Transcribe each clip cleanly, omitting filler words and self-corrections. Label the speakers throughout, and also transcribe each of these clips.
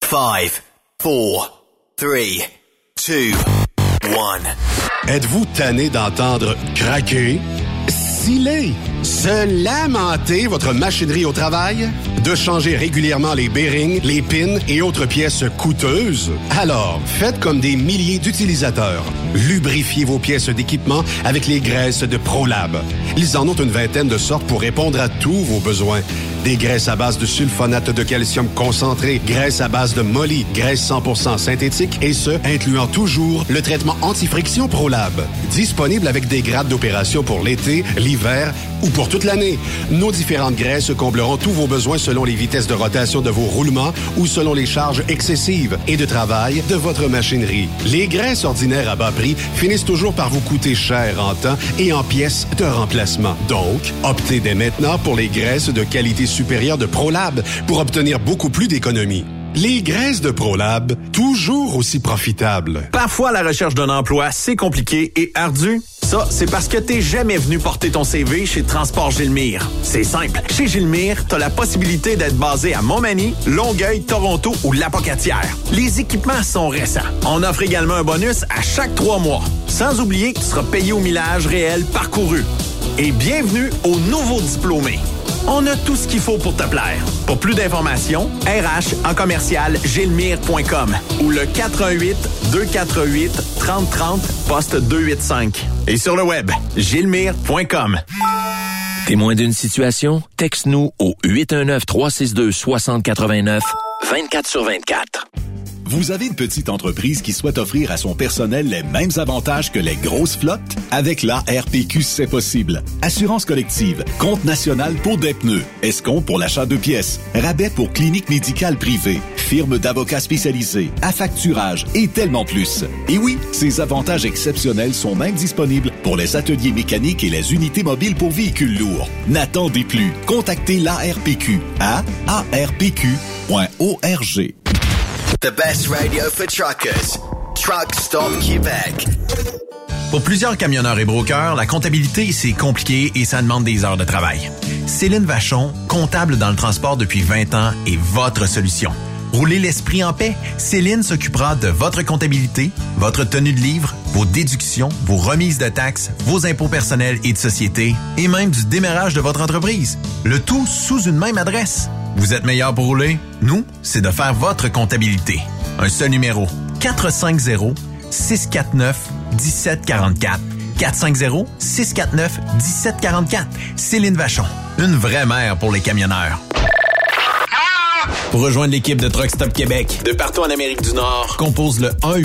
Speaker 1: 5, 4, 3, 2, 1.
Speaker 2: Êtes-vous tanné d'entendre craquer, sciller, se lamenter votre machinerie au travail? De changer régulièrement les bearings, les pins et autres pièces coûteuses? Alors, faites comme des milliers d'utilisateurs. Lubrifiez vos pièces d'équipement avec les graisses de ProLab. Ils en ont une vingtaine de sortes pour répondre à tous vos besoins. Des graisses à base de sulfonate de calcium concentré, graisses à base de molly, graisse 100% synthétique et ce, incluant toujours le traitement anti-friction ProLab. Disponible avec des grades d'opération pour l'été, l'hiver ou pour toute l'année. Nos différentes graisses combleront tous vos besoins selon les vitesses de rotation de vos roulements ou selon les charges excessives et de travail de votre machinerie. Les graisses ordinaires à bas prix finissent toujours par vous coûter cher en temps et en pièces de remplacement. Donc, optez dès maintenant pour les graisses de qualité supérieure de ProLab pour obtenir beaucoup plus d'économies. Les graisses de ProLab, toujours aussi profitables.
Speaker 3: Parfois, la recherche d'un emploi, c'est compliqué et ardu. Ça, c'est parce que t'es jamais venu porter ton CV chez Transport Gilmire. C'est simple. Chez Gilmire, t'as la possibilité d'être basé à Montmagny, Longueuil, Toronto ou Lapocatière. Les équipements sont récents. On offre également un bonus à chaque 3 mois. Sans oublier que tu seras payé au millage réel parcouru. Et bienvenue aux nouveaux diplômés. On a tout ce qu'il faut pour te plaire. Pour plus d'informations, RH en commercial gilmire.com ou le 418-248-3030 poste 285. Et sur le web, gilmire.com.
Speaker 4: Témoin d'une situation? Texte-nous au 819-362-6089, 24/24.
Speaker 5: Vous avez une petite entreprise qui souhaite offrir à son personnel les mêmes avantages que les grosses flottes? Avec la RPQ, c'est possible. Assurance collective, compte national pour des pneus, escompte pour l'achat de pièces, rabais pour clinique médicale privée, firme d'avocats spécialisés, affacturage et tellement plus. Et oui, ces avantages exceptionnels sont même disponibles pour les ateliers mécaniques et les unités mobiles pour véhicules lourds. N'attendez plus. Contactez l'ARPQ à arpq.org.
Speaker 1: The best radio for truckers. Truck Stop Québec.
Speaker 3: Pour plusieurs camionneurs et brokers, la comptabilité, c'est compliqué et ça demande des heures de travail. Céline Vachon, comptable dans le transport depuis 20 ans, est votre solution. Roulez l'esprit en paix. Céline s'occupera de votre comptabilité, votre tenue de livre, vos déductions, vos remises de taxes, vos impôts personnels et de société, et même du démarrage de votre entreprise. Le tout sous une même adresse. Vous êtes meilleur pour rouler? Nous, c'est de faire votre comptabilité. Un seul numéro. 450-649-1744. 450-649-1744. Céline Vachon. Une vraie mère pour les camionneurs. Pour rejoindre l'équipe de Truck Stop Québec, de partout en Amérique du Nord, compose le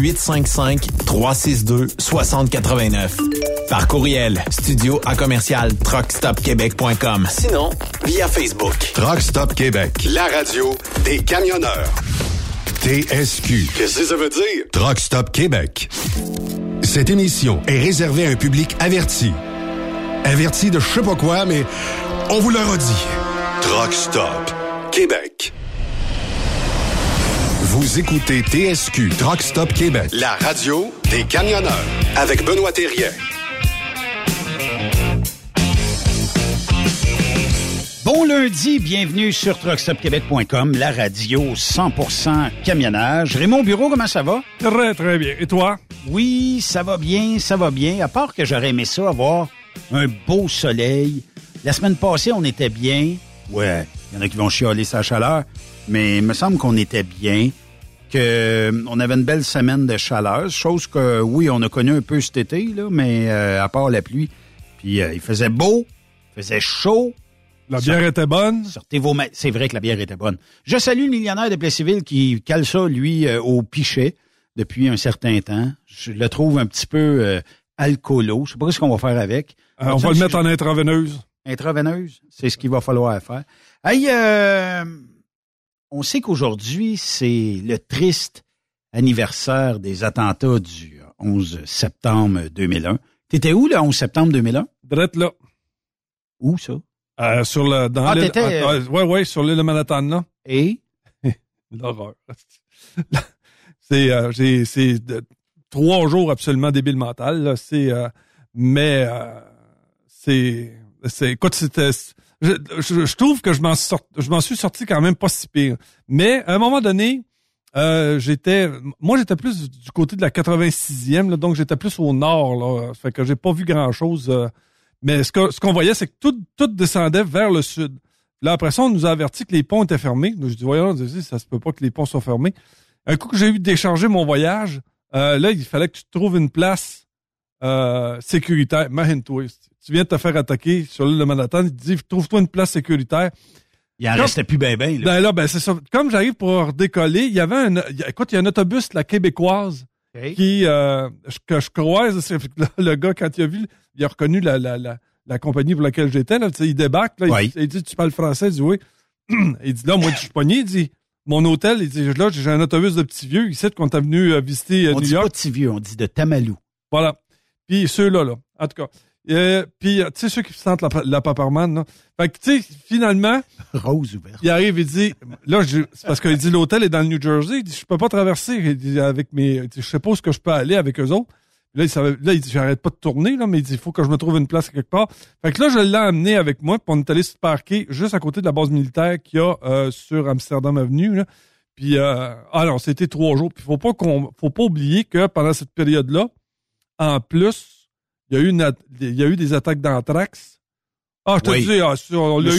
Speaker 3: 1-855-362-6089. Par courriel, studio@truckstopquebec.com. Sinon, via Facebook.
Speaker 2: Truck Stop Québec, la radio des camionneurs. TSQ. Qu'est-ce que ça veut dire? Truck Stop Québec. Cette émission est réservée à un public averti. Averti de je sais pas quoi, mais on vous le redit. Truck Stop Québec. Vous écoutez TSQ Truck Stop Québec, la radio des camionneurs, avec Benoît Thérien.
Speaker 6: Bon lundi, bienvenue sur truckstopquebec.com, la radio 100% camionnage. Raymond Bureau, comment ça va?
Speaker 7: Très, très bien. Et toi?
Speaker 6: Oui, ça va bien, ça va bien. À part que j'aurais aimé ça, avoir un beau soleil. La semaine passée, on était bien. Ouais, il y en a qui vont chialer sa chaleur, mais il me semble qu'on était bien, qu'on avait une belle semaine de chaleur, chose que, oui, on a connu un peu cet été, là, mais à part la pluie. Puis il faisait beau, il faisait chaud.
Speaker 7: La bière était bonne.
Speaker 6: Sortez vos mains. C'est vrai que la bière était bonne. Je salue le millionnaire de Plessisville qui cale ça, lui, au pichet depuis un certain temps. Je le trouve un petit peu alcoolo. Je sais pas ce qu'on va faire avec.
Speaker 7: On va le mettre en intraveineuse.
Speaker 6: Intraveineuse, c'est ce qu'il va falloir faire. Hey, on sait qu'aujourd'hui, c'est le triste anniversaire des attentats du 11 septembre 2001. T'étais où, le 11 septembre 2001?
Speaker 7: Drette là.
Speaker 6: Où, ça?
Speaker 7: Sur le, dans l'île, ouais, sur l'île de Manhattan, là.
Speaker 6: Et?
Speaker 7: L'horreur. C'est 3 jours absolument débile mental, là. Écoute, c'était, je trouve que je m'en suis sorti quand même pas si pire. Mais, à un moment donné, j'étais plus du côté de la 86e, là, donc j'étais plus au nord, là. Fait que j'ai pas vu grand-chose. Mais ce qu'on voyait, c'est que tout descendait vers le sud. Là, après ça, on nous a averti que les ponts étaient fermés. Je dis, voyons, ça se peut pas que les ponts soient fermés. Un coup que j'ai eu déchargé mon voyage, là, il fallait que tu trouves une place sécuritaire. Imagine-toi, tu viens de te faire attaquer sur l'île de Manhattan, il te dit, trouve-toi une place sécuritaire.
Speaker 6: Il en restait plus ben.
Speaker 7: Là, c'est ça. Comme j'arrive pour décoller, il y avait il y a un autobus, la québécoise, qui que je croise. Le gars, quand il a vu, il a reconnu la compagnie pour laquelle j'étais. Là, il débarque, là, il dit, tu parles français? Il dit, oui. Il dit, là, moi, je suis pogné. Il dit, mon hôtel, il dit, là, j'ai un autobus de petits vieux ici qu'on t'a venu visiter New York.
Speaker 6: On dit pas petits vieux, on dit de Tamalou.
Speaker 7: Voilà. Puis ceux-là, en tout cas. Puis, tu sais, ceux qui sentent la paparman, là. Fait que, tu sais, finalement.
Speaker 6: Rose ouverte.
Speaker 7: Il arrive, il dit, là, c'est parce qu'il dit, l'hôtel est dans le New Jersey. Il dit, je peux pas traverser. Il dit, je sais pas où je peux aller avec eux autres. Là, il dit, j'arrête pas de tourner, là, mais il dit, il faut que je me trouve une place quelque part. Fait que là, je l'ai amené avec moi, puis on est allé se parquer juste à côté de la base militaire qu'il y a sur Amsterdam Avenue, là. Puis, alors, c'était 3 jours. Puis, faut pas oublier que pendant cette période-là, en plus, il y a eu des attaques d'anthrax. Ah, je te dis,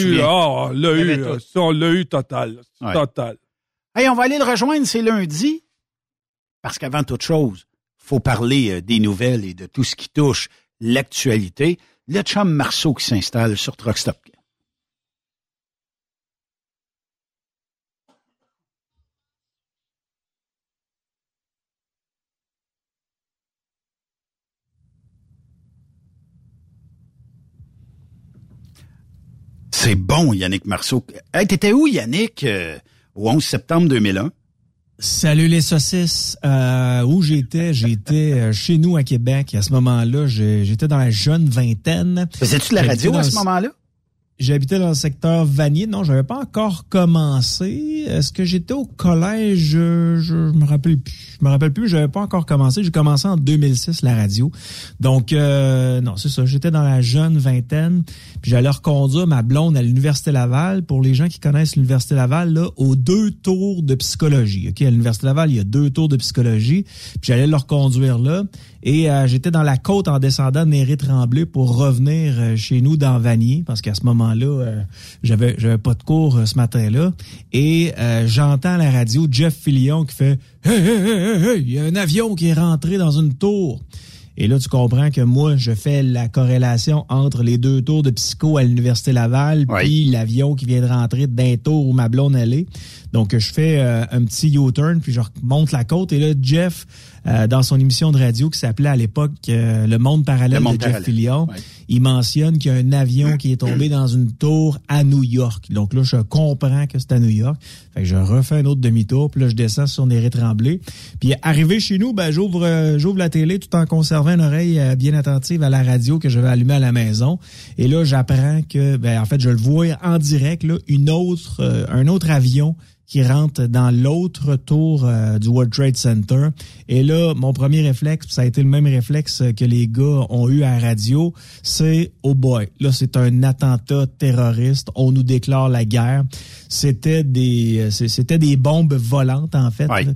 Speaker 7: on l'a eu total.
Speaker 6: Ouais.
Speaker 7: Total.
Speaker 6: Hey, on va aller le rejoindre, c'est lundi. Parce qu'avant toute chose, faut parler des nouvelles et de tout ce qui touche l'actualité. Le chum Marceau qui s'installe sur Truck Stop. C'est bon, Yannick Marceau. Hey, t'étais où, Yannick, au 11 septembre 2001?
Speaker 8: Salut les saucisses. Où j'étais? J'étais chez nous à Québec. À ce moment-là, j'étais dans la jeune vingtaine.
Speaker 6: Faisais-tu de la radio à ce moment-là?
Speaker 8: J'habitais dans le secteur Vanier. Non, j'avais pas encore commencé. Est-ce que j'étais au collège? Je me rappelle plus. Je me rappelle plus. J'avais pas encore commencé. J'ai commencé en 2006 la radio. Donc non, c'est ça. J'étais dans la jeune vingtaine. Puis j'allais reconduire ma blonde à l'Université Laval. Pour les gens qui connaissent l'Université Laval, là, aux 2 tours de psychologie. Ok, à l'Université Laval, il y a 2 tours de psychologie. Puis j'allais le reconduire là. Et j'étais dans la côte en descendant de Néré-Tremblay pour revenir chez nous dans Vanier, parce qu'à ce moment-là, j'avais pas de cours ce matin-là. Et j'entends à la radio Jeff Fillion qui fait « Hey, il y a un avion qui est rentré dans une tour ». Et là, tu comprends que moi, je fais la corrélation entre les 2 tours de psycho à l'Université Laval, puis l'avion qui vient de rentrer d'un tour où ma blonde elle est. Donc, je fais un petit U-turn, puis je remonte la côte. Et là, Jeff, dans son émission de radio qui s'appelait à l'époque Le Monde parallèle de Jeff Fillion, il mentionne qu'il y a un avion qui est tombé dans une tour à New York. Donc là, je comprends que c'est à New York. Fait que je refais un autre demi-tour, puis là, je descends sur Néré-Tremblay. Puis arrivé chez nous, ben j'ouvre la télé tout en conservant une oreille bien attentive à la radio que je vais allumer à la maison. Et là, j'apprends que, en fait, je le vois en direct, là, un autre avion qui rentre dans l'autre tour du World Trade Center. Et là, mon premier réflexe, ça a été le même réflexe que les gars ont eu à la radio, c'est « Oh boy, là c'est un attentat terroriste, on nous déclare la guerre ». C'était des bombes volantes, en fait, là,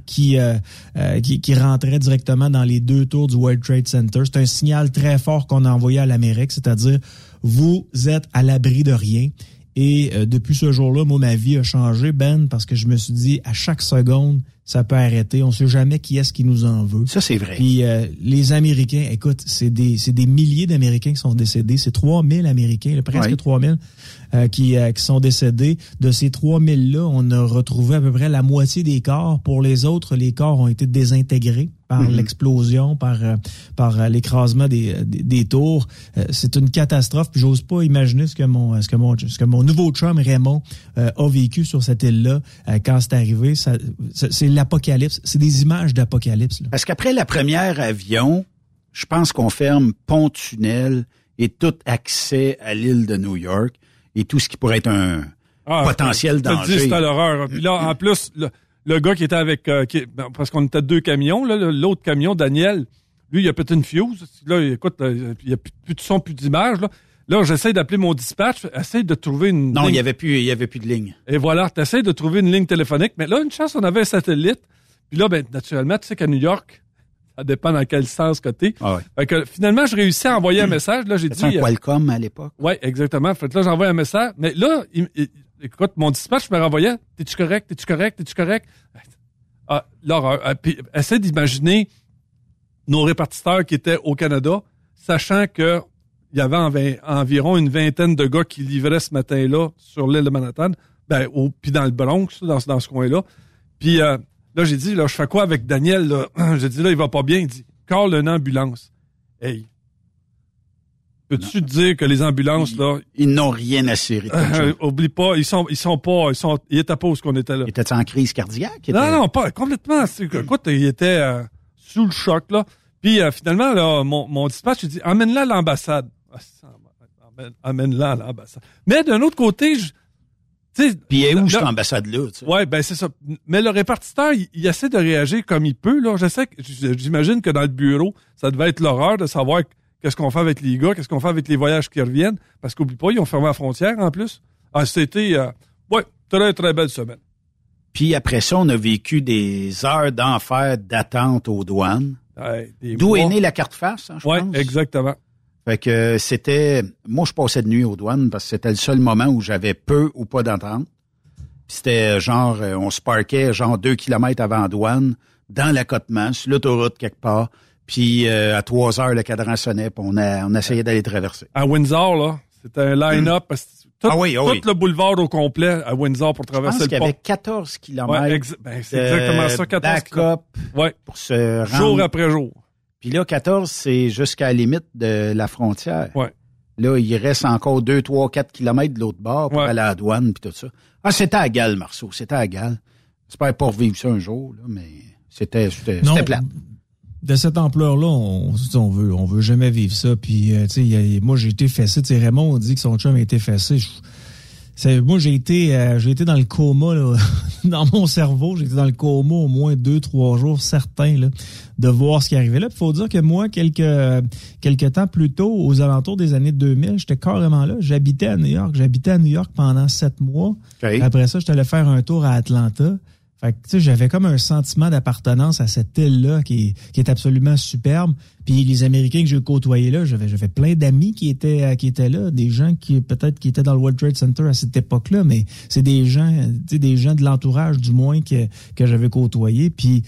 Speaker 8: qui rentraient directement dans les 2 tours du World Trade Center. C'est un signal très fort qu'on a envoyé à l'Amérique, c'est-à-dire « Vous êtes à l'abri de rien ». Et depuis ce jour-là, moi, ma vie a changé, Ben, parce que je me suis dit, à chaque seconde, ça peut arrêter. On ne sait jamais qui est-ce qui nous en veut.
Speaker 6: Ça, c'est vrai.
Speaker 8: Puis les Américains, écoute, c'est des milliers d'Américains qui sont décédés. C'est 3000 Américains, là, presque 3000 qui sont décédés. De ces 3000-là, on a retrouvé à peu près la moitié des corps. Pour les autres, les corps ont été désintégrés par l'explosion, par l'écrasement des tours. C'est une catastrophe. Puis j'ose pas imaginer ce que mon nouveau chum Raymond a vécu sur cette île-là quand c'est arrivé. C'est l'apocalypse. C'est des images d'apocalypse, là.
Speaker 6: Parce qu'après la première avion, je pense qu'on ferme pont-tunnel et tout accès à l'île de New York et tout ce qui pourrait être un potentiel danger.
Speaker 7: C'est à l'horreur. Puis là, en plus, le gars qui était avec... parce qu'on était 2 camions, là, l'autre camion, Daniel, lui, il a pété une fuse. Là, écoute, il n'y a plus de son, plus d'image. Là, j'essaie d'appeler mon dispatch, essaye de trouver une
Speaker 6: Non,
Speaker 7: ligne.
Speaker 6: il y avait plus de ligne.
Speaker 7: Et voilà, tu essaies de trouver une ligne téléphonique. Mais là, une chance, on avait un satellite. Puis là, ben, naturellement, tu sais qu'à New York, ça dépend dans quel sens que t'es.
Speaker 6: Ah ouais.
Speaker 7: Fait que finalement, je réussis à envoyer un message. Là, j'ai dit.
Speaker 6: C'est un Qualcomm à l'époque.
Speaker 7: Oui, exactement. Fait que là, j'envoie un message. Mais là, écoute, mon dispatch me renvoyait. T'es-tu correct? T'es-tu correct? T'es-tu correct? Ah, l'horreur. Puis, essaie d'imaginer nos répartiteurs qui étaient au Canada, sachant que il y avait environ une vingtaine de gars qui livraient ce matin-là sur l'île de Manhattan, puis dans le Bronx, dans ce coin-là. Puis là, j'ai dit, là, je fais quoi avec Daniel? Là? J'ai dit, là, il va pas bien. Il dit, call une ambulance. Hey, peux-tu te dire que les ambulances, là...
Speaker 6: Ils n'ont rien à cirer.
Speaker 7: Oublie pas, ils étaient pas où ce qu'on était là.
Speaker 6: Ils étaient en crise cardiaque?
Speaker 7: Non, pas complètement. Écoute, il était sous le choc, là. Puis finalement, là, mon dispatch, il dit, emmène-la à l'ambassade. Amène-la à l'ambassade. Mais d'un autre côté,
Speaker 6: puis où cette ambassade-là?
Speaker 7: Oui, ben c'est ça. Mais le répartiteur, il essaie de réagir comme il peut. Là. J'imagine que dans le bureau, ça devait être l'horreur de savoir qu'est-ce qu'on fait avec les gars, qu'est-ce qu'on fait avec les voyages qui reviennent. Parce qu'oublie pas, ils ont fermé la frontière en plus. C'était très, très belle semaine.
Speaker 6: Puis après ça, on a vécu des heures d'enfer d'attente aux douanes. D'où est née la carte face, je pense.
Speaker 7: Oui, exactement.
Speaker 6: Fait que moi, je passais de nuit aux douanes parce que c'était le seul moment où j'avais peu ou pas d'attente. Puis c'était genre, on se parquait genre 2 kilomètres avant la douane, dans l'accotement, sur l'autoroute quelque part. Puis à 3 heures, le cadran sonnait, puis on essayait d'aller traverser.
Speaker 7: À Windsor, là, c'était un line-up. Tout le boulevard au complet à Windsor pour traverser le pont.
Speaker 6: Je pense qu'il y avait 14 kilomètres.
Speaker 7: C'est exactement ça, 14 kilomètres.
Speaker 6: Pour se rendre.
Speaker 7: Jour après jour.
Speaker 6: Puis là, 14, c'est jusqu'à la limite de la frontière.
Speaker 7: Ouais.
Speaker 6: Là, il reste encore 2, 3, 4 kilomètres de l'autre bord pour aller à la douane puis tout ça. C'était à Galles, Marceau. C'était à Galles. J'espère pas revivre ça un jour, là, mais c'était plate.
Speaker 8: De cette ampleur-là, on veut jamais vivre ça. Puis, moi, j'ai été fessé. Raymond dit que son chum a été fessé. Moi, j'ai été dans le coma, là, dans mon cerveau. J'ai été dans le coma au moins 2-3 jours, certains, là, de voir ce qui arrivait là. Il faut dire que moi, quelques temps plus tôt, aux alentours des années 2000, j'étais carrément là. J'habitais à New York pendant 7 mois. Okay. Après ça, j'étais allé faire un tour à Atlanta. Fait que, j'avais comme un sentiment d'appartenance à cette île-là qui est absolument superbe. Puis les Américains que j'ai côtoyés là, j'avais plein d'amis qui étaient là, des gens qui étaient dans le World Trade Center à cette époque-là, mais c'est des gens de l'entourage du moins que j'avais côtoyés. Puis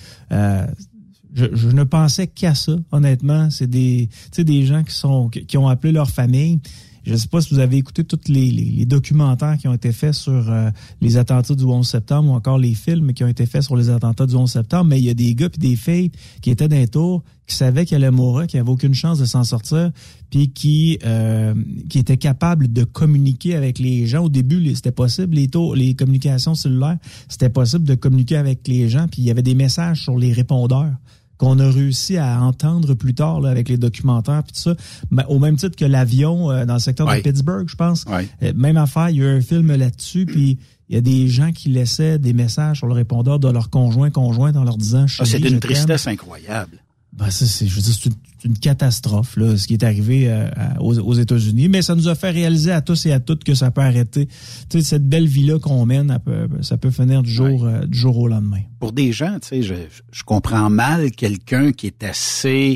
Speaker 8: je ne pensais qu'à ça, honnêtement. C'est des gens qui ont appelé leur famille. Je ne sais pas si vous avez écouté tous les documentaires qui ont été faits sur les attentats du 11 septembre ou encore les films qui ont été faits sur les attentats du 11 septembre, mais il y a des gars puis des filles qui étaient dans les tours, qui savaient qu'ils allaient mourir, qui n'avaient aucune chance de s'en sortir, puis qui étaient capables de communiquer avec les gens. Au début, c'était possible, les communications cellulaires, c'était possible de communiquer avec les gens, puis il y avait des messages sur les répondeurs qu'on a réussi à entendre plus tard là, avec les documentaires puis tout ça, au même titre que l'avion dans le secteur de Pittsburgh, je pense. Même affaire, il y a eu un film là-dessus, puis il y a des gens qui laissaient des messages sur le répondeur de leur conjointe en leur disant « Chérie,
Speaker 6: c'est d'une tristesse incroyable. »
Speaker 8: Je veux dire, c'est une catastrophe, là, ce qui est arrivé aux États-Unis, mais ça nous a fait réaliser à tous et à toutes que ça peut arrêter. Tu sais, cette belle vie-là qu'on mène, ça peut finir du jour au lendemain.
Speaker 6: Pour des gens, tu sais, je comprends mal quelqu'un qui est assez,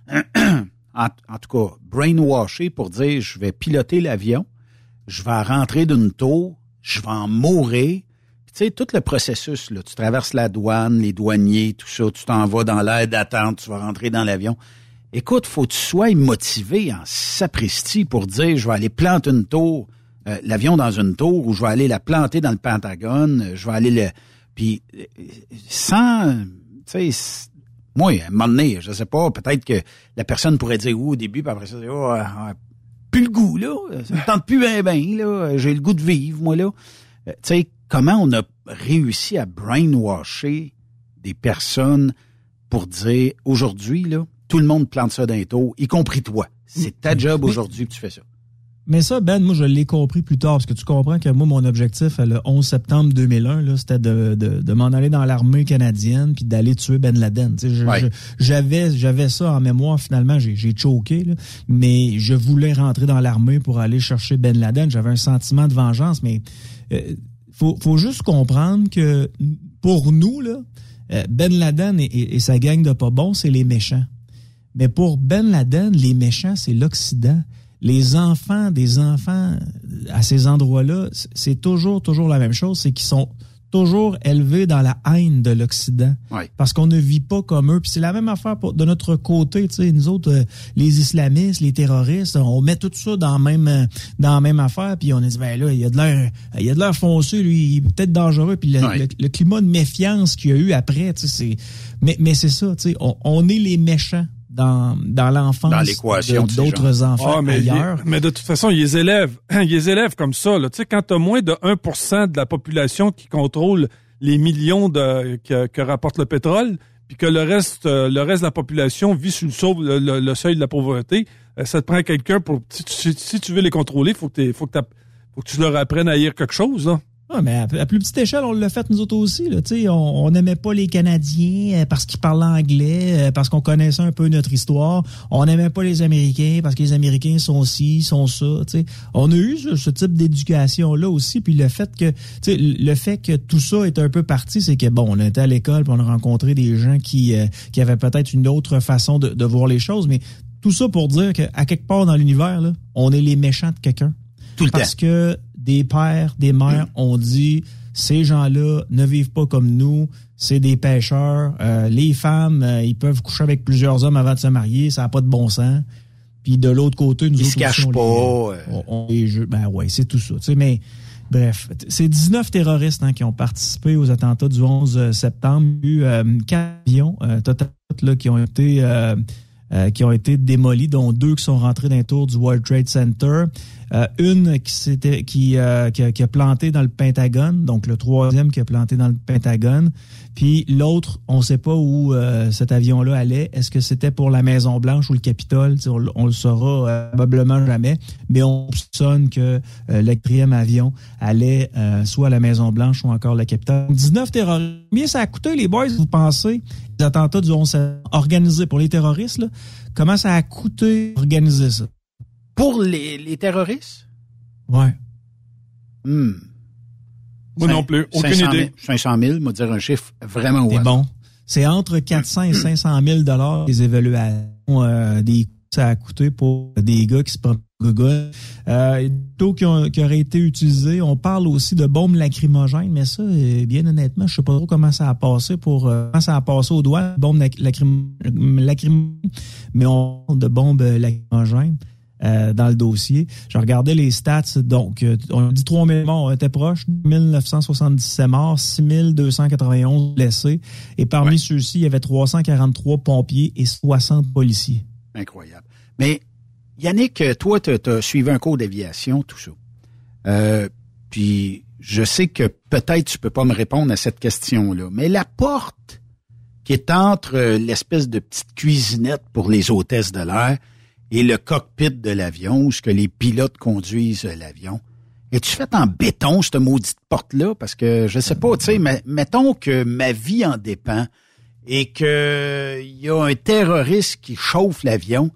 Speaker 6: en tout cas, brainwashé pour dire, je vais piloter l'avion, je vais rentrer d'une tour, je vais en mourir. Tu sais, tout le processus, là, tu traverses la douane, les douaniers, tout ça, tu t'en vas dans l'aire d'attente, tu vas rentrer dans l'avion. Écoute, faut que tu sois motivé en sapristi pour dire, je vais aller planter une tour, l'avion dans une tour, ou je vais aller la planter dans le Pentagone, je vais aller puis, sans, tu sais, moi, à un moment donné, je sais pas, peut-être que la personne pourrait dire au début, puis après ça, plus le goût, là, ça me tente plus bien, là, j'ai le goût de vivre, moi, là. Tu sais, comment on a réussi à brainwasher des personnes pour dire, aujourd'hui, là, tout le monde plante ça dans les tours, y compris toi. C'est ta job aujourd'hui que tu fais ça.
Speaker 8: Mais ça, Ben, moi, je l'ai compris plus tard, parce que tu comprends que moi, mon objectif, le 11 septembre 2001, là, c'était de m'en aller dans l'armée canadienne puis d'aller tuer Ben Laden. J'avais ça en mémoire, finalement, j'ai choqué, là, mais je voulais rentrer dans l'armée pour aller chercher Ben Laden. J'avais un sentiment de vengeance, mais faut juste comprendre que pour nous, là, Ben Laden et sa gang de pas bons, c'est les méchants. Mais pour Ben Laden, les méchants, c'est l'Occident. Les enfants des enfants à ces endroits-là, c'est toujours la même chose, c'est qu'ils sont toujours élevés dans la haine de l'Occident.
Speaker 6: Oui.
Speaker 8: Parce qu'on ne vit pas comme eux. Puis c'est la même affaire de notre côté, tu sais, nous autres, les islamistes, les terroristes, on met tout ça dans la même affaire, puis on a dit, ben là, il y a de l'air foncé, lui, il est peut-être dangereux, puis le climat de méfiance qu'il y a eu après, tu sais, mais c'est ça, tu sais, on est les méchants dans l'enfance
Speaker 6: dans l'équation
Speaker 8: d'autres enfants ailleurs.
Speaker 7: Mais de toute façon, ils les élèvent comme ça. Là. Tu sais, quand tu as moins de 1% de la population qui contrôle les millions que rapporte le pétrole, puis que le reste de la population vit sous le seuil de la pauvreté, ça te prend quelqu'un pour... Si tu veux les contrôler, faut que tu leur apprennes à haïr quelque chose, là.
Speaker 8: Ah, mais à plus petite échelle, on l'a fait nous autres aussi. Là. On n'aimait pas les Canadiens parce qu'ils parlaient anglais, parce qu'on connaissait un peu notre histoire. On n'aimait pas les Américains parce que les Américains sont ci, sont ça. T'sais. On a eu ce type d'éducation-là aussi. Puis le fait que tout ça est un peu parti, c'est que bon, on était à l'école, puis on a rencontré des gens qui avaient peut-être une autre façon de voir les choses. Mais tout ça pour dire qu'à quelque part dans l'univers, là, on est les méchants de quelqu'un.
Speaker 6: Tout le temps.
Speaker 8: Parce que des pères, des mères ont dit ces gens-là ne vivent pas comme nous, c'est des pêcheurs. Les femmes, ils peuvent coucher avec plusieurs hommes avant de se marier, ça n'a pas de bon sens. Puis de l'autre côté, nous
Speaker 6: ils se cachent pas.
Speaker 8: Ben ouais, c'est tout ça. Tu sais, mais bref, c'est 19 terroristes qui ont participé aux attentats du 11 septembre. Il y a eu 4 avions total là, qui ont été démolis, dont 2 qui sont rentrés dans les tours du World Trade Center. Une qui a planté dans le Pentagone, donc le 3e qui a planté dans le Pentagone. Puis l'autre, on ne sait pas où cet avion-là allait. Est-ce que c'était pour la Maison-Blanche ou le Capitole? On le saura probablement jamais. Mais on soupçonne que le 4e avion allait soit à la Maison-Blanche ou encore le Capitole. 19 terroristes. Combien ça a coûté, les boys, vous pensez, les attentats du 11 septembre organisés pour les terroristes? Là, comment ça a coûté organiser ça?
Speaker 6: Pour les terroristes?
Speaker 8: Ouais.
Speaker 7: Moi non plus. Aucune idée.
Speaker 6: 500 000, moi dire un chiffre vraiment
Speaker 8: c'est bon. C'est entre 400 et 500 000 les évaluations des coûts que ça a coûté pour des gars qui se prennent Google. Taux qui auraient été utilisés. On parle aussi de bombes lacrymogènes, mais ça, bien honnêtement, je sais pas trop comment ça a passé comment ça a passé aux doigts, bombes lacrymogènes, mais on parle de bombes lacrymogènes. Dans le dossier. Je regardais les stats, donc on a dit 3 000 morts, on était proche, 1977 morts, 6291 blessés, et parmi ceux-ci, il y avait 343 pompiers et 60 policiers.
Speaker 6: Incroyable. Mais Yannick, toi, tu as suivi un cours d'aviation, tout ça. Puis je sais que peut-être tu peux pas me répondre à cette question-là, mais la porte qui est entre l'espèce de petite cuisinette pour les hôtesses de l'air et le cockpit de l'avion, où ce que les pilotes conduisent l'avion. Es-tu fait en béton, cette maudite porte-là? Parce que, je sais pas, tu sais, mettons que ma vie en dépend et que y a un terroriste qui chauffe l'avion,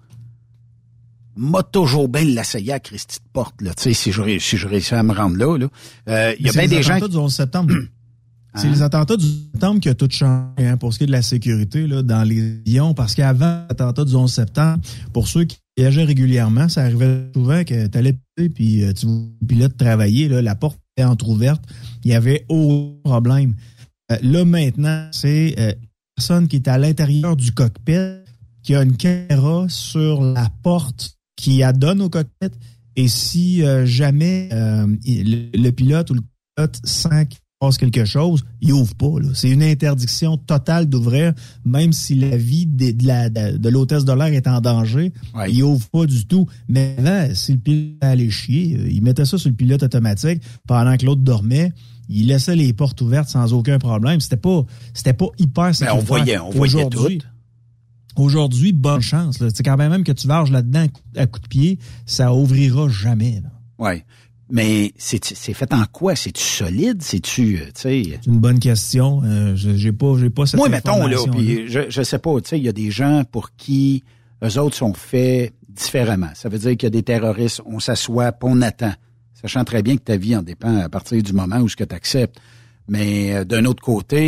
Speaker 6: m'a toujours bien l'essayer à Christy de porte, là. Tu sais, si je réussis à me rendre là. Il y a bien des gens...
Speaker 8: C'est les attentats du 11 septembre. C'est les attentats du 11 septembre qui a tout changé pour ce qui est de la sécurité là, dans les avions. Parce qu'avant l'attentat du 11 septembre, pour ceux qui voyageaient régulièrement, ça arrivait souvent que tu allais puis tu pilotes travailler, là, la porte était entrouverte. Il y avait aucun problème. Là, maintenant, c'est la personne qui est à l'intérieur du cockpit qui a une caméra sur la porte qui adonne au cockpit. Et si jamais le pilote ou le pilote sent qu'il passe quelque chose, il ouvre pas. Là. C'est une interdiction totale d'ouvrir, même si la vie de l'hôtesse de l'air est en danger. Ouais. Il ouvre pas du tout. Mais avant, si le pilote allait chier, il mettait ça sur le pilote automatique pendant que l'autre dormait. Il laissait les portes ouvertes sans aucun problème. C'était pas hyper sécuritaire.
Speaker 6: On voyait tout.
Speaker 8: Aujourd'hui, bonne chance. C'est quand même que tu varges là-dedans à coup de pied, ça ouvrira jamais.
Speaker 6: Oui. Mais c'est fait en quoi? C'est-tu solide? C'est-tu, tu sais...
Speaker 8: C'est une bonne question. J'ai pas cette
Speaker 6: moi,
Speaker 8: information.
Speaker 6: Moi, mettons, là, puis je sais pas, tu sais, il y a des gens pour qui eux autres sont faits différemment. Ça veut dire qu'il y a des terroristes, on s'assoit, puis on attend. Sachant très bien que ta vie en dépend à partir du moment où ce que tu acceptes. Mais d'un autre côté,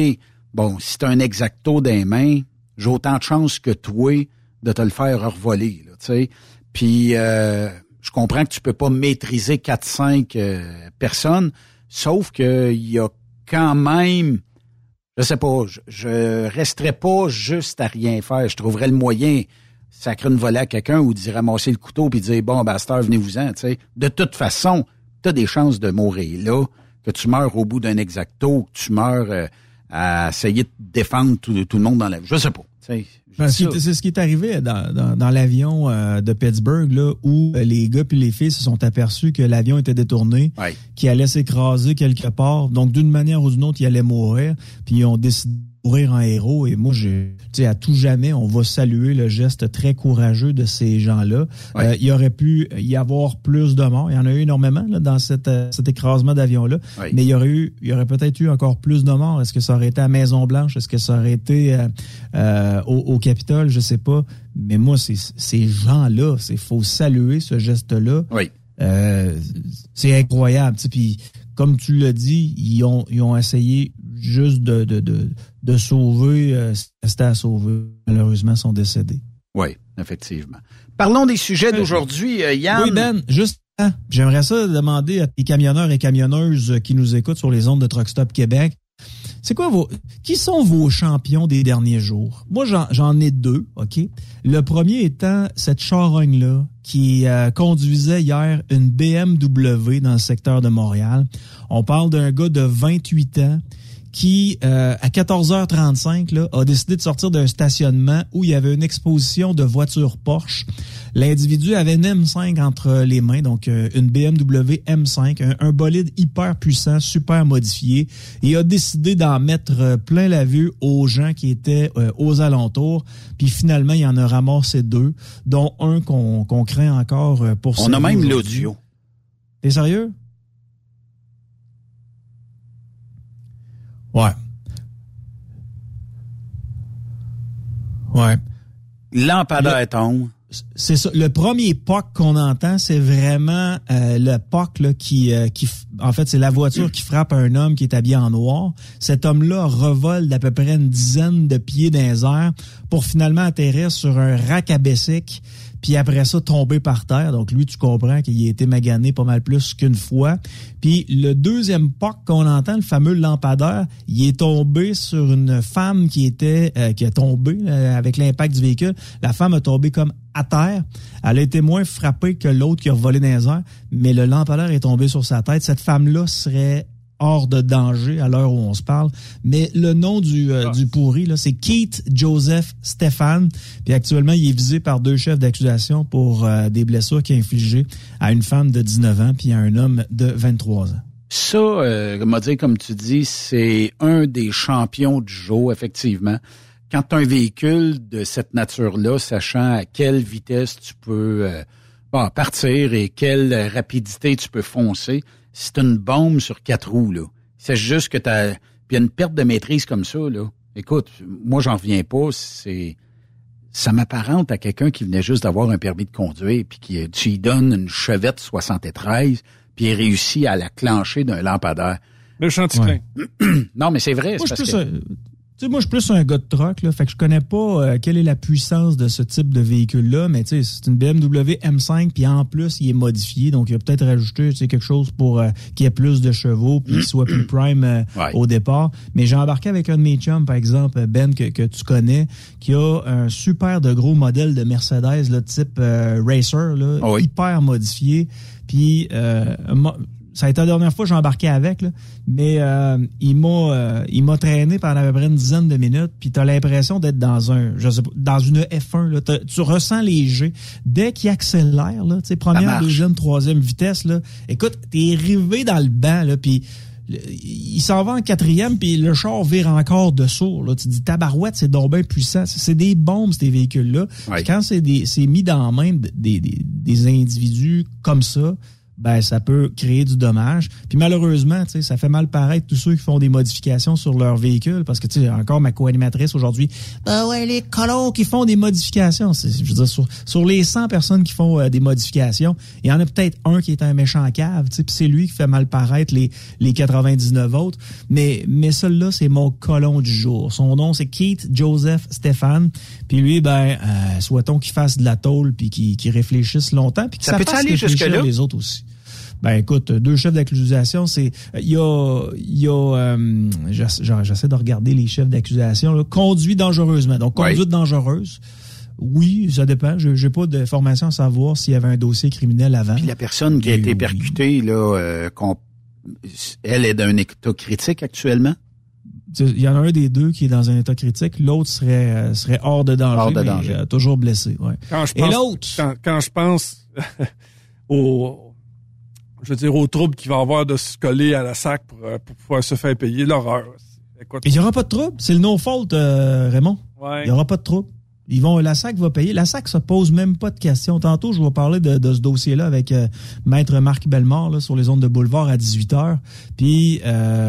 Speaker 6: bon, si t'as un Exacto dans les mains, j'ai autant de chances que toi de te le faire revoler, là, tu sais. Puis, je comprends que tu peux pas maîtriser 4-5 personnes, sauf que il y a quand même, je sais pas, je resterais pas juste à rien faire. Je trouverais le moyen, sacrer une volée à quelqu'un ou d'y ramasser le couteau puis dire, bon, ben, à cette heure, venez-vous-en, tu sais. De toute façon, t'as des chances de mourir là, que tu meurs au bout d'un Exacto, que tu meurs à essayer de défendre tout le monde dans la vie. Je sais pas, tu sais.
Speaker 8: C'est ce qui est arrivé dans l'avion de Pittsburgh, là, où les gars puis les filles se sont aperçus que l'avion était détourné, qu'il allait s'écraser quelque part. Donc, d'une manière ou d'une autre, il allait mourir. Puis, ils ont décidé de mourir en héros. Et moi, à tout jamais, on va saluer le geste très courageux de ces gens-là. Il y aurait pu y avoir plus de morts. Il y en a eu énormément là, dans cet écrasement d'avion-là. Mais il y aurait peut-être eu encore plus de morts. Est-ce que ça aurait été à Maison-Blanche? Est-ce que ça aurait été au Capitole? Je sais pas. Mais moi, ces gens-là, faut saluer ce geste-là. C'est incroyable. Puis, comme tu l'as dit, ils ont essayé juste de sauver, c'était à sauver. Malheureusement, ils sont décédés.
Speaker 6: Oui, effectivement. Parlons des sujets d'aujourd'hui, Yann.
Speaker 8: Oui, Ben, juste, j'aimerais ça demander à tes camionneurs et camionneuses qui nous écoutent sur les ondes de Truck Stop Québec. C'est quoi qui sont vos champions des derniers jours? Moi, j'en ai deux, OK? Le premier étant cette charogne-là qui conduisait hier une BMW dans le secteur de Montréal. On parle d'un gars de 28 ans qui, à 14h35, là, a décidé de sortir d'un stationnement où il y avait une exposition de voitures Porsche. L'individu avait une M5 entre les mains, donc une BMW M5, un bolide hyper puissant, super modifié, et a décidé d'en mettre plein la vue aux gens qui étaient aux alentours. Puis finalement, il en a ramassé deux, dont un qu'on craint encore pour ça.
Speaker 6: On a même l'audio.
Speaker 8: T'es sérieux? Ouais.
Speaker 6: Lampadaire tombe.
Speaker 8: C'est ça. Le premier POC qu'on entend, c'est vraiment le POC là, qui en fait, c'est la voiture qui frappe un homme qui est habillé en noir. Cet homme-là revole d'à peu près une dizaine de pieds dans les airs pour finalement atterrir sur un rack à bicycle, puis après ça, tomber par terre. Donc lui, tu comprends qu'il a été magané pas mal plus qu'une fois. Puis le deuxième POC qu'on entend, le fameux lampadaire, il est tombé sur une femme qui a tombé avec l'impact du véhicule. La femme a tombé comme à terre. Elle a été moins frappée que l'autre qui a volé dans les airs, mais le lampadaire est tombé sur sa tête. Cette femme-là serait hors de danger à l'heure où on se parle. Mais le nom du pourri, là, c'est Keith Joseph Stéphane. Puis actuellement, il est visé par 2 chefs d'accusation pour des blessures qu'il a infligées à une femme de 19 ans puis à un homme de 23 ans.
Speaker 6: Ça, comme tu dis, c'est un des champions du jour, effectivement. Quand tu as un véhicule de cette nature-là, sachant à quelle vitesse tu peux partir et quelle rapidité tu peux foncer, c'est une bombe sur 4 roues, là. C'est juste que puis il y a une perte de maîtrise comme ça, là. Écoute, moi, j'en reviens pas. Ça m'apparente à quelqu'un qui venait juste d'avoir un permis de conduire puis tu lui donnes une Chevette 73 puis il réussit à la clencher d'un lampadaire.
Speaker 7: Le chanticlein.
Speaker 6: Non, mais c'est vrai.
Speaker 8: Moi, moi, je suis plus un gars de truck, là, fait que je connais pas quelle est la puissance de ce type de véhicule-là, mais tu sais, c'est une BMW M5, puis en plus, il est modifié, donc il a peut-être rajouté quelque chose pour qu'il y ait plus de chevaux, puis qu'il soit plus prime au départ. Mais j'ai embarqué avec un de mes chums, par exemple, Ben, que tu connais, qui a un super de gros modèle de Mercedes, là, type Racer, là, hyper modifié, puis ça a été la dernière fois que j'ai embarqué avec, là, mais il m'a traîné pendant à peu près une dizaine de minutes, puis t'as l'impression d'être dans dans une F1, là, tu ressens les G. Dès qu'il accélère, là, tu sais, première, deuxième, troisième vitesse, là, écoute, t'es rivé dans le banc, là, puis il s'en va en 4e, puis le char vire encore de sourd, là. Tu te dis, tabarouette, c'est donc bien puissant. C'est des bombes, ces véhicules-là. Quand c'est mis dans la main des individus comme ça, ben ça peut créer du dommage. Puis malheureusement, tu sais, ça fait mal paraître tous ceux qui font des modifications sur leur véhicule, parce que tu sais, encore ma co-animatrice aujourd'hui, ben ouais, les colons qui font des modifications. Je veux dire, sur les 100 personnes qui font des modifications, il y en a peut-être un qui est un méchant cave, tu sais, puis c'est lui qui fait mal paraître les 99 autres. Mais celui-là, c'est mon colon du jour. Son nom, c'est Keith Joseph Stéphane. Puis lui, ben, souhaitons qu'il fasse de la tôle, puis qu'il réfléchisse longtemps, puis que ça fasse réfléchir les autres aussi. Ben écoute, 2 chefs d'accusation, c'est j'essaie de regarder les chefs d'accusation là. Conduit dangereusement. Donc conduite dangereuse. Oui, ça dépend. J'ai pas de formation à savoir s'il y avait un dossier criminel avant.
Speaker 6: Puis la personne qui a été percutée là, elle est d'un état critique actuellement.
Speaker 8: Il y en a un des deux qui est dans un état critique, l'autre serait hors de danger. Hors de danger. Mais, toujours blessé. Ouais.
Speaker 7: Et l'autre, quand je pense au trouble qu'il va avoir de se coller à la SAC pour pouvoir se faire payer, l'horreur. Écoute,
Speaker 8: il n'y aura pas de trouble. C'est le no-fault, Raymond.
Speaker 7: Ouais.
Speaker 8: Il n'y aura pas de trouble. La SAC va payer. La SAC se pose même pas de questions. Tantôt, je vais parler de ce dossier-là avec Maître Marc Bellemare là, sur les ondes de Boulevard à 18h. Puis,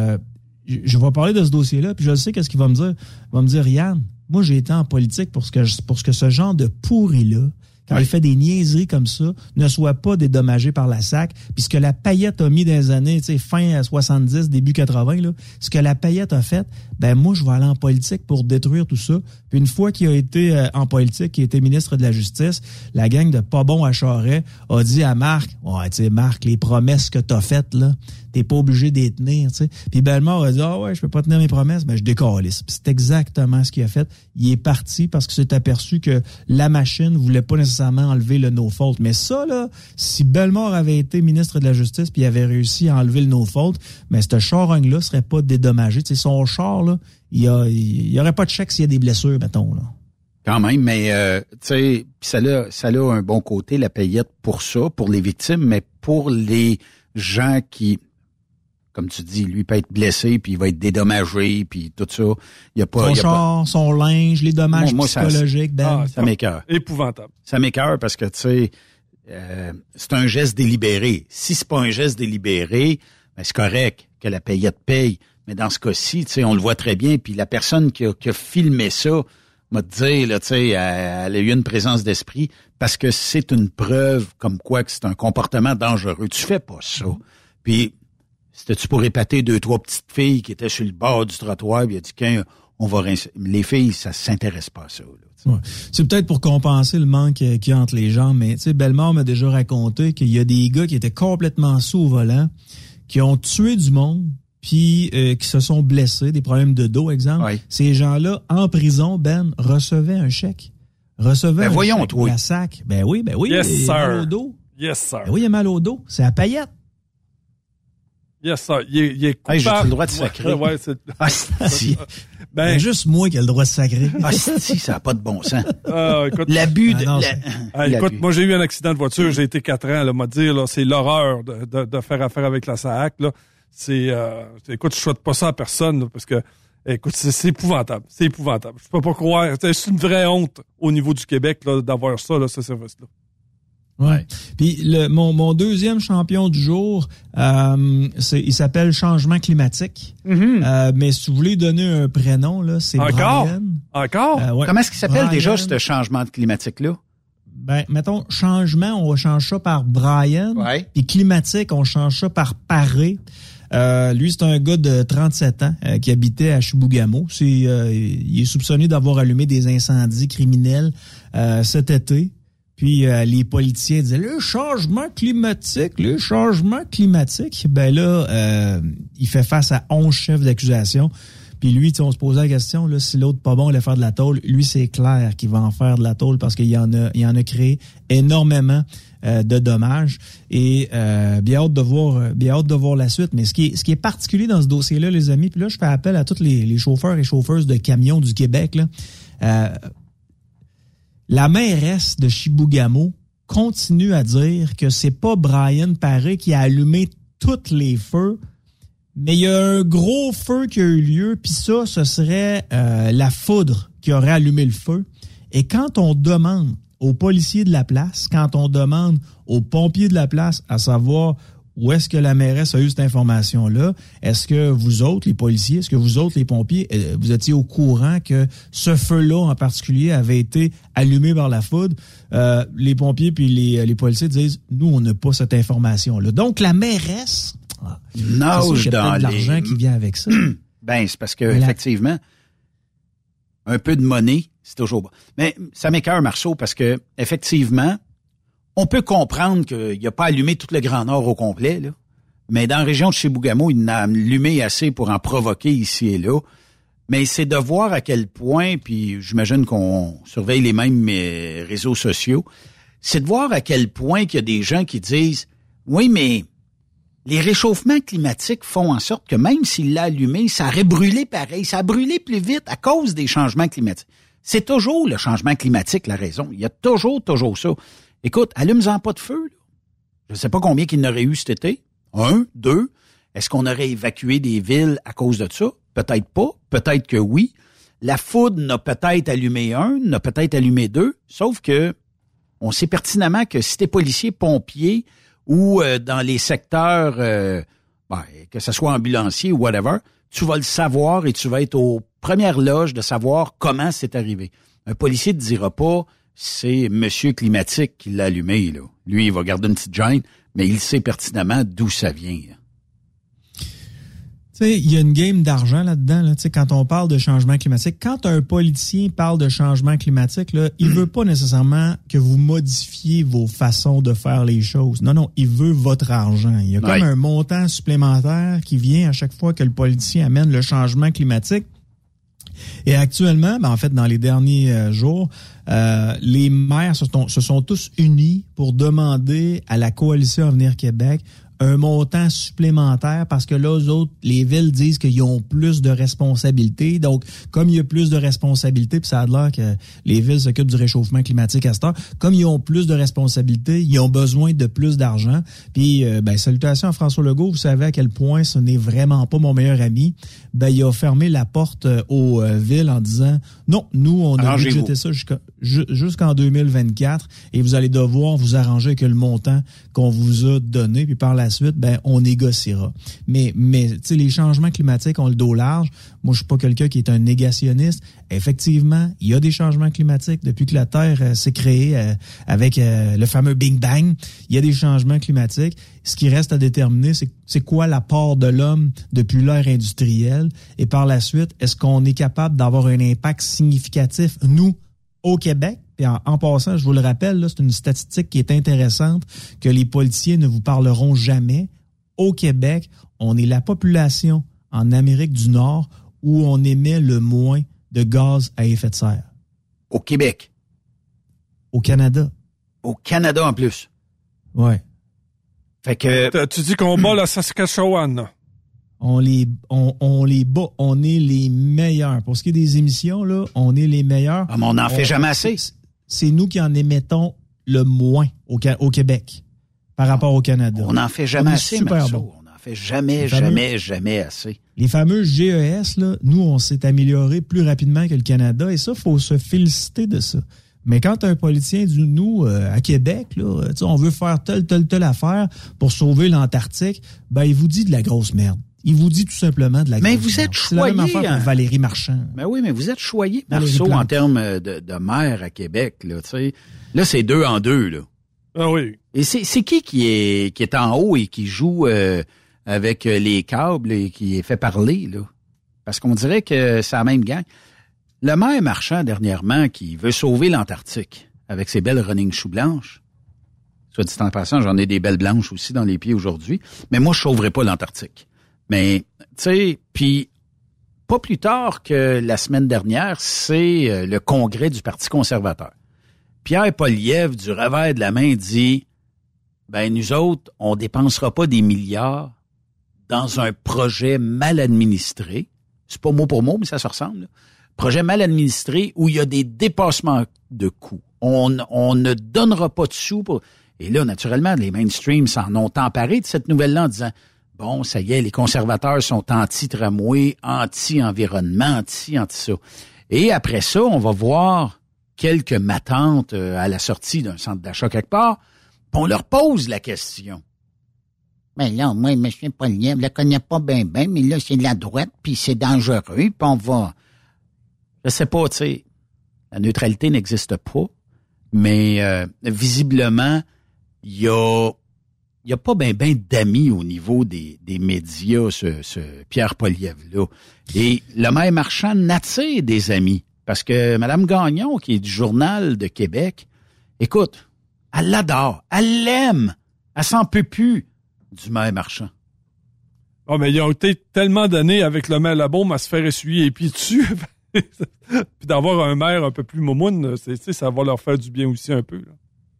Speaker 8: je vais parler de ce dossier-là, puis je sais qu'est-ce qu'il va me dire. Il va me dire, Yann, moi, j'ai été en politique pour que ce genre de pourri-là, quand il fait des niaiseries comme ça, ne soit pas dédommagé par la SAC. Puis ce que la Payette a mis dans les années, tu sais, fin 70, début 80, là, ce que la Payette a fait, ben moi, je vais aller en politique pour détruire tout ça. Puis une fois qu'il a été en politique, qu'il a été ministre de la Justice, la gang de pas bon à Charest a dit à Marc, ouais, tu sais, Marc, les promesses que t'as faites, là, t'es pas obligé d'y tenir, tu sais. Puis Bellemare a dit, ah ouais, je peux pas tenir mes promesses, ben je décalisse. Puis c'est exactement ce qu'il a fait. Il est parti parce qu'il s'est aperçu que la machine voulait pas nécessairement enlever le no-fault. Mais ça, là, si Bellemare avait été ministre de la Justice puis il avait réussi à enlever le no-fault, ben ce charogne-là serait pas dédommagé. Tu sais, son char, là, il y aurait pas de chèque s'il y a des blessures, mettons, là.
Speaker 6: Quand même, mais tu sais, ça a un bon côté, la Payette, pour ça, pour les victimes, mais pour les gens qui, comme tu dis, lui peut être blessé, puis il va être dédommagé, puis tout ça. Il y a pas,
Speaker 8: son char, son linge, les dommages psychologiques.
Speaker 6: Ça m'écoeure.
Speaker 7: Épouvantable.
Speaker 6: Ça m'écoeure parce que, tu sais, c'est un geste délibéré. Si c'est pas un geste délibéré, ben c'est correct que la Payette paye. Mais dans ce cas-ci, tu sais, on le voit très bien. Puis la personne qui a filmé ça m'a dit, là, tu sais, elle a eu une présence d'esprit parce que c'est une preuve comme quoi que c'est un comportement dangereux. Tu fais pas ça. Puis c'était-tu pour épater 2-3 petites filles qui étaient sur le bord du trottoir, puis il a dit on va les filles, ça s'intéresse pas à ça. Là,
Speaker 8: ouais. C'est peut-être pour compenser le manque qu'il y a entre les gens, mais tu sais, Bellemare m'a déjà raconté qu'il y a des gars qui étaient complètement sous au volant, qui ont tué du monde, puis qui se sont blessés, des problèmes de dos, exemple.
Speaker 6: Oui.
Speaker 8: Ces gens-là, en prison, recevaient un chèque. Recevaient un chèque de la SAC. Ben oui.
Speaker 7: Yes,
Speaker 8: il
Speaker 7: sir.
Speaker 8: a mal au dos.
Speaker 7: Yes, sir.
Speaker 8: Ben oui, il a mal au dos. C'est à Payette.
Speaker 7: Yes, sir. Il est coupable.
Speaker 6: Hey, j'ai le droit de sacrer.
Speaker 7: Ouais, c'est...
Speaker 6: Ah, si.
Speaker 8: Ben, juste moi qui ai le droit de sacrer.
Speaker 6: Ah, si, ça n'a pas de bon sens.
Speaker 7: Écoute,
Speaker 6: l'abus de...
Speaker 7: écoute, moi, j'ai eu un accident de voiture. J'ai été 4 ans, là, m'a dire, là, c'est l'horreur de faire affaire avec la SAC, là. Écoute, je souhaite pas ça à personne, là, parce que, écoute, c'est épouvantable. C'est épouvantable. Je peux pas croire. C'est une vraie honte au niveau du Québec, là, d'avoir ça, là, ce service-là.
Speaker 8: Ouais. Puis mon deuxième champion du jour, il s'appelle Changement climatique.
Speaker 7: Mm-hmm.
Speaker 8: Mais si vous voulez donner un prénom, là, c'est Brian.
Speaker 7: Encore?
Speaker 8: Ouais.
Speaker 6: Comment est-ce qu'il s'appelle
Speaker 8: Brian,
Speaker 6: déjà, ce changement climatique-là?
Speaker 8: Ben, mettons, changement, on change ça par Brian.
Speaker 6: Ouais.
Speaker 8: Puis climatique, on change ça par Paré. Lui, c'est un gars de 37 ans qui habitait à Chibougamau. Il est soupçonné d'avoir allumé des incendies criminels cet été. Puis les politiciens disaient le changement climatique. Ben là, il fait face à 11 chefs d'accusation. Puis lui, on se posait la question, là, si l'autre pas bon allait faire de la tôle, lui, c'est clair qu'il va en faire de la tôle parce qu'il en a créé énormément de dommages. Et bien hâte de voir la suite. Mais ce qui est particulier dans ce dossier-là, les amis, puis là, je fais appel à tous les chauffeurs et chauffeuses de camions du Québec, là. La mairesse de Chibougamau continue à dire que c'est pas Brian Paré qui a allumé tous les feux, mais il y a un gros feu qui a eu lieu, puis ça, ce serait la foudre qui aurait allumé le feu. Et quand on demande aux policiers de la place, quand on demande aux pompiers de la place à savoir où est-ce que la mairesse a eu cette information-là, est-ce que vous autres, les policiers, est-ce que vous autres, les pompiers, vous étiez au courant que ce feu-là en particulier avait été allumé par la foudre? Les pompiers puis les policiers disent, nous, on n'a pas cette information-là. Donc, la mairesse
Speaker 6: nage dans
Speaker 8: de l'argent qui vient avec ça.
Speaker 6: Ben, c'est parce que effectivement, un peu de monnaie, c'est toujours bon. Mais ça m'écoeure, Marceau, parce que effectivement, on peut comprendre qu'il n'a pas allumé tout le Grand Nord au complet, là. Mais dans la région de Chibougamau, il en a allumé assez pour en provoquer ici et là. Mais c'est de voir à quel point, puis j'imagine qu'on surveille les mêmes réseaux sociaux, c'est de voir à quel point qu'il y a des gens qui disent « Oui, mais les réchauffements climatiques font en sorte que même s'il l'a allumé, ça aurait brûlé pareil, ça a brûlé plus vite à cause des changements climatiques. » C'est toujours le changement climatique la raison. Il y a toujours ça. Écoute, allume-en pas de feu, là. Je ne sais pas combien qu'il n'aurait eu cet été. 1, 2. Est-ce qu'on aurait évacué des villes à cause de ça? Peut-être pas. Peut-être que oui. La foudre n'a peut-être allumé 1, n'a peut-être allumé 2. Sauf que on sait pertinemment que si t'es policier, pompier ou dans les secteurs, que ce soit ambulancier ou whatever, tu vas le savoir et tu vas être aux premières loges de savoir comment c'est arrivé. Un policier ne te dira pas c'est Monsieur Climatique qui l'a allumé, là. Lui, il va garder une petite gêne, mais il sait pertinemment d'où ça vient.
Speaker 8: Tu sais, il y a une game d'argent là-dedans, là. Tu sais, quand on parle de changement climatique, quand un politicien parle de changement climatique, là, il veut pas nécessairement que vous modifiez vos façons de faire les choses. Non, il veut votre argent. Il y a comme un montant supplémentaire qui vient à chaque fois que le politicien amène le changement climatique. Et actuellement, en fait, dans les derniers jours, les maires se sont tous unis pour demander à la Coalition Avenir Québec un montant supplémentaire parce que là, eux autres, les villes disent qu'ils ont plus de responsabilités. Donc, comme il y a plus de responsabilités, puis ça a l'air que les villes s'occupent du réchauffement climatique à cette heure, comme ils ont plus de responsabilités, ils ont besoin de plus d'argent. Puis, salutations à François Legault. Vous savez à quel point ce n'est vraiment pas mon meilleur ami. Il a fermé la porte aux villes en disant non, nous, on a budgété ça jusqu'en 2024 et vous allez devoir vous arranger avec le montant qu'on vous a donné. Puis par la suite, on négociera. Mais tu sais, les changements climatiques ont le dos large. Moi, je suis pas quelqu'un qui est un négationniste. Effectivement, il y a des changements climatiques depuis que la Terre s'est créée avec le fameux Big Bang. Il y a des changements climatiques. Ce qui reste à déterminer, c'est quoi l'apport de l'homme depuis l'ère industrielle. Et par la suite, est-ce qu'on est capable d'avoir un impact significatif, nous, au Québec? Puis en passant, je vous le rappelle, là, c'est une statistique qui est intéressante que les politiciens ne vous parleront jamais. Au Québec, on est la population en Amérique du Nord où on émet le moins de gaz à effet de serre.
Speaker 6: Au Québec?
Speaker 8: Au Canada.
Speaker 6: Au Canada en plus?
Speaker 8: Ouais.
Speaker 7: Fait que... Tu dis qu'on bat la Saskatchewan, là.
Speaker 8: On les bat, on est les meilleurs. Pour ce qui est des émissions, là, on est les meilleurs.
Speaker 6: Ah, mais on n'en fait jamais assez.
Speaker 8: C'est nous qui en émettons le moins au Québec par rapport au Canada.
Speaker 6: On n'en fait jamais assez,
Speaker 8: super bon.
Speaker 6: On n'en fait jamais assez.
Speaker 8: Les fameux GES, là, nous, on s'est amélioré plus rapidement que le Canada et ça, faut se féliciter de ça. Mais quand un politicien dit, nous, à Québec, là, on veut faire telle affaire pour sauver l'Antarctique, il vous dit de la grosse merde. Il vous dit tout simplement de la grosse merde.
Speaker 6: Mais vous êtes choyé.
Speaker 8: C'est la même affaire pour Valérie Marchand.
Speaker 6: Mais oui, mais vous êtes choyé, Marceau, en termes de maire à Québec, là, tu sais. Là, c'est 2 en 2, là.
Speaker 7: Ah oui.
Speaker 6: Et c'est qui est en haut et qui joue avec les câbles et qui est fait parler, là? Parce qu'on dirait que c'est la même gang. Le maire Marchand, dernièrement, qui veut sauver l'Antarctique avec ses belles running shoes blanches. Soit dit en passant, j'en ai des belles blanches aussi dans les pieds aujourd'hui. Mais moi, je sauverai pas l'Antarctique. Mais, tu sais, puis pas plus tard que la semaine dernière, c'est le congrès du Parti conservateur. Pierre Poilievre, du revers de la main, dit nous autres, on dépensera pas des milliards dans un projet mal administré. C'est pas mot pour mot, mais ça se ressemble, là. Projet mal administré où il y a des dépassements de coûts. On ne donnera pas de sous pour... Et là, naturellement, les mainstreams s'en ont emparé de cette nouvelle-là en disant bon, ça y est, les conservateurs sont anti-tramway, anti-environnement, anti ça. Et après ça, on va voir quelques matantes à la sortie d'un centre d'achat quelque part, puis on leur pose la question. Ben là, moi, M. Poilievre, je le connais pas bien, mais là, c'est de la droite, puis c'est dangereux, puis on va... Je sais pas, tu sais, la neutralité n'existe pas, mais visiblement, il y a pas bien d'amis au niveau des médias, ce Pierre Poilievre-là. Et le maire Marchand n'attire des amis, parce que Mme Gagnon, qui est du Journal de Québec, écoute, elle l'adore, elle l'aime, elle s'en peut plus du maire Marchand.
Speaker 7: Oh, mais ils ont été tellement d'années avec le maire Labaume à se faire essuyer les pieds dessus. Puis d'avoir un maire un peu plus momoune, ça va leur faire du bien aussi un peu. Là.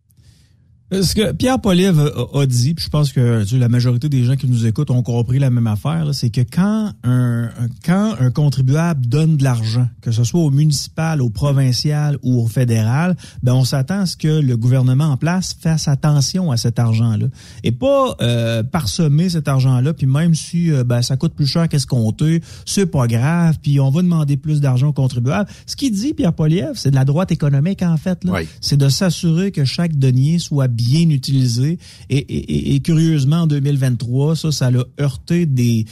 Speaker 8: Ce que Pierre Poilievre a dit, puis je pense que la majorité des gens qui nous écoutent ont compris la même affaire, là, c'est que quand un contribuable donne de l'argent, que ce soit au municipal, au provincial ou au fédéral, ben on s'attend à ce que le gouvernement en place fasse attention à cet argent-là et pas parsemer cet argent-là, puis même si ça coûte plus cher qu'escompté, c'est pas grave, puis on va demander plus d'argent aux contribuables. Ce qu'il dit, Pierre Poilievre, c'est de la droite économique en fait. Là. Oui. C'est de s'assurer que chaque denier soit bien utilisé et curieusement en 2023 ça l'a heurté des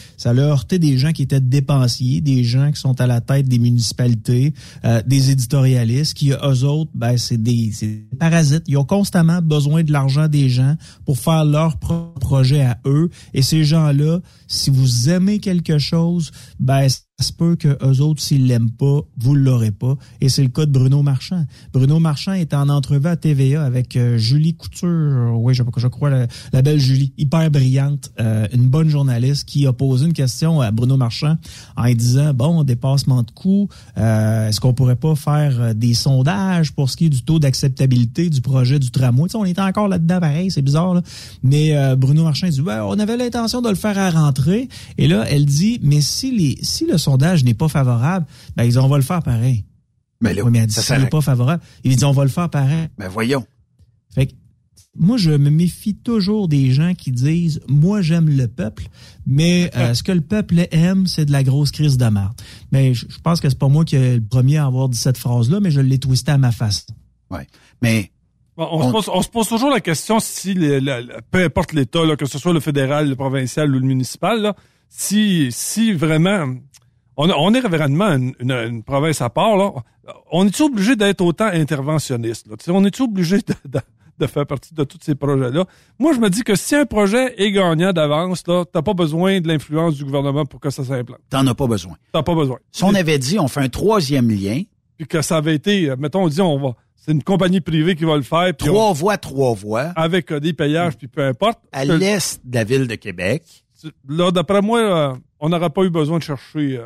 Speaker 8: gens qui étaient dépensiers, des gens qui sont à la tête des municipalités, des éditorialistes qui eux autres c'est des parasites, ils ont constamment besoin de l'argent des gens pour faire leur propre projet à eux et ces gens-là, si vous aimez quelque chose, ça se peut que eux autres, s'ils l'aiment pas, vous l'aurez pas. Et c'est le cas de Bruno Marchand. Bruno Marchand est en entrevue à TVA avec Julie Couture. Oui, je crois la belle Julie, hyper brillante, une bonne journaliste qui a posé une question à Bruno Marchand en lui disant, dépassement de coûts, est-ce qu'on pourrait pas faire des sondages pour ce qui est du taux d'acceptabilité du projet du tramway? Tu sais, on était encore là-dedans pareil, c'est bizarre, là. Mais Bruno Marchand dit, on avait l'intention de le faire à rentrée. Et là, elle dit, mais si le sondage n'est pas favorable, ils disent on va le faire pareil.
Speaker 6: Mais là,
Speaker 8: oui, mais elle dit s'il n'est pas favorable, ils disent on va le faire pareil.
Speaker 6: Ben voyons.
Speaker 8: Fait que moi, je me méfie toujours des gens qui disent moi j'aime le peuple, mais ce que le peuple aime, c'est de la grosse crise de merde. Mais je pense que c'est pas moi qui est le premier à avoir dit cette phrase-là, mais je l'ai twisté à ma face.
Speaker 6: Oui. Mais
Speaker 7: on se pose toujours la question si peu importe l'État, là, que ce soit le fédéral, le provincial ou le municipal, là, si vraiment on est réellement une province à part, là. On est-tu obligé d'être autant interventionniste? Là? On est-tu obligé de faire partie de tous ces projets-là? Moi, je me dis que si un projet est gagnant d'avance, là, t'as pas besoin de l'influence du gouvernement pour que ça s'implante.
Speaker 6: T'en as pas besoin.
Speaker 7: T'as pas besoin.
Speaker 6: Si on avait dit, on fait un troisième lien.
Speaker 7: Puis que ça avait été, mettons, on dit, c'est une compagnie privée qui va le faire.
Speaker 6: Trois voies.
Speaker 7: Avec des payages, puis peu importe.
Speaker 6: À l'est de la ville de Québec.
Speaker 7: Là, d'après moi, on n'aurait pas eu besoin de chercher...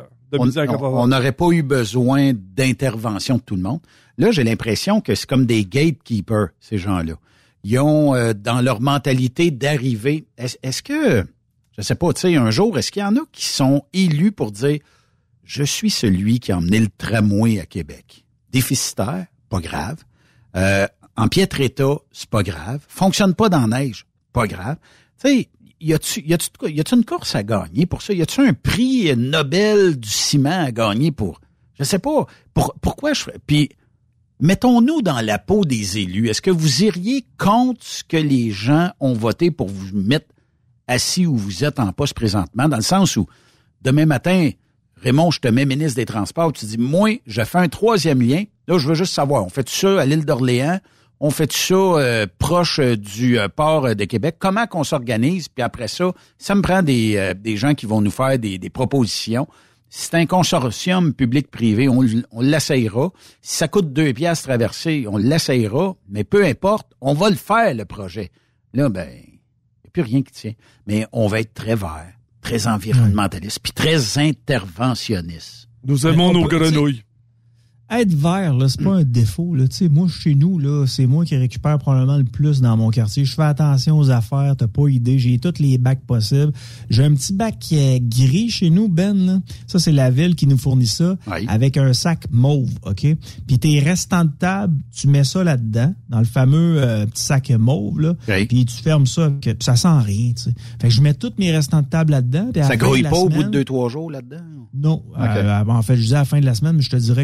Speaker 6: On n'aurait pas eu besoin d'intervention de tout le monde. Là, j'ai l'impression que c'est comme des gatekeepers, ces gens-là. Ils ont, dans leur mentalité d'arriver... Est-ce que, je sais pas, tu sais, un jour, est-ce qu'il y en a qui sont élus pour dire « Je suis celui qui a emmené le tramway à Québec. » Déficitaire, pas grave. En piètre état, c'est pas grave. Fonctionne pas dans la neige, pas grave. Tu sais, y a-tu une course à gagner pour ça? Y a-tu un prix Nobel du ciment à gagner pour... Je sais pas. Pourquoi je ferais... Puis, mettons-nous dans la peau des élus. Est-ce que vous iriez contre ce que les gens ont voté pour vous mettre assis où vous êtes en poste présentement? Dans le sens où, demain matin, Raymond, je te mets ministre des Transports, tu dis, moi, je fais un troisième lien. Là, je veux juste savoir, on fait ça à l'île d'Orléans? On fait ça proche du port de Québec. Comment qu'on s'organise? Puis après ça, ça me prend des gens qui vont nous faire des propositions. Si c'est un consortium public-privé, on l'essayera. Si ça coûte 2 piastres traverser, on l'essayera. Mais peu importe, on va le faire, le projet. Là, il n'y a plus rien qui tient. Mais on va être très vert, très environnementaliste, puis très interventionniste.
Speaker 7: Nous aimons nos grenouilles.
Speaker 8: Être vert, là, c'est pas un défaut, là. Tu sais, moi, chez nous, là, c'est moi qui récupère probablement le plus dans mon quartier. Je fais attention aux affaires, t'as pas idée. J'ai tous les bacs possibles. J'ai un petit bac gris chez nous, Ben, là. Ça, c'est la ville qui nous fournit ça. Oui. Avec un sac mauve, OK? Puis tes restants de table, tu mets ça là-dedans, dans le fameux petit sac mauve, là. Oui. Puis tu fermes ça, puis ça sent rien, tu sais. Fait que je mets tous mes restants de table là-dedans.
Speaker 6: Ça grouille pas au bout de 2-3 jours là-dedans?
Speaker 8: Non. Okay. En fait, je disais à la fin de la semaine, mais je te dirais qu'aux 2 jours,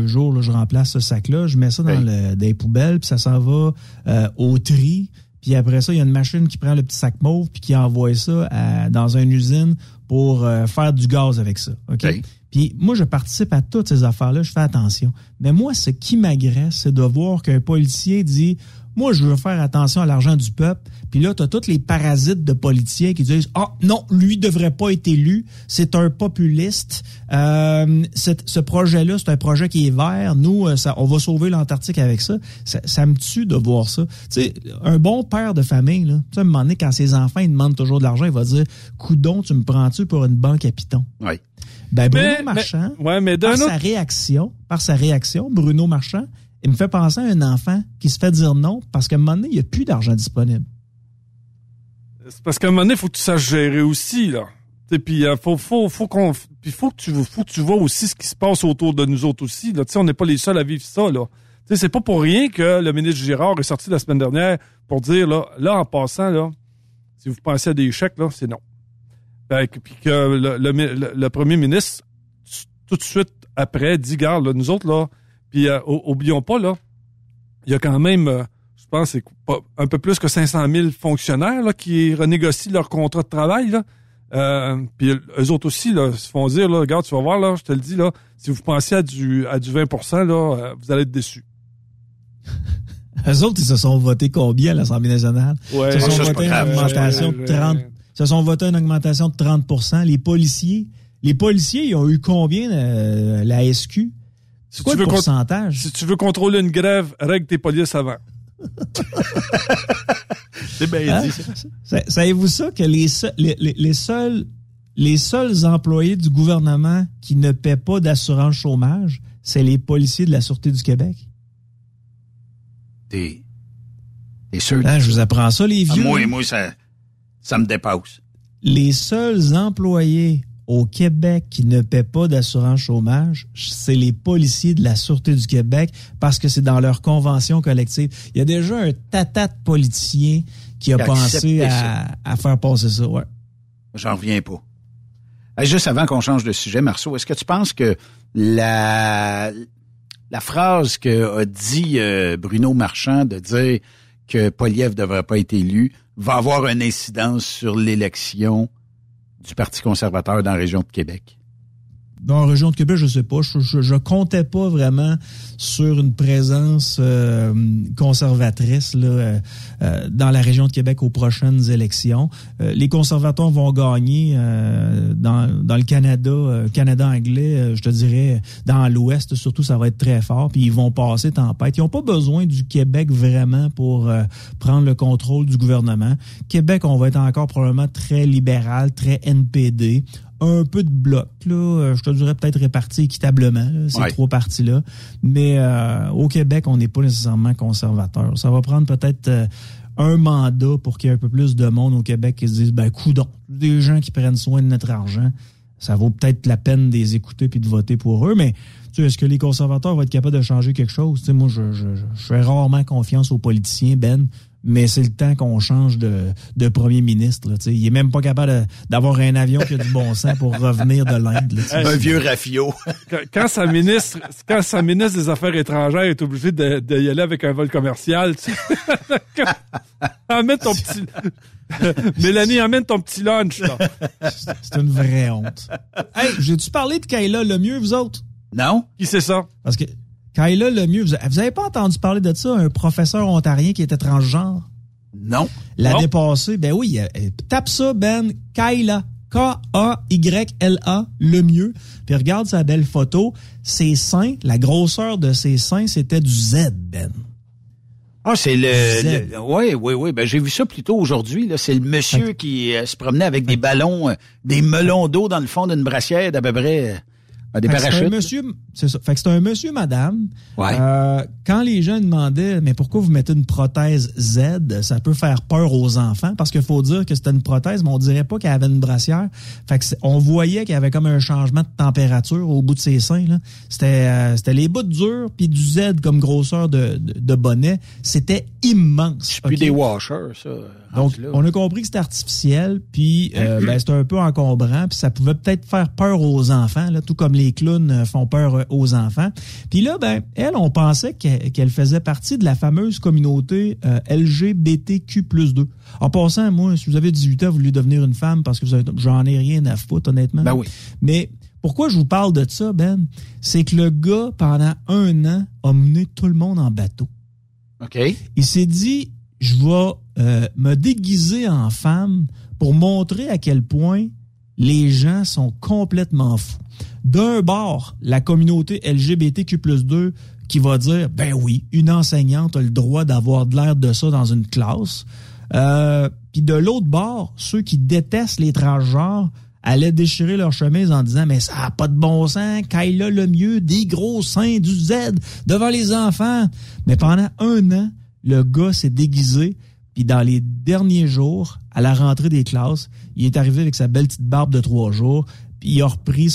Speaker 8: jour, là, je remplace ce sac-là, je mets ça dans des poubelles, puis ça s'en va au tri. Puis après ça, il y a une machine qui prend le petit sac mauve puis qui envoie ça dans une usine pour faire du gaz avec ça. OK? Okay. Puis moi, je participe à toutes ces affaires-là, je fais attention. Mais moi, ce qui m'agresse, c'est de voir qu'un policier dit « Moi, je veux faire attention à l'argent du peuple. » Puis là, tu as tous les parasites de politiciens qui disent « Ah, non, lui devrait pas être élu. C'est un populiste. Ce projet-là, c'est un projet qui est vert. Nous, on va sauver l'Antarctique avec ça. » Ça me tue de voir ça. Tu sais, un bon père de famille, là, tu sais, à un moment donné, quand ses enfants ils demandent toujours de l'argent, il va dire « Coudon, tu me prends-tu pour une banque à Python? »
Speaker 6: Oui.
Speaker 8: Ben, Bruno Marchand, par sa réaction, Bruno Marchand, il me fait penser à un enfant qui se fait dire non parce qu'à un moment donné, il n'y a plus d'argent disponible.
Speaker 7: C'est parce qu'à un moment donné, il faut que tu saches gérer aussi, là. Puis faut que tu vois aussi ce qui se passe autour de nous autres aussi, là. Tu sais, on n'est pas les seuls à vivre ça, là. Tu sais, c'est pas pour rien que le ministre Girard est sorti la semaine dernière pour dire, là, en passant, là, si vous pensez à des chèques, là, c'est non. Puis que le premier ministre, tout de suite après, dit, garde, là, nous autres, là, puis oublions pas, là, il y a quand même, je pense, c'est un peu plus que 500 000 fonctionnaires là, qui renégocient leur contrat de travail. Là. Puis eux autres aussi là, se font dire, là, regarde, tu vas voir, là, je te le dis, là, si vous pensez à du 20%, là, vous allez être déçus.
Speaker 8: Eux autres, ils se sont votés combien à l'Assemblée nationale?
Speaker 7: Ouais,
Speaker 8: ils se sont votés une augmentation de 30. Se sont votés une augmentation de 30%. Les policiers, ils ont eu combien la SQ? C'est quoi le pourcentage?
Speaker 7: Si tu veux contrôler une grève, règle tes polices avant.
Speaker 6: C'est bien dit.
Speaker 8: Savez-vous ça que les seuls employés du gouvernement qui ne paient pas d'assurance chômage, c'est les policiers de la Sûreté du Québec?
Speaker 6: T'es sûr?
Speaker 8: Je vous apprends ça, les vieux.
Speaker 6: Moi, ça me dépasse.
Speaker 8: Les seuls employés au Québec qui ne paient pas d'assurance chômage, c'est les policiers de la Sûreté du Québec parce que c'est dans leur convention collective. Il y a déjà un tata de politiciens qui a pensé à faire passer ça. Ouais.
Speaker 6: J'en reviens pas. Juste avant qu'on change de sujet, Marceau, est-ce que tu penses que la phrase qu'a dit Bruno Marchand de dire que Poilievre ne devrait pas être élu va avoir une incidence sur l'élection du Parti conservateur dans la région de Québec?
Speaker 8: Dans la région de Québec, je sais pas. Je comptais pas vraiment sur une présence conservatrice là, dans la région de Québec aux prochaines élections. Les conservateurs vont gagner dans le Canada anglais, je te dirais, dans l'Ouest, surtout, ça va être très fort. Puis ils vont passer tempête. Ils n'ont pas besoin du Québec vraiment pour prendre le contrôle du gouvernement. Québec, on va être encore probablement très libéral, très NPD. Un peu de bloc, là, je te dirais peut-être réparti équitablement, là, ces trois partis-là. Mais au Québec, on n'est pas nécessairement conservateur. Ça va prendre peut-être un mandat pour qu'il y ait un peu plus de monde au Québec qui se disent, coudonc, des gens qui prennent soin de notre argent, ça vaut peut-être la peine de les écouter puis de voter pour eux. Mais tu sais, est-ce que les conservateurs vont être capables de changer quelque chose? Tu sais, moi, je fais rarement confiance aux politiciens, Ben. Mais c'est le temps qu'on change de premier ministre. Là, il est même pas capable d'avoir un avion qui a du bon sens pour revenir de l'Inde. Là,
Speaker 6: un vieux rafio.
Speaker 7: Quand sa ministre des Affaires étrangères est obligée de y aller avec un vol commercial, tu sais, amène ton petit... Mélanie, amène ton petit lunch. Là.
Speaker 8: C'est une vraie honte. Hey, j'ai-tu parlé de Kayla Lemieux, vous autres?
Speaker 6: Non.
Speaker 7: Qui c'est ça?
Speaker 8: Parce que Kayla Lemieux, vous avez pas entendu parler de ça, un professeur ontarien qui était transgenre?
Speaker 6: Non.
Speaker 8: L'année passée, ben oui, tape ça, Ben, Kayla, K-A-Y-L-A, Lemieux. Puis regarde sa belle photo, ses seins, la grosseur de ses seins, c'était du Z, Ben.
Speaker 6: Ah, c'est oui. Ben, j'ai vu ça plus tôt aujourd'hui, là. C'est le monsieur qui se promenait avec des ballons, des melons d'eau dans le fond d'une brassière d'à peu près... des parachutes.
Speaker 8: C'est ça. Fait que c'est un monsieur, madame.
Speaker 6: Ouais.
Speaker 8: Quand les gens demandaient, mais pourquoi vous mettez une prothèse Z, ça peut faire peur aux enfants, parce qu'il faut dire que c'était une prothèse, mais on dirait pas qu'elle avait une brassière. Fait que on voyait qu'il y avait comme un changement de température au bout de ses seins, là. C'était les bouts durs puis du Z comme grosseur de bonnet. C'était immense.
Speaker 6: C'est plus des washers, ça.
Speaker 8: Donc, on a compris que c'était artificiel, puis c'était un peu encombrant, puis ça pouvait peut-être faire peur aux enfants, là, tout comme les clowns font peur aux enfants. Puis là, ben, elle, on pensait qu'elle faisait partie de la fameuse communauté LGBTQ+2. En passant, moi, si vous avez 18 ans, vous voulez devenir une femme parce que j'en ai rien à foutre, honnêtement.
Speaker 6: Ben oui.
Speaker 8: Mais pourquoi je vous parle de ça, Ben? C'est que le gars, pendant 1 an, a mené tout le monde en bateau.
Speaker 6: OK.
Speaker 8: Il s'est dit, je vais me déguiser en femme pour montrer à quel point les gens sont complètement fous. D'un bord, la communauté LGBTQ+2 qui va dire, ben oui, une enseignante a le droit d'avoir de l'air de ça dans une classe. Puis de l'autre bord, ceux qui détestent les transgenres allaient déchirer leur chemise en disant, mais ça n'a pas de bon sens, Kayla le mieux, des gros seins du Z devant les enfants. Mais pendant 1 an, le gars s'est déguisé. Puis dans les derniers jours, à la rentrée des classes, il est arrivé avec sa belle petite barbe de 3 jours, puis il a repris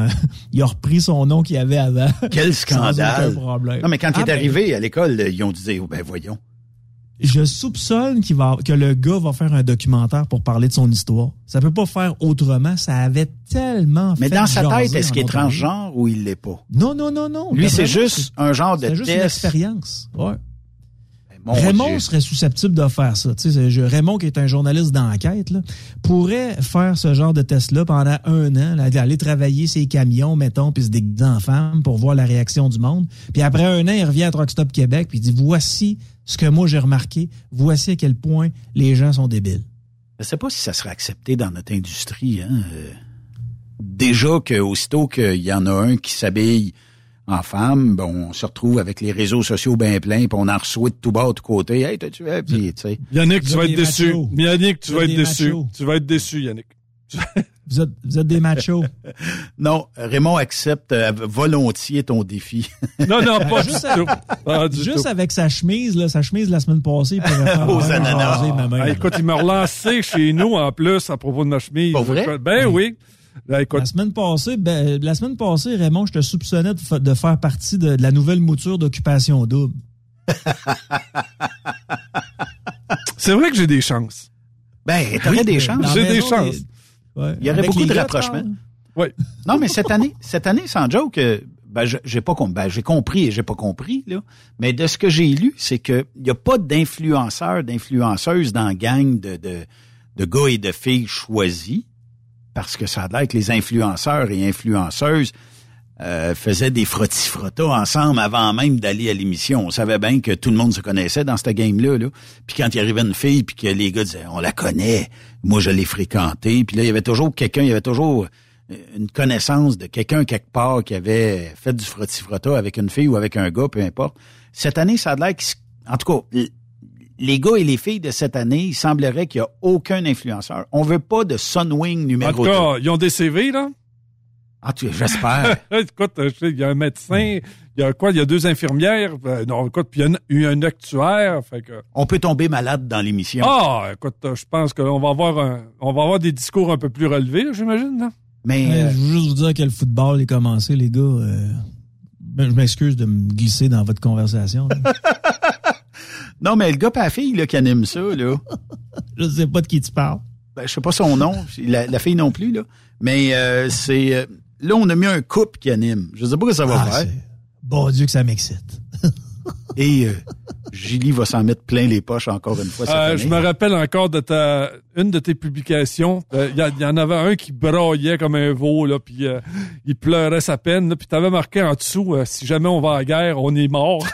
Speaker 8: son nom qu'il avait avant.
Speaker 6: Quel scandale!
Speaker 8: Sans aucun problème.
Speaker 6: Non, mais quand il est arrivé à l'école, ils ont dit, ben voyons.
Speaker 8: Je soupçonne que le gars va faire un documentaire pour parler de son histoire. Ça peut pas faire autrement. Ça avait tellement
Speaker 6: mais
Speaker 8: fait
Speaker 6: dans sa
Speaker 8: jaser
Speaker 6: tête, est-ce qu'il est
Speaker 8: en
Speaker 6: transgenre ou il l'est pas?
Speaker 8: Non.
Speaker 6: Lui, c'est juste un genre de test.
Speaker 8: C'est juste une expérience. Ouais.
Speaker 6: Mon
Speaker 8: Raymond
Speaker 6: Dieu.
Speaker 8: serait susceptible de faire ça. Tu sais, Raymond, qui est un journaliste d'enquête, là, pourrait faire ce genre de test-là pendant 1 an, là, aller travailler ses camions, mettons, puis se déguiser en femme pour voir la réaction du monde. Puis après 1 an, il revient à Truck Stop Québec, puis il dit, voici ce que moi j'ai remarqué, voici à quel point les gens sont débiles.
Speaker 6: Je ne sais pas si ça serait accepté dans notre industrie. Hein? Déjà qu'aussitôt qu'il y en a un qui s'habille en femme, bon, on se retrouve avec les réseaux sociaux bien pleins, puis on en reçoit de tout bas, de tout côté. Hey, t'as-tu vu? Puis, tu sais.
Speaker 7: Yannick, tu vas être déçu.
Speaker 8: machos.
Speaker 7: Yannick, tu vas être déçu.
Speaker 8: machos.
Speaker 7: Tu vas être déçu, Yannick.
Speaker 8: Vous êtes des machos.
Speaker 6: Non, Raymond accepte volontiers ton défi.
Speaker 7: Non, pas
Speaker 8: Juste
Speaker 7: du tout. Pas du
Speaker 8: Juste
Speaker 7: tout.
Speaker 8: avec sa chemise la semaine passée, il pourrait faire
Speaker 6: Aux
Speaker 8: jaser
Speaker 6: ananas.
Speaker 8: ma mère.
Speaker 7: Ah, écoute, il m'a relancé chez nous, en plus, à propos de ma chemise.
Speaker 6: Pas vrai?
Speaker 7: Ben oui. Là, écoute,
Speaker 8: La semaine passée, Raymond, je te soupçonnais de faire partie de la nouvelle mouture d'Occupation Double.
Speaker 7: c'est vrai que j'ai des chances.
Speaker 6: Ben, t'aurais des chances.
Speaker 8: Dans
Speaker 7: J'ai
Speaker 8: la
Speaker 7: des
Speaker 8: maison,
Speaker 7: chances.
Speaker 8: Ouais.
Speaker 6: Il y aurait
Speaker 8: Avec
Speaker 6: beaucoup
Speaker 8: les
Speaker 6: de
Speaker 8: gars,
Speaker 6: rapprochements.
Speaker 7: Oui.
Speaker 6: Non, mais cette année, sans joke, j'ai pas j'ai compris et j'ai pas compris, là. Mais de ce que j'ai lu, c'est que il y a pas d'influenceurs, d'influenceuses dans la gang de gars et de filles choisis. Parce que ça a l'air que les influenceurs et influenceuses faisaient des frottis-frottas ensemble avant même d'aller à l'émission. On savait bien que tout le monde se connaissait dans cette game-là. Là. Puis quand il arrivait une fille, puis que les gars disaient « On la connaît, moi je l'ai fréquentée », puis là, il y avait toujours une connaissance de quelqu'un quelque part qui avait fait du frottis-frotta avec une fille ou avec un gars, peu importe. Cette année, ça a l'air en tout cas, les gars et les filles de cette année, il semblerait qu'il n'y a aucun influenceur. On veut pas de Sunwing
Speaker 7: En
Speaker 6: numéro
Speaker 7: tout
Speaker 6: 2.
Speaker 7: cas, ils ont des CV, là.
Speaker 6: Ah, j'espère.
Speaker 7: Écoute, je sais, il y a un médecin, il y a quoi? Il y a 2 infirmières. Non, écoute, puis il y a un actuaire. Fait que...
Speaker 6: On peut tomber malade dans l'émission.
Speaker 7: Ah, écoute, je pense qu'on va avoir des discours un peu plus relevés, là, j'imagine, là.
Speaker 6: Mais
Speaker 8: Je veux juste vous dire que le football est commencé, les gars. Je m'excuse de me glisser dans votre conversation.
Speaker 6: non, mais le gars pas la fille là, qui anime ça, là.
Speaker 8: Je sais pas de qui tu parles.
Speaker 6: Ben, je sais pas son nom, la fille non plus, là. Mais c'est là, on a mis un couple qui anime. Je sais pas ce que ça va faire.
Speaker 8: Bon Dieu que ça m'excite.
Speaker 6: Et Julie va s'en mettre plein les poches encore une fois cette année.
Speaker 7: Je me rappelle encore de une de tes publications. Il y en avait un qui braillait comme un veau, là, puis il pleurait sa peine, là, puis t'avais marqué en dessous si jamais on va à la guerre, on est mort.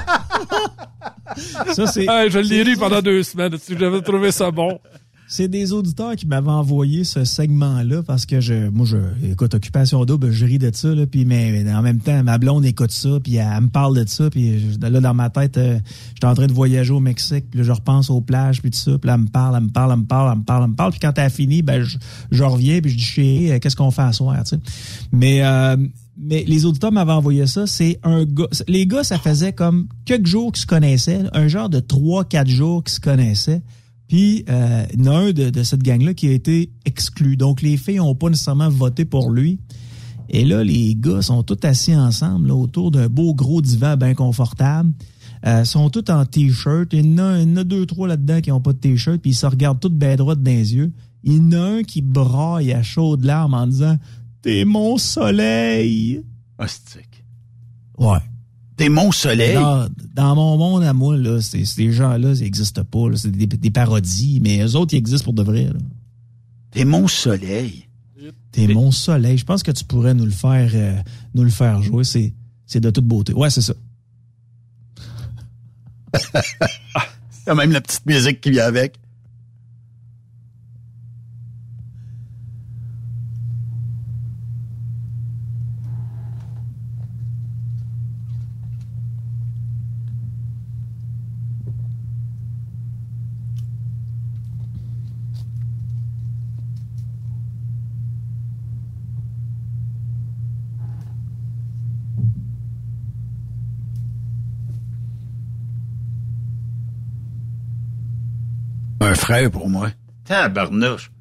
Speaker 8: Ça, c'est,
Speaker 7: je l'ai lu pendant 2 semaines. J'avais trouvé ça bon.
Speaker 8: C'est des auditeurs qui m'avaient envoyé ce segment-là parce que écoute, Occupation Double, je ris de ça, là, puis mais en même temps, ma blonde écoute ça, puis elle me parle de ça, puis là, dans ma tête, j'étais en train de voyager au Mexique, puis là, je repense aux plages, puis tout ça, puis là, elle me parle, puis quand elle a fini, ben, je reviens, puis je dis, chérie, qu'est-ce qu'on fait à soir, tu sais. Mais les auditeurs m'avaient envoyé ça, c'est un gars, les gars, ça faisait comme quelques jours qu'ils se connaissaient, un genre de 3-4 jours qu'ils se connaissaient. Puis, il y en a un de cette gang-là qui a été exclu. Donc, les filles n'ont pas nécessairement voté pour lui. Et là, les gars sont tous assis ensemble là, autour d'un beau gros divan bien confortable. Sont tous en T-shirt. Il y en a 2-3 là-dedans qui n'ont pas de T-shirt. Puis, ils se regardent tous bien droit dans les yeux. Il y en a un qui braille à chaudes larmes en disant T'es mon soleil.
Speaker 6: Hostique.
Speaker 8: Ouais.
Speaker 6: T'es mon soleil.
Speaker 8: Dans mon monde à moi, là, ces gens-là, ils n'existent pas. Là. C'est des parodies, mais eux autres, ils existent pour de vrai. Là.
Speaker 6: T'es mon soleil.
Speaker 8: T'es mon soleil. Je pense que tu pourrais nous le faire jouer. C'est de toute beauté. Ouais, c'est ça.
Speaker 6: Il y a même la petite musique qui vient avec. Un frère pour moi. Tabarnouche.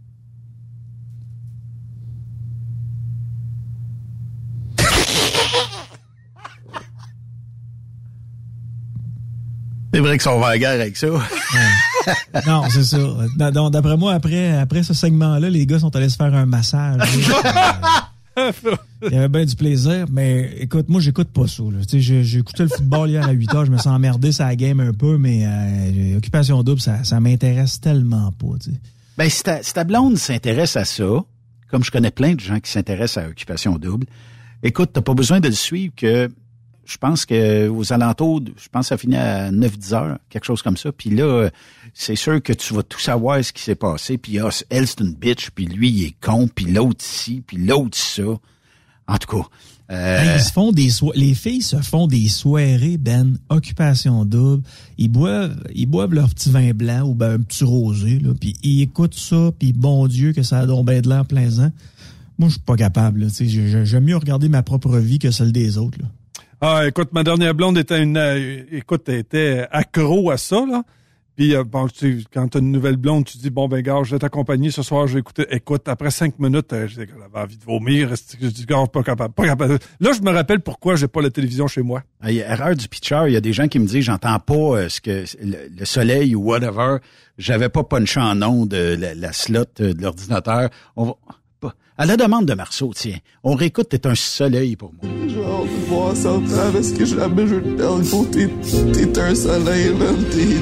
Speaker 6: C'est vrai qu'ils sont vers la guerre avec ça.
Speaker 8: Non, c'est ça. Donc, d'après moi, après ce segment-là, les gars sont allés se faire un massage. Il y avait bien du plaisir, mais écoute, moi, j'écoute pas ça. J'ai écouté le football hier à 8h, je me sens emmerdé sur la game un peu, mais Occupation Double, ça m'intéresse tellement pas. T'sais.
Speaker 6: Ben, si ta blonde s'intéresse à ça, comme je connais plein de gens qui s'intéressent à Occupation Double, écoute, t'as pas besoin de le suivre que je pense que aux alentours, je pense que ça finit à 9-10 heures, quelque chose comme ça. Puis là, c'est sûr que tu vas tout savoir ce qui s'est passé. Puis elle, c'est une bitch, puis lui, il est con, puis l'autre ici, puis l'autre ça. En tout cas...
Speaker 8: Ils se font les filles se font des soirées, Ben, Occupation Double. Ils boivent leur petit vin blanc ou ben un petit rosé, là, puis ils écoutent ça, puis bon Dieu que ça a donc ben de l'air plaisant. Moi, je suis pas capable. Là, j'aime mieux regarder ma propre vie que celle des autres. Là.
Speaker 7: Ah, écoute, ma dernière blonde était accro à ça, là. Puis, bon, tu sais, quand t'as une nouvelle blonde, tu dis, bon, ben, gars, je vais t'accompagner ce soir, je vais écouter. Écoute, après 5 minutes, j'avais envie de vomir. Je dis, gars, pas capable. Là, je me rappelle pourquoi j'ai pas la télévision chez moi.
Speaker 6: Erreur du pitcher, il y a des gens qui me disent, j'entends pas ce que le soleil ou whatever. J'avais pas punché en nom de la slot de l'ordinateur. À la demande de Marceau, tiens, on réécoute T'es un soleil pour moi.
Speaker 9: J'ai hâte de voir ça parce que jamais je te tellement t'es un soleil, man.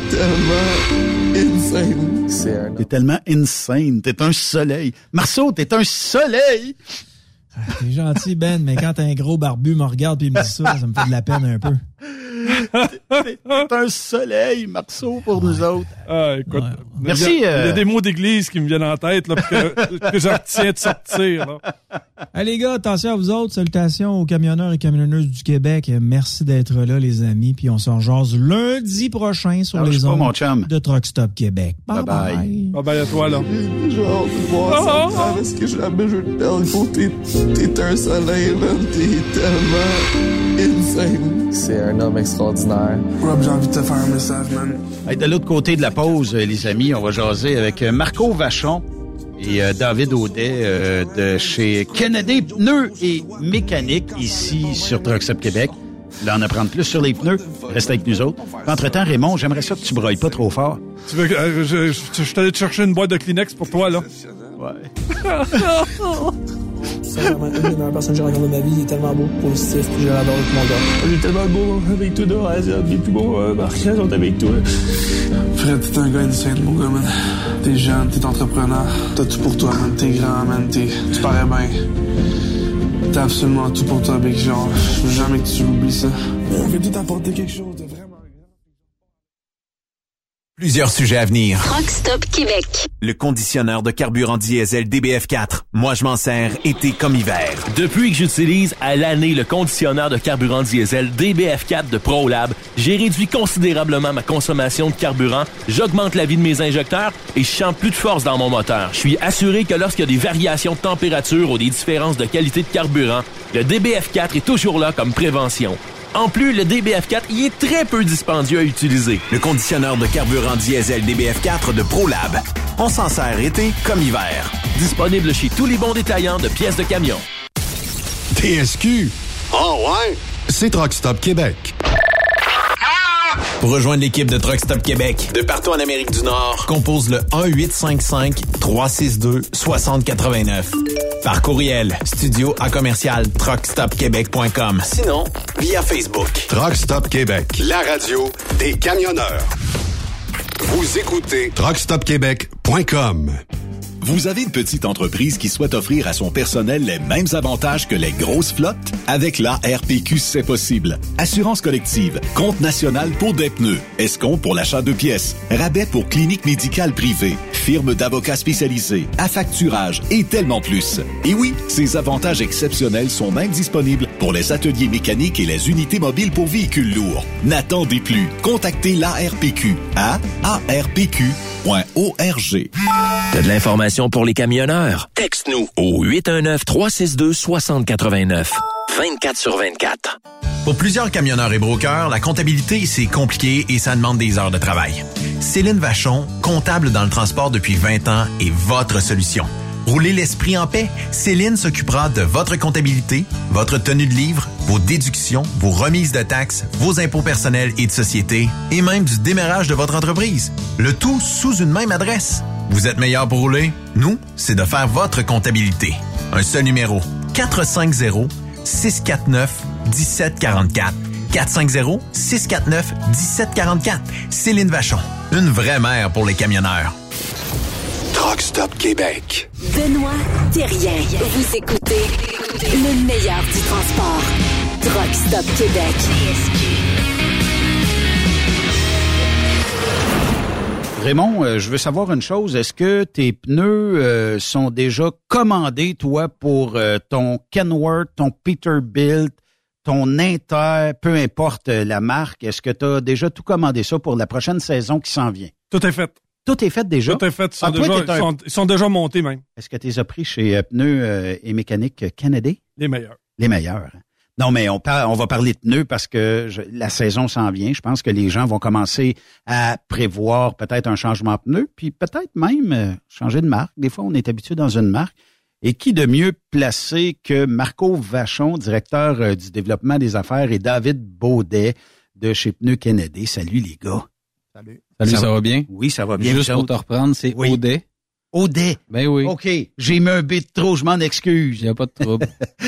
Speaker 9: T'es tellement insane.
Speaker 6: T'es tellement insane. T'es un soleil. Marceau, t'es un soleil!
Speaker 8: T'es gentil, Ben, mais quand un gros barbu me regarde et me dit ça me fait de la peine un peu.
Speaker 6: T'es un soleil, Marceau, pour nous autres.
Speaker 7: Ah, écoute,
Speaker 6: merci.
Speaker 7: Il y a des mots d'église qui me viennent en tête là, que je retiens de sortir. Là.
Speaker 8: Allez, les gars, attention à vous autres. Salutations aux camionneurs et camionneuses du Québec. Merci d'être là, les amis. Puis on se rejase lundi prochain sur les ondes de Truck Stop Québec. Bye bye.
Speaker 7: Bye bye à toi, là.
Speaker 9: J'ai hâte de voir ça parce que jamais je te tellement t'es un soleil, man. T'es tellement insane.
Speaker 10: C'est un homme extraordinaire.
Speaker 9: Rob, j'ai envie de te faire un message, man.
Speaker 6: Hey, de l'autre côté de la pause, les amis, on va jaser avec Marco Vachon et David Audet de chez Kennedy Pneus et Mécanique, ici sur Truck Stop Québec. Là, en apprendre plus sur les pneus. Reste avec nous autres. Entre-temps, Raymond, j'aimerais ça que tu broyes pas trop fort.
Speaker 7: Tu veux que je suis allé te chercher une boîte de Kleenex pour toi, là?
Speaker 6: Ouais.
Speaker 9: C'est vraiment une des meilleures personnes que j'ai rencontrées de ma vie. Il est tellement beau, positif, puis je l'adore avec mon gars. Il est tellement beau avec toi, là. Les plus beaux marquants sont avec toi. Fred, t'es un gars insane, mon gars, man. T'es jeune, t'es entrepreneur. T'as tout pour toi, man. T'es grand, man. Tu parais bien. T'as absolument tout pour toi, Big. Genre, je veux jamais que tu oublies ça. On veut tout apporter quelque chose de vraiment...
Speaker 3: Plusieurs sujets à venir.
Speaker 11: Truck Stop Québec.
Speaker 3: Le conditionneur de carburant diesel DBF4. Moi, je m'en sers été comme hiver.
Speaker 12: Depuis que j'utilise à l'année le conditionneur de carburant diesel DBF4 de ProLab, j'ai réduit considérablement ma consommation de carburant, j'augmente la vie de mes injecteurs et je sens plus de force dans mon moteur. Je suis assuré que lorsqu'il y a des variations de température ou des différences de qualité de carburant, le DBF4 est toujours là comme prévention. En plus, le DBF4 y est très peu dispendieux à utiliser.
Speaker 3: Le conditionneur de carburant diesel DBF4 de ProLab. On s'en sert été comme hiver.
Speaker 12: Disponible chez tous les bons détaillants de pièces de camion.
Speaker 2: TSQ. Oh ouais? C'est Truck Stop Québec.
Speaker 3: Pour rejoindre l'équipe de Truck Stop Québec, de partout en Amérique du Nord, compose le 1-855-362-6089. Par courriel, studio@truckstopquebec.com. Sinon, via Facebook.
Speaker 2: Truck Stop Québec, la radio des camionneurs. Vous écoutez truckstopquebec.com.
Speaker 5: Vous avez une petite entreprise qui souhaite offrir à son personnel les mêmes avantages que les grosses flottes? Avec la RPQ, c'est possible. Assurance collective, compte national pour des pneus, escompte pour l'achat de pièces, rabais pour clinique médicale privée, firme d'avocats spécialisés, affacturage et tellement plus. Et oui, ces avantages exceptionnels sont même disponibles pour les ateliers mécaniques et les unités mobiles pour véhicules lourds. N'attendez plus. Contactez l'ARPQ à arpq.org.
Speaker 4: T'as de l'information pour les camionneurs? Texte-nous au 819-362-6089. 24/24.
Speaker 3: Pour plusieurs camionneurs et brokers, la comptabilité, c'est compliqué et ça demande des heures de travail. Céline Vachon, comptable dans le transport depuis 20 ans, est votre solution. Roulez l'esprit en paix. Céline s'occupera de votre comptabilité, votre tenue de livre, vos déductions, vos remises de taxes, vos impôts personnels et de société, et même du démarrage de votre entreprise. Le tout sous une même adresse. Vous êtes meilleur pour rouler? Nous, c'est de faire votre comptabilité. Un seul numéro. 450-649-1744. 450-649-1744. Céline Vachon. Une vraie mère pour les camionneurs.
Speaker 2: Truck Stop Québec.
Speaker 11: Benoît Thérien. Vous écoutez le meilleur du transport. Truck Stop Québec.
Speaker 6: Raymond, je veux savoir une chose. Est-ce que tes pneus sont déjà commandés, toi, pour ton Kenworth, ton Peterbilt, ton Inter, peu importe la marque? Est-ce que tu as déjà tout commandé ça pour la prochaine saison qui s'en vient?
Speaker 7: Tout est fait.
Speaker 6: Tout est fait déjà?
Speaker 7: Tout est fait. Ils sont déjà montés même.
Speaker 6: Est-ce que tu les as pris chez Pneus et Mécanique Kennedy?
Speaker 7: Les meilleurs.
Speaker 6: Les meilleurs. Non, mais on va parler de pneus parce que la saison s'en vient. Je pense que les gens vont commencer à prévoir peut-être un changement de pneus, puis peut-être même changer de marque. Des fois, on est habitué dans une marque. Et qui de mieux placé que Marco Vachon, directeur du développement des affaires, et David Baudet de chez Pneus Kennedy. Salut les gars.
Speaker 13: Salut, ça va bien?
Speaker 6: Oui, ça va bien.
Speaker 13: Juste pour te reprendre, c'est
Speaker 6: oui.
Speaker 13: Audet.
Speaker 6: Audet?
Speaker 13: Ben oui.
Speaker 6: OK, j'ai mis un bit trop, je m'en excuse.
Speaker 13: Il n'y a pas de trouble.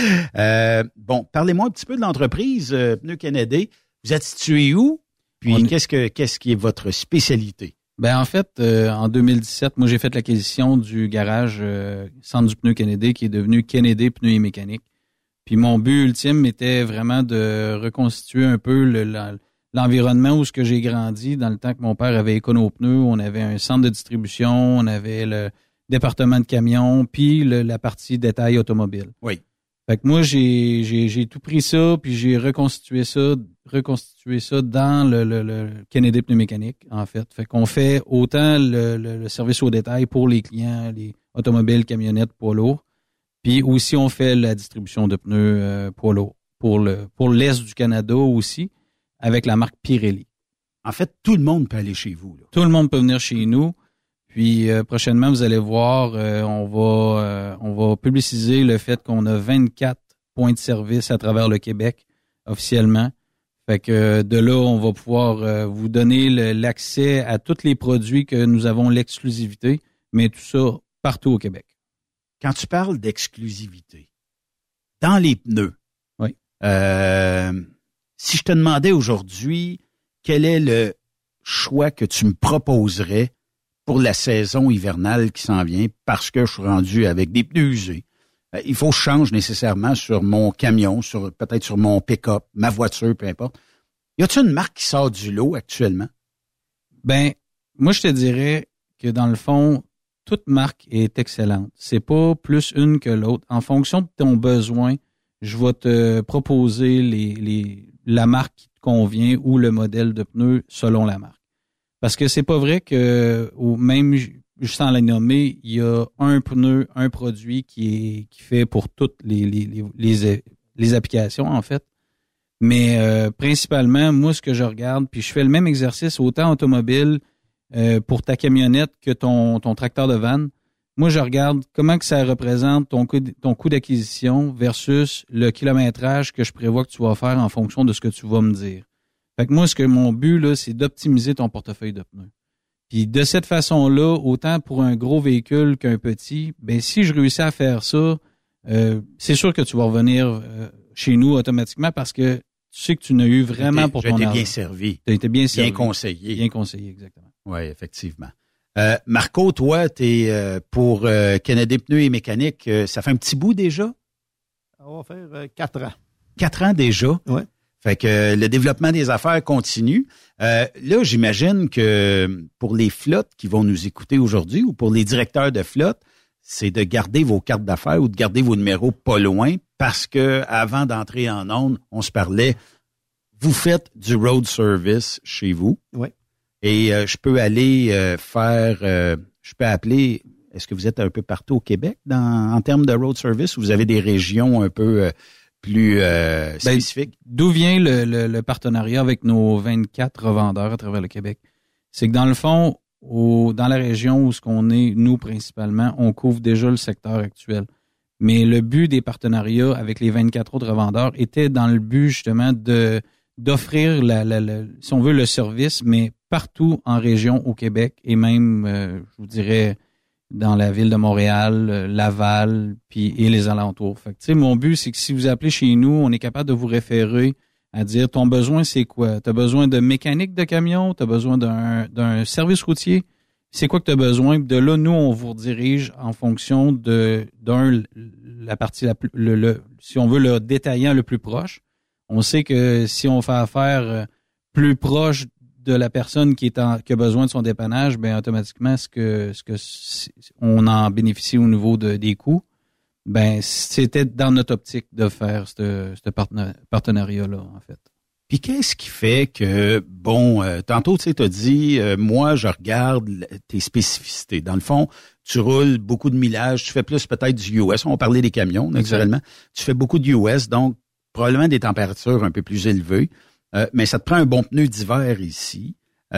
Speaker 6: Bon, parlez-moi un petit peu de l'entreprise Pneus Kennedy. Vous êtes situé où? Puis qu'est-ce qui est votre spécialité?
Speaker 13: Ben en fait, en 2017, moi j'ai fait l'acquisition du garage Centre du Pneu Kennedy qui est devenu Kennedy Pneus et Mécanique. Puis mon but ultime était vraiment de reconstituer un peu l'environnement où ce que j'ai grandi dans le temps que mon père avait Éconopneus. On avait un centre de distribution, on avait le département de camions, puis la partie détail automobile.
Speaker 6: Oui.
Speaker 13: Fait que moi, j'ai tout pris ça, puis j'ai reconstitué ça dans le Kennedy Pneus Mécanique, en fait. Fait qu'on fait autant le service au détail pour les clients, les automobiles, camionnettes, poids lourds, puis aussi on fait la distribution de pneus poids lourds pour l'Est du Canada aussi, avec la marque Pirelli.
Speaker 6: En fait, tout le monde peut aller chez vous, là.
Speaker 13: Tout le monde peut venir chez nous. Puis prochainement, vous allez voir, on va publiciser le fait qu'on a 24 points de service à travers le Québec officiellement. Fait que de là, on va pouvoir vous donner l'accès à tous les produits que nous avons l'exclusivité, mais tout ça partout au Québec.
Speaker 6: Quand tu parles d'exclusivité, dans les pneus,
Speaker 13: oui.
Speaker 6: Si je te demandais aujourd'hui quel est le choix que tu me proposerais pour la saison hivernale qui s'en vient, parce que je suis rendu avec des pneus usés. Il faut que je change nécessairement sur mon camion, peut-être sur mon pick-up, ma voiture, peu importe. Y a-t-il une marque qui sort du lot actuellement?
Speaker 13: Ben, moi, je te dirais que dans le fond, toute marque est excellente. C'est pas plus une que l'autre. En fonction de ton besoin, je vais te proposer la marque qui te convient ou le modèle de pneu selon la marque. Parce que c'est pas vrai que, même juste sans la nommer, il y a un pneu, un produit qui fait pour toutes les applications, en fait. Mais principalement, moi, ce que je regarde, puis je fais le même exercice autant automobile pour ta camionnette que ton tracteur de vanne. Moi, je regarde comment que ça représente ton coût d'acquisition versus le kilométrage que je prévois que tu vas faire en fonction de ce que tu vas me dire. Fait que moi, mon but, là, c'est d'optimiser ton portefeuille de pneus. Puis de cette façon-là, autant pour un gros véhicule qu'un petit, ben si je réussis à faire ça, c'est sûr que tu vas revenir chez nous automatiquement parce que tu sais que tu n'as eu vraiment pour ton argent.
Speaker 6: Tu as été bien servi.
Speaker 13: Tu as été bien servi.
Speaker 6: Bien conseillé.
Speaker 13: Bien conseillé, exactement.
Speaker 6: Oui, effectivement. Marco, toi, tu es pour Kennedy Pneus et Mécanique. Ça fait un petit bout déjà?
Speaker 14: On va faire 4 ans.
Speaker 6: 4 ans déjà?
Speaker 14: Oui.
Speaker 6: Fait que le développement des affaires continue. Là, j'imagine que pour les flottes qui vont nous écouter aujourd'hui ou pour les directeurs de flotte, c'est de garder vos cartes d'affaires ou de garder vos numéros pas loin parce que avant d'entrer en onde, on se parlait, vous faites du road service chez vous.
Speaker 14: Oui.
Speaker 6: Et je peux aller je peux appeler, est-ce que vous êtes un peu partout au Québec en termes de road service ou vous avez des régions un peu plus spécifiques?
Speaker 13: D'où vient le partenariat avec nos 24 revendeurs à travers le Québec? C'est que dans le fond, dans la région où ce qu'on est, nous principalement, on couvre déjà le secteur actuel. Mais le but des partenariats avec les 24 autres revendeurs était dans le but justement d'offrir si on veut le service, mais partout en région au Québec et même, je vous dirais, dans la ville de Montréal, Laval, et les alentours. Fait que, tu sais, mon but, c'est que si vous appelez chez nous, on est capable de vous référer à dire ton besoin, c'est quoi? Tu as besoin de mécanique de camion? Tu as besoin d'un service routier? C'est quoi que tu as besoin? De là, nous, on vous redirige en fonction la partie si on veut le détaillant le plus proche. On sait que si on fait affaire plus proche de la personne qui a besoin de son dépannage, ben automatiquement, on en bénéficie au niveau des coûts. Ben, c'était dans notre optique de faire ce partenariat-là, en fait.
Speaker 6: Puis qu'est-ce qui fait que, tantôt, tu sais, t'as dit, moi, je regarde tes spécificités. Dans le fond, tu roules beaucoup de millage, tu fais plus peut-être du US. On va parler des camions, naturellement. Exact. Tu fais beaucoup de US, donc probablement des températures un peu plus élevées. Mais ça te prend un bon pneu d'hiver ici.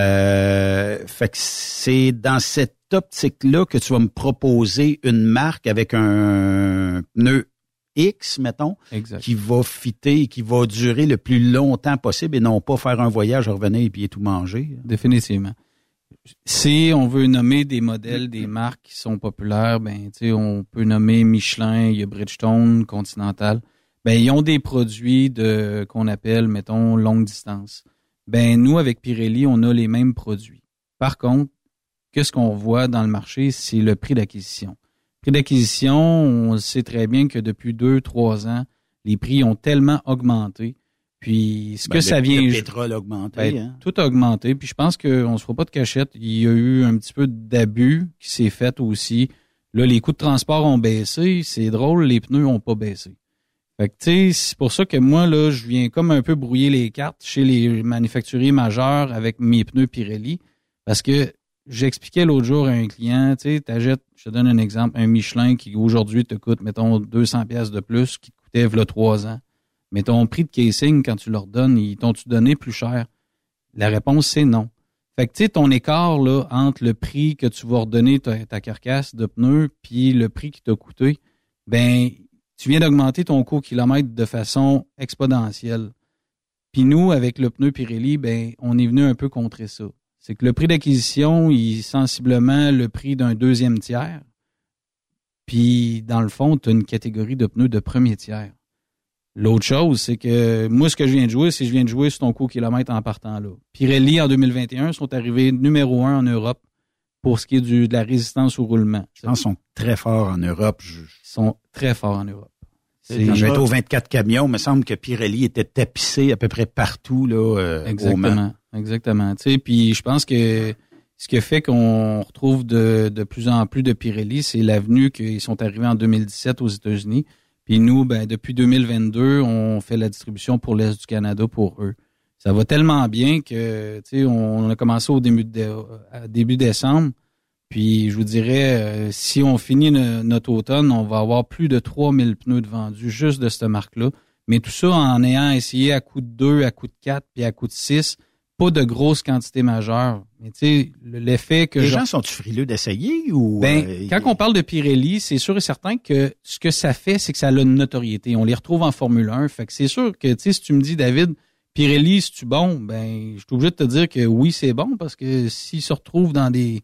Speaker 6: Fait que c'est dans cette optique-là que tu vas me proposer une marque avec un pneu X, mettons,
Speaker 13: exact,
Speaker 6: qui va fitter et qui va durer le plus longtemps possible et non pas faire un voyage, revenir et puis tout manger.
Speaker 13: Définitivement. Si on veut nommer des modèles, des marques qui sont populaires, ben, tu sais, on peut nommer Michelin, il y a Bridgestone, Continental. Ben, ils ont des produits qu'on appelle, mettons, longue distance. Ben, nous, avec Pirelli, on a les mêmes produits. Par contre, qu'est-ce qu'on voit dans le marché, c'est le prix d'acquisition. Le prix d'acquisition, on sait très bien que depuis 2-3 ans, les prix ont tellement augmenté. Puis,
Speaker 6: le pétrole a augmenté.
Speaker 13: Tout a augmenté. Puis, je pense qu'on ne se fera pas de cachette. Il y a eu un petit peu d'abus qui s'est fait aussi. Là, les coûts de transport ont baissé. C'est drôle, les pneus n'ont pas baissé. Fait que, tu sais, c'est pour ça que moi, là, je viens comme un peu brouiller les cartes chez les manufacturiers majeurs avec mes pneus Pirelli. Parce que j'expliquais l'autre jour à un client, tu sais, t'achètes, je te donne un exemple, un Michelin qui aujourd'hui te coûte, mettons, 200$ de plus, qui te coûtait, v'là 3 ans. Mais ton prix de casing, quand tu leur donnes, ils t'ont-tu donné plus cher? La réponse, c'est non. Fait que, tu sais, ton écart, là, entre le prix que tu vas redonner ta carcasse de pneus puis le prix qui t'a coûté, ben, tu viens d'augmenter ton coût au kilomètre de façon exponentielle. Puis nous, avec le pneu Pirelli, ben, on est venu un peu contrer ça. C'est que le prix d'acquisition, il est sensiblement le prix d'un deuxième tiers. Puis, dans le fond, tu as une catégorie de pneus de premier tiers. L'autre chose, c'est que moi, ce que je viens de jouer, c'est que je viens de jouer sur ton coût au kilomètre en partant là. Pirelli, en 2021, sont arrivés numéro 1 en Europe pour ce qui est de la résistance au roulement.
Speaker 6: Je pense qu'ils sont très forts en Europe.
Speaker 13: Ils sont très forts en Europe.
Speaker 6: Quand j'étais aux 24 camions, il me semble que Pirelli était tapissé à peu près partout là.
Speaker 13: Exactement. Tu sais, puis je pense que ce qui fait qu'on retrouve de plus en plus de Pirelli, c'est l'avenue qu'ils sont arrivés en 2017 aux États-Unis. Puis nous, ben depuis 2022, on fait la distribution pour l'Est du Canada pour eux. Ça va tellement bien que, tu sais, on a commencé au début décembre. Puis je vous dirais, si on finit notre automne, on va avoir plus de 3000 pneus de vendus juste de cette marque-là. Mais tout ça en ayant essayé à coup de 2, à coup de 4, puis à coup de 6. Pas de grosses quantités majeures. Mais tu sais, l'effet que...
Speaker 6: Les gens sont-tu frileux d'essayer ou...
Speaker 13: Quand on parle de Pirelli, c'est sûr et certain que ce que ça fait, c'est que ça a une notoriété. On les retrouve en Formule 1. Fait que c'est sûr que, tu sais, si tu me dis, David, Pirelli, c'est-tu bon? Ben, je suis obligé de te dire que oui, c'est bon, parce que s'ils se retrouvent dans des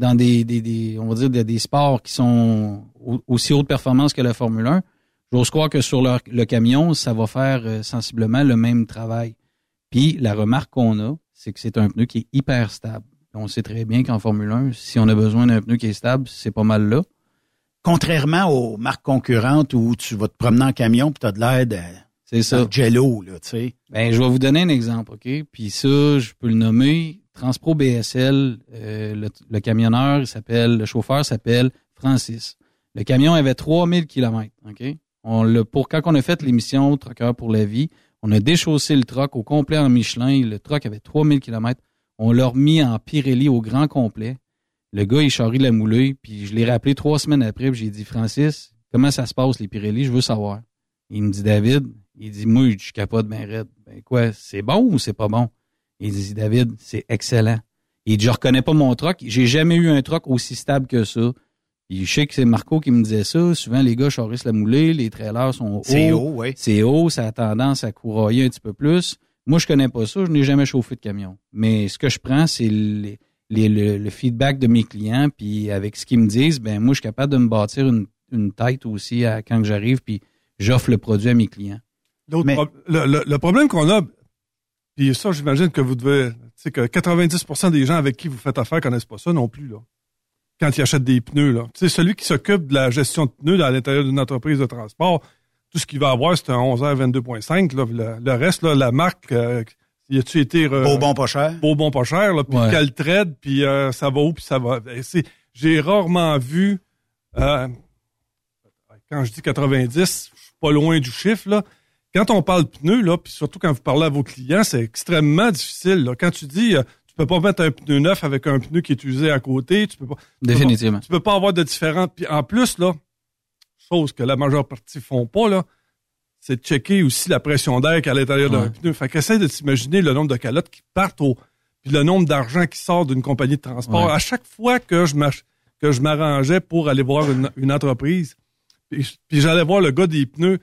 Speaker 13: on va dire, des sports qui sont aussi haute performance que la Formule 1, j'ose croire que sur le camion, ça va faire sensiblement le même travail. Puis, la remarque qu'on a, c'est que c'est un pneu qui est hyper stable. On sait très bien qu'en Formule 1, si on a besoin d'un pneu qui est stable, c'est pas mal là.
Speaker 6: Contrairement aux marques concurrentes où tu vas te promener en camion puis tu as de l'air de
Speaker 13: c'est ça.
Speaker 6: Jello, là, tu sais.
Speaker 13: Ben, je vais vous donner un exemple, OK? Puis ça, je peux le nommer. Transpro BSL, le camionneur, le chauffeur s'appelle Francis. Le camion avait 3000 km, OK? Quand on a fait l'émission Trucker pour la vie, on a déchaussé le truck au complet en Michelin. Le truck avait 3000 km. On l'a remis en Pirelli au grand complet. Le gars, il charrie la moulée, puis je l'ai rappelé 3 semaines après, puis j'ai dit, Francis, comment ça se passe, les Pirelli? Je veux savoir. Il me dit, David, il dit, moi, je capote bien raide. Ben quoi, c'est bon ou c'est pas bon? Il dit, David, c'est excellent. Il dit, je reconnais pas mon truck. J'ai jamais eu un truck aussi stable que ça. Puis je sais que c'est Marco qui me disait ça. Souvent, les gars charrissent la moulée, les trailers sont hauts.
Speaker 6: C'est haut, oui.
Speaker 13: C'est haut, ça a tendance à courailler un petit peu plus. Moi, je connais pas ça. Je n'ai jamais chauffé de camion. Mais ce que je prends, c'est le feedback de mes clients. Puis avec ce qu'ils me disent, ben moi, je suis capable de me bâtir une tête aussi quand j'arrive. Puis j'offre le produit à mes clients.
Speaker 7: Le problème qu'on a, puis ça, j'imagine que vous devez, c'est que 90% des gens avec qui vous faites affaire connaissent pas ça non plus, là. Quand ils achètent des pneus, là. Tu sais, celui qui s'occupe de la gestion de pneus à l'intérieur d'une entreprise de transport, tout ce qu'il va avoir, c'est un 11R 22.5, là. Le reste, là, la marque, y a-tu été...
Speaker 6: Beau, bon, pas cher.
Speaker 7: Beau, bon, pas cher, là. Puis quel trade, puis ça va où, puis ça va... J'ai rarement vu, quand je dis 90, je suis pas loin du chiffre, là. Quand on parle pneus, là, puis surtout quand vous parlez à vos clients, c'est extrêmement difficile, là. Quand tu dis... tu peux pas mettre un pneu neuf avec un pneu qui est usé à côté. Tu peux pas.
Speaker 13: Définitivement.
Speaker 7: Tu peux pas avoir de différentes. Puis en plus, là, chose que la majeure partie font pas, là, c'est de checker aussi la pression d'air qu'il y a à l'intérieur d'un pneu. Fait qu'essaie de t'imaginer le nombre de calottes qui partent puis le nombre d'argent qui sort d'une compagnie de transport. Ouais. À chaque fois que je m'arrangeais pour aller voir une entreprise, puis j'allais voir le gars des pneus,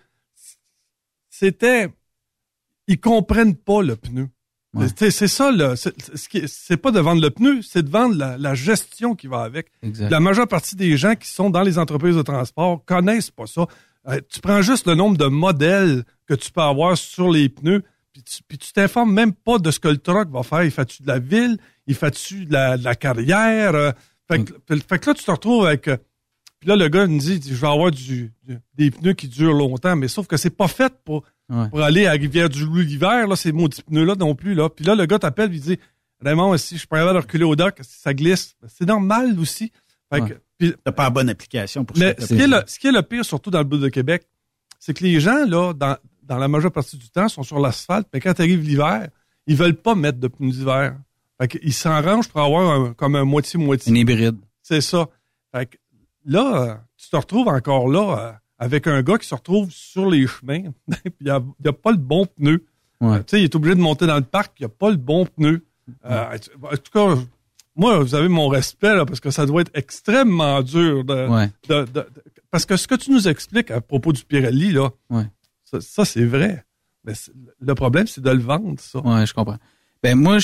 Speaker 7: ils comprennent pas le pneu. Ouais. C'est ça, là. C'est pas de vendre le pneu, c'est de vendre la gestion qui va avec.
Speaker 13: Exact.
Speaker 7: La majeure partie des gens qui sont dans les entreprises de transport connaissent pas ça. Tu prends juste le nombre de modèles que tu peux avoir sur les pneus, puis tu t'informes même pas de ce que le truck va faire. Il fait-tu de la ville? Il fait-tu de la carrière? Fait que là, tu te retrouves avec... Puis là, le gars me dit, je vais avoir des pneus qui durent longtemps, mais sauf que c'est pas fait pour aller à Rivière-du-Loup l'hiver, là, ces maudits pneus-là non plus, là. Puis là, le gars t'appelle, il dit, Raymond, si je suis pas capable de reculer au dock, si ça glisse, c'est normal aussi. Fait que, puis,
Speaker 6: t'as pas la bonne application pour
Speaker 7: ça. Ce qui est le pire, surtout dans le bout de Québec, c'est que les gens, là, dans la majeure partie du temps, sont sur l'asphalte, mais quand arrive l'hiver, ils veulent pas mettre de pneus d'hiver. Fait qu'ils s'arrangent pour avoir comme un moitié-moitié.
Speaker 13: Un hybride.
Speaker 7: C'est ça. Fait que là, tu te retrouves encore là avec un gars qui se retrouve sur les chemins. Il a pas le bon pneu.
Speaker 13: Ouais.
Speaker 7: Tu sais, il est obligé de monter dans le parc, il a pas le bon pneu. En tout cas, moi, vous avez mon respect, là, parce que ça doit être extrêmement dur parce que ce que tu nous expliques à propos du Pirelli, là, ça c'est vrai. Mais le problème, c'est de le vendre, ça.
Speaker 13: Ouais, je comprends. Ben moi,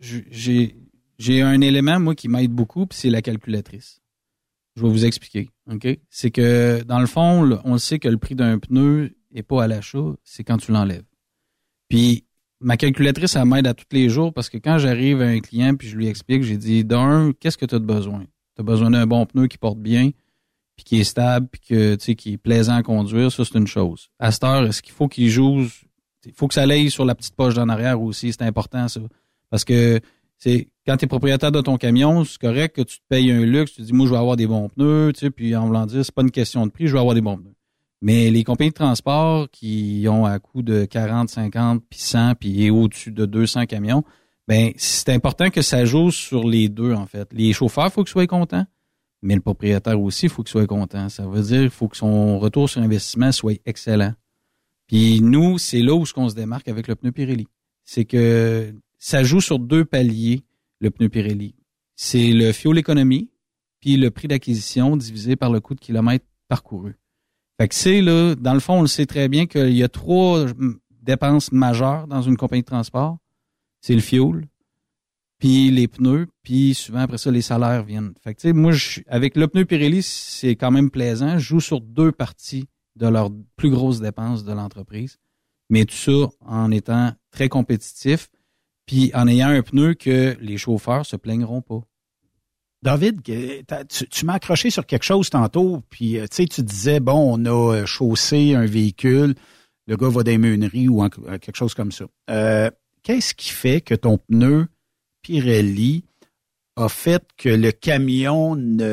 Speaker 13: j'ai un élément, moi, qui m'aide beaucoup, puis c'est la calculatrice. Je vais vous expliquer, OK? C'est que, dans le fond, on sait que le prix d'un pneu n'est pas à l'achat, c'est quand tu l'enlèves. Puis, ma calculatrice, elle m'aide à tous les jours parce que quand j'arrive à un client puis je lui explique, j'ai dit, qu'est-ce que tu as de besoin? Tu as besoin d'un bon pneu qui porte bien, puis qui est stable, puis que, tu sais, qui est plaisant à conduire, ça, c'est une chose. À cette heure, est-ce qu'il faut qu'il joue? Il faut que ça aille sur la petite poche d'en arrière aussi, c'est important, ça. Parce que, quand tu es propriétaire de ton camion, c'est correct que tu te payes un luxe, tu te dis, moi, je vais avoir des bons pneus, tu sais, puis en voulant dire, c'est pas une question de prix, je vais avoir des bons pneus. Mais les compagnies de transport qui ont à coût de 40, 50, puis 100, puis au-dessus de 200 camions, ben c'est important que ça joue sur les deux, en fait. Les chauffeurs, il faut qu'ils soient contents, mais le propriétaire aussi, il faut qu'il soit content. Ça veut dire qu'il faut que son retour sur investissement soit excellent. Puis nous, c'est là où on se démarque avec le pneu Pirelli. C'est que ça joue sur deux paliers, le pneu Pirelli. C'est le fuel économie, puis le prix d'acquisition divisé par le coût de kilomètre parcouru. Fait que c'est là, dans le fond, on le sait très bien qu'il y a 3 dépenses majeures dans une compagnie de transport, c'est le fuel, puis les pneus, puis souvent après ça, les salaires viennent. Fait que tu sais, moi, avec le pneu Pirelli, c'est quand même plaisant. Je joue sur 2 parties de leurs plus grosses dépenses de l'entreprise, mais tout ça en étant très compétitif, puis en ayant un pneu que les chauffeurs se plaigneront pas.
Speaker 6: David, tu m'as accroché sur quelque chose tantôt, puis tu sais, tu disais, bon, on a chaussé un véhicule, le gars va dans les meuneries ou quelque chose comme ça. Qu'est-ce qui fait que ton pneu Pirelli a fait que le camion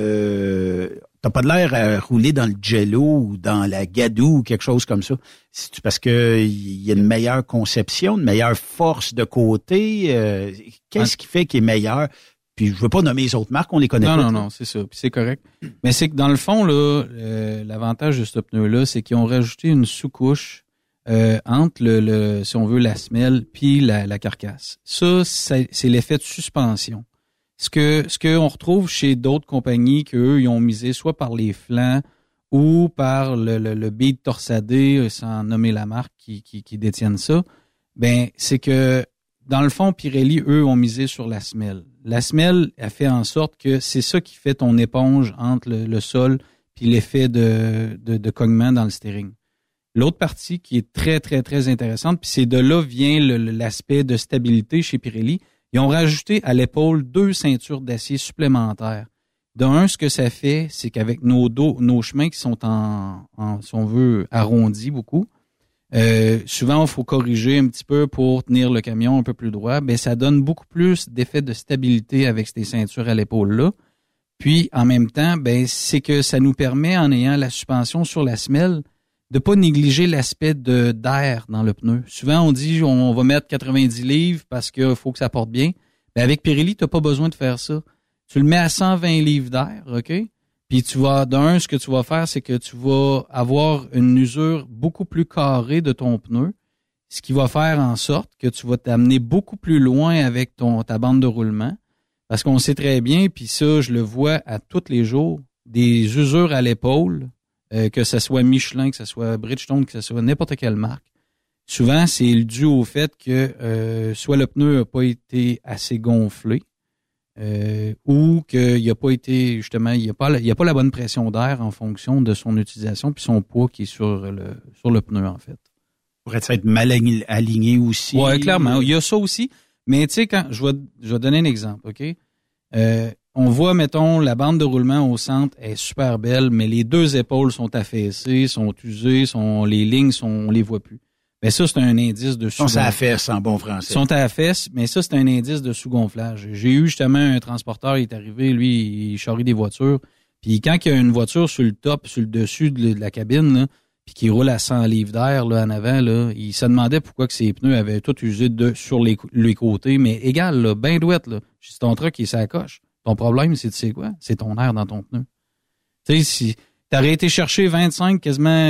Speaker 6: t'as pas de l'air à rouler dans le jello ou dans la gadoue ou quelque chose comme ça? C'est parce que il y a une meilleure conception, une meilleure force de côté? Qu'est-ce qui fait qu'il est meilleur? Puis je veux pas nommer les autres marques, on les connaît pas.
Speaker 13: Non, c'est ça. Puis c'est correct. Mais c'est que dans le fond, là, l'avantage de ce pneu-là, c'est qu'ils ont rajouté une sous-couche entre si on veut, la semelle puis la carcasse. Ça, c'est l'effet de suspension. Ce que on retrouve chez d'autres compagnies qu'eux, ils ont misé soit par les flancs ou par le bead torsadé, sans nommer la marque qui détiennent ça, ben c'est que dans le fond, Pirelli, eux, ont misé sur la semelle. La semelle a fait en sorte que c'est ça qui fait ton éponge entre le sol puis l'effet de cognement dans le steering. L'autre partie qui est très, très, très intéressante, puis c'est de là vient l'aspect de stabilité chez Pirelli. Ils ont rajouté à l'épaule 2 ceintures d'acier supplémentaires. D'un, ce que ça fait, c'est qu'avec nos chemins qui sont si on veut, arrondis beaucoup, souvent, il faut corriger un petit peu pour tenir le camion un peu plus droit. Ben, ça donne beaucoup plus d'effet de stabilité avec ces ceintures à l'épaule-là. Puis, en même temps, ben, c'est que ça nous permet, en ayant la suspension sur la semelle, de pas négliger l'aspect d'air dans le pneu. Souvent, on dit on va mettre 90 livres parce qu'il faut que ça porte bien. Ben, avec Pirelli, tu n'as pas besoin de faire ça. Tu le mets à 120 livres d'air, OK? Puis ce que tu vas faire, c'est que tu vas avoir une usure beaucoup plus carrée de ton pneu, ce qui va faire en sorte que tu vas t'amener beaucoup plus loin avec ta bande de roulement. Parce qu'on sait très bien, puis ça, je le vois à tous les jours, des usures à l'épaule, que ce soit Michelin, que ce soit Bridgestone, que ce soit n'importe quelle marque. Souvent, c'est dû au fait que soit le pneu n'a pas été assez gonflé, ou qu'il n'a pas été, justement, il n'y a pas la bonne pression d'air en fonction de son utilisation puis son poids qui est sur le pneu, en fait.
Speaker 6: Pourrait être mal aligné aussi.
Speaker 13: Oui, clairement. Il y a ça aussi. Mais tu sais, quand je vais donner un exemple, OK? On voit, mettons, la bande de roulement au centre est super belle, mais les 2 épaules sont affaissées, sont usées, les lignes, on les voit plus. Mais ça, c'est un indice de
Speaker 6: sous-gonflage. Sont à la fesse en bon français.
Speaker 13: Sont à la fesse, mais ça, c'est un indice de sous-gonflage. J'ai eu justement un transporteur, il est arrivé, lui, il charrie des voitures. Puis quand il y a une voiture sur le top, sur le dessus de la cabine, là, puis qui roule à 100 livres d'air là, en avant, là, il se demandait pourquoi que ses pneus avaient tout usé sur les côtés. Mais égal, là, ben douette, là. C'est ton truck qui est sa coche. Ton problème, c'est tu sais quoi? C'est ton air dans ton pneu. Tu sais, si t'aurais été chercher 25, quasiment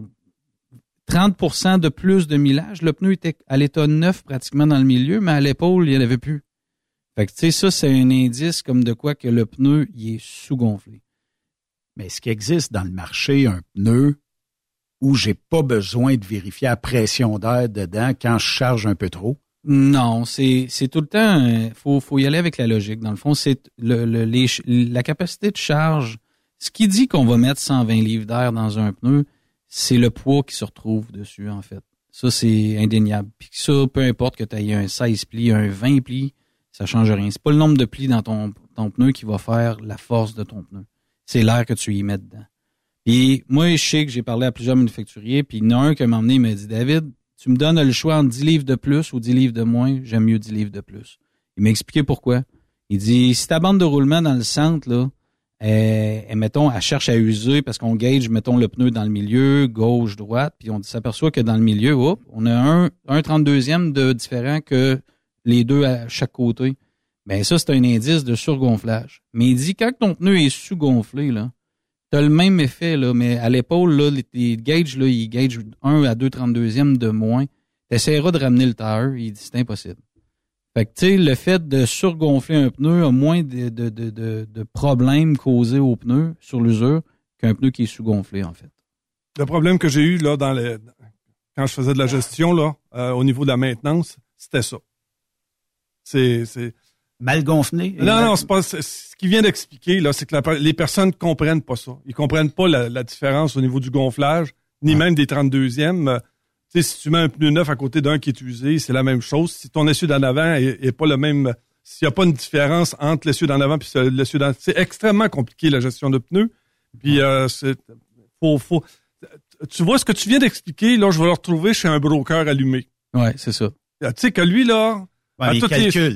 Speaker 13: 30% de plus de millage, le pneu était à l'état neuf pratiquement dans le milieu, mais à l'épaule, il n'y en avait plus. Fait que tu sais, ça, c'est un indice comme de quoi que le pneu, il est sous-gonflé.
Speaker 6: Mais est-ce qu'il existe dans le marché un pneu où j'ai pas besoin de vérifier la pression d'air dedans quand je charge un peu trop?
Speaker 13: Non, c'est tout le temps, faut y aller avec la logique. Dans le fond, c'est la capacité de charge. Ce qui dit qu'on va mettre 120 livres d'air dans un pneu, c'est le poids qui se retrouve dessus, en fait. Ça, c'est indéniable. Puis ça, peu importe que tu aies un 16 plis, un 20 plis, ça change rien. C'est pas le nombre de plis dans ton pneu qui va faire la force de ton pneu. C'est l'air que tu y mets dedans. Puis moi, je sais que j'ai parlé à plusieurs manufacturiers, puis il y en a un qui m'a emmené, il m'a dit, David, tu me donnes le choix entre 10 livres de plus ou 10 livres de moins, j'aime mieux 10 livres de plus. Il m'a expliqué pourquoi. Il dit, si ta bande de roulement dans le centre, là, mettons, elle cherche à user parce qu'on gauge, mettons, le pneu dans le milieu, gauche, droite, puis on s'aperçoit que dans le milieu, on a un 32e de différent que les 2 à chaque côté. Ben ça, c'est un indice de surgonflage. Mais il dit, quand ton pneu est sous-gonflé, là, t'as le même effet, là, mais à l'épaule, là, les gauges, là, ils gagent 1 à 2 32e de moins. T'essaieras de ramener le tire, il dit, c'est impossible. Fait que, tu sais, le fait de surgonfler un pneu a moins de problèmes causés au pneu sur l'usure qu'un pneu qui est sous-gonflé, en fait.
Speaker 7: Le problème que j'ai eu, là, quand je faisais de la gestion, là, au niveau de la maintenance, c'était ça. C'est...
Speaker 6: Mal gonflé?
Speaker 7: Non, c'est pas... Ce qu'il vient d'expliquer, là, c'est que les personnes comprennent pas ça. Ils comprennent pas la différence au niveau du gonflage, ni même des 32e. Tu sais, si tu mets un pneu neuf à côté d'un qui est usé, c'est la même chose. Si ton essieu d'en avant est pas le même... S'il n'y a pas une différence entre l'essieu d'en avant et l'essieu d'en... C'est extrêmement compliqué, la gestion de pneus. Puis, faut... Tu vois, ce que tu viens d'expliquer, là, je vais le retrouver chez un broker allumé.
Speaker 13: Ouais, c'est ça.
Speaker 7: Tu sais que lui, là...
Speaker 6: Ouais,
Speaker 7: à toutes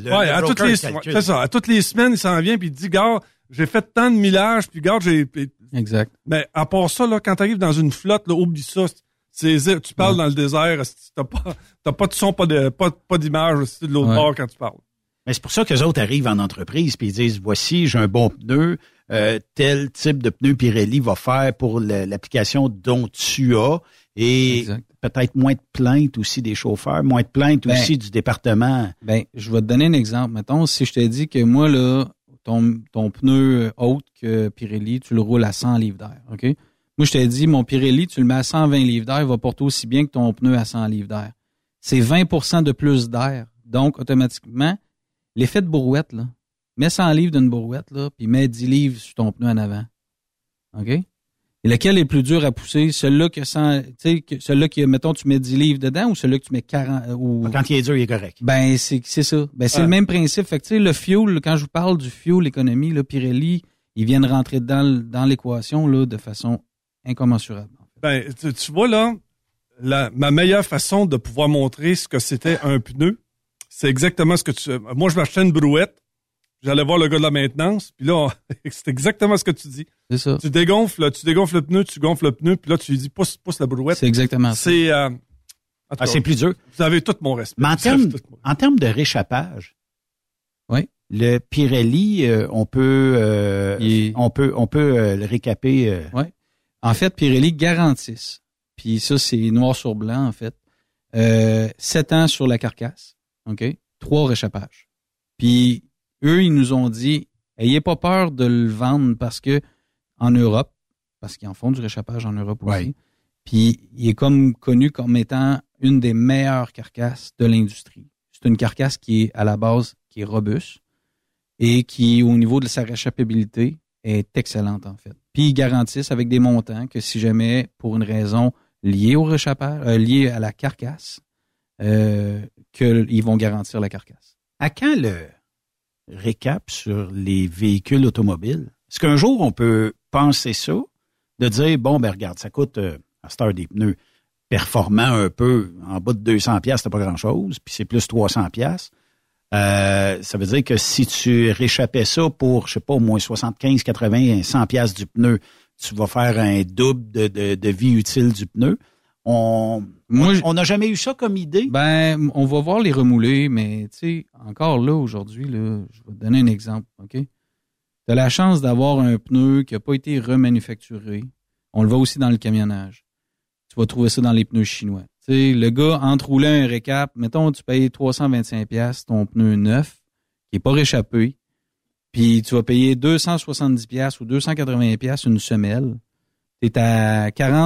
Speaker 7: c'est ça. À toutes les semaines, il s'en vient puis il dit, gars, j'ai fait tant de millage, puis gars,
Speaker 13: Exact.
Speaker 7: Mais à part ça, là, quand tu arrives dans une flotte, là, oublie ça. Tu parles dans le désert, t'as pas de son, pas d'image aussi de l'autre bord quand tu parles.
Speaker 6: Mais c'est pour ça que les autres arrivent en entreprise puis ils disent, voici, j'ai un bon pneu, tel type de pneu Pirelli va faire pour l'application dont tu as. Et peut-être moins de plaintes aussi des chauffeurs, moins de plaintes aussi du département.
Speaker 13: Ben, je vais te donner un exemple. Mettons, si je te dis que moi, là, ton pneu haute que Pirelli, tu le roules à 100 livres d'air, OK? Moi, je te dis, mon Pirelli, tu le mets à 120 livres d'air, il va porter aussi bien que ton pneu à 100 livres d'air. C'est 20% de plus d'air. Donc, automatiquement, l'effet de brouette, là, mets 100 livres d'une brouette, là, puis mets 10 livres sur ton pneu en avant. OK? Et lequel est le plus dur à pousser? Celui-là celui-là qui, mettons, tu mets 10 livres dedans ou celui-là que tu mets 40?
Speaker 6: Quand il est dur, il est correct.
Speaker 13: Ben, c'est ça. Ben, c'est le même principe. Fait que, tu sais, le fuel, quand je vous parle du fuel économie, là, Pirelli, ils viennent rentrer dans l'équation, là, de façon incommensurable.
Speaker 7: Ben, tu vois, là, ma meilleure façon de pouvoir montrer ce que c'était un pneu, c'est exactement ce que tu... Moi, je m'achetais une brouette. J'allais voir le gars de la maintenance, puis là, c'est exactement ce que tu dis.
Speaker 13: C'est ça.
Speaker 7: Tu dégonfles le pneu, tu gonfles le pneu, puis là, tu lui dis, pousse la brouette.
Speaker 13: C'est exactement ça.
Speaker 6: C'est plus dur.
Speaker 7: Vous avez tout mon respect.
Speaker 6: Mais en termes de réchappage,
Speaker 13: oui.
Speaker 6: Le Pirelli, on peut le récaper.
Speaker 13: Oui. En fait, Pirelli garantissent, puis ça, c'est noir sur blanc, en fait, 7 ans sur la carcasse, OK? 3 réchappages. Puis, eux, ils nous ont dit, ayez pas peur de le vendre parce que en Europe, parce qu'ils en font du réchappage en Europe aussi, puis il est comme connu comme étant une des meilleures carcasses de l'industrie. C'est une carcasse qui est à la base, qui est robuste et qui, au niveau de sa réchappabilité, est excellente en fait. Puis ils garantissent avec des montants que si jamais, pour une raison liée au réchappage, liée à la carcasse, qu'ils vont garantir la carcasse.
Speaker 6: À quand le récap sur les véhicules automobiles? Est-ce qu'un jour, on peut penser ça, de dire, bon, ben regarde, ça coûte à cette heure des pneus performants un peu, en bas de 200$, c'est pas grand-chose, puis c'est plus 300$. Ça veut dire que si tu réchappais ça pour, je sais pas, au moins 75, 80, 100$ du pneu, tu vas faire un double de vie utile du pneu. On n'a jamais eu ça comme idée?
Speaker 13: Ben, on va voir les remoulés, mais tu sais, encore là, aujourd'hui, là, je vais te donner un exemple, OK? Tu as la chance d'avoir un pneu qui n'a pas été remanufacturé. On le voit aussi dans le camionnage. Tu vas trouver ça dans les pneus chinois. Tu sais, le gars, entre rouler un récap, mettons, tu payes 325$ ton pneu neuf, qui n'est pas réchappé, puis tu vas payer 270$ ou 280$ une semelle. Tu es à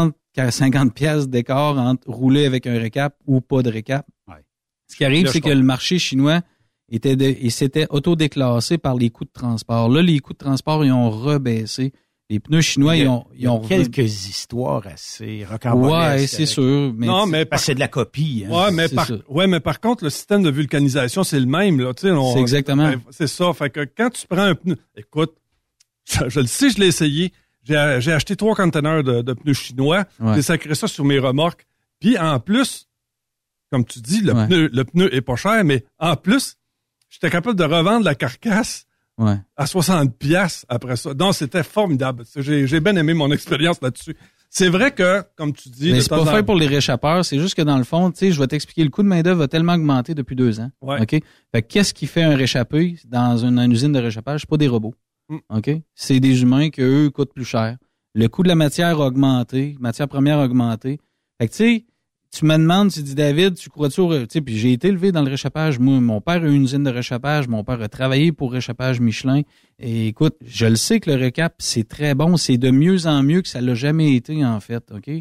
Speaker 13: 50$ d'écart entre rouler avec un récap ou pas de récap.
Speaker 6: Ouais.
Speaker 13: Ce qui arrive, c'est que le marché chinois s'était autodéclassé par les coûts de transport. Là, les coûts de transport, ils ont rebaissé. Les pneus chinois, ils ont
Speaker 6: quelques histoires assez rocambolesques.
Speaker 13: Ouais, c'est sûr.
Speaker 6: Mais parce que c'est de la copie. Hein.
Speaker 7: Mais par contre, le système de vulcanisation, c'est le même. Là. C'est
Speaker 13: exactement.
Speaker 7: C'est ça. Fait que quand tu prends un pneu... Écoute, je le sais, je l'ai essayé. J'ai acheté 3 conteneurs de pneus chinois. J'ai sacré ça sur mes remorques. Puis en plus, comme tu dis, le pneu est pas cher, mais en plus, j'étais capable de revendre la carcasse à 60$ après ça. Donc, c'était formidable. J'ai bien aimé mon expérience là-dessus. C'est vrai que, comme tu dis...
Speaker 13: Mais c'est pas fait pour les réchappeurs. C'est juste que dans le fond, tu sais, je vais t'expliquer, le coût de main-d'œuvre a tellement augmenté depuis 2 ans.
Speaker 7: Ouais.
Speaker 13: OK? Fait que qu'est-ce qui fait un réchappé dans une usine de réchappage? C'est pas des robots. OK? C'est des humains qui, eux, coûtent plus cher. Le coût de la matière a augmenté, matière première a augmenté. Fait que, tu sais, tu me demandes, tu dis, David, tu crois-tu au... Tu sais, puis j'ai été élevé dans le réchappage. Moi, mon père a eu une usine de réchappage. Mon père a travaillé pour Réchappage Michelin. Et écoute, je le sais que le récap, c'est très bon. C'est de mieux en mieux que ça l'a jamais été, en fait, OK?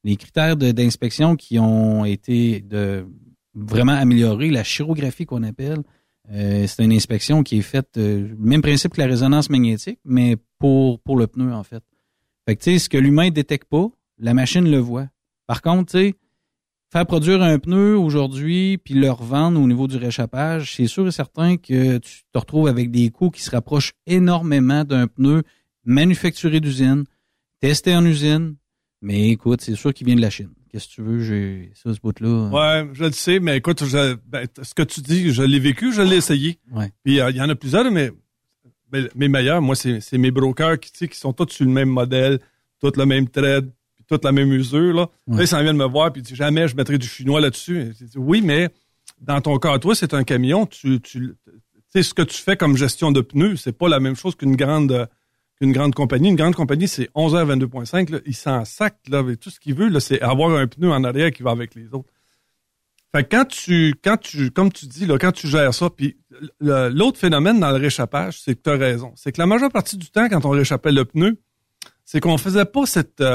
Speaker 13: Les critères d'inspection qui ont été vraiment améliorés, la chirographie qu'on appelle, c'est une inspection qui est faite, même principe que la résonance magnétique, mais pour le pneu, en fait. Fait que, tu sais, ce que l'humain détecte pas, la machine le voit. Par contre, tu sais, faire produire un pneu aujourd'hui puis le revendre au niveau du réchappage, c'est sûr et certain que tu te retrouves avec des coûts qui se rapprochent énormément d'un pneu manufacturé d'usine, testé en usine, mais écoute, c'est sûr qu'il vient de la Chine. Qu'est-ce que tu veux, j'ai ça, ce bout-là.
Speaker 7: Ouais, je le sais, mais écoute, ce que tu dis, je l'ai vécu, je l'ai essayé.
Speaker 13: Ouais.
Speaker 7: Puis il y en a plusieurs, mais mes meilleurs, moi, c'est mes brokers qui sont tous sur le même modèle, tous le même thread, puis toute la même usure. Là, là ils s'en viennent me voir, puis ils disent jamais je mettrai du chinois là-dessus. Je dis, oui, mais dans ton cas, toi, c'est un camion. Tu sais, ce que tu fais comme gestion de pneus, c'est pas la même chose qu'une grande compagnie. Une grande compagnie, c'est 11h22.5. Là, il s'en sac là, avec tout ce qu'il veut. Là, c'est avoir un pneu en arrière qui va avec les autres. Fait que quand tu, comme tu dis, là, quand tu gères ça, puis l'autre phénomène dans le réchappage, c'est que tu as raison. C'est que la majeure partie du temps, quand on réchappait le pneu, c'est qu'on faisait pas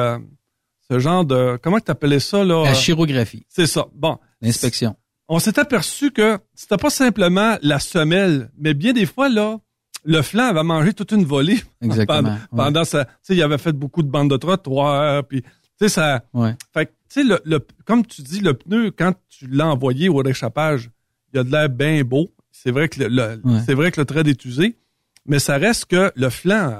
Speaker 7: ce genre de... Comment tu appelais ça, là?
Speaker 13: La chirographie.
Speaker 7: C'est ça. Bon.
Speaker 13: L'inspection.
Speaker 7: On s'est aperçu que c'était pas simplement la semelle, mais bien des fois, là, le flanc avait mangé toute une volée.
Speaker 13: Exactement.
Speaker 7: Pendant ça. Tu sais, il avait fait beaucoup de bandes de trottoir, puis, tu sais, ça.
Speaker 13: Ouais.
Speaker 7: Fait que, tu sais, comme tu dis, le pneu, quand tu l'as envoyé au réchappage, il a de l'air bien beau. C'est vrai que c'est vrai que le trait est usé, mais ça reste que le flanc,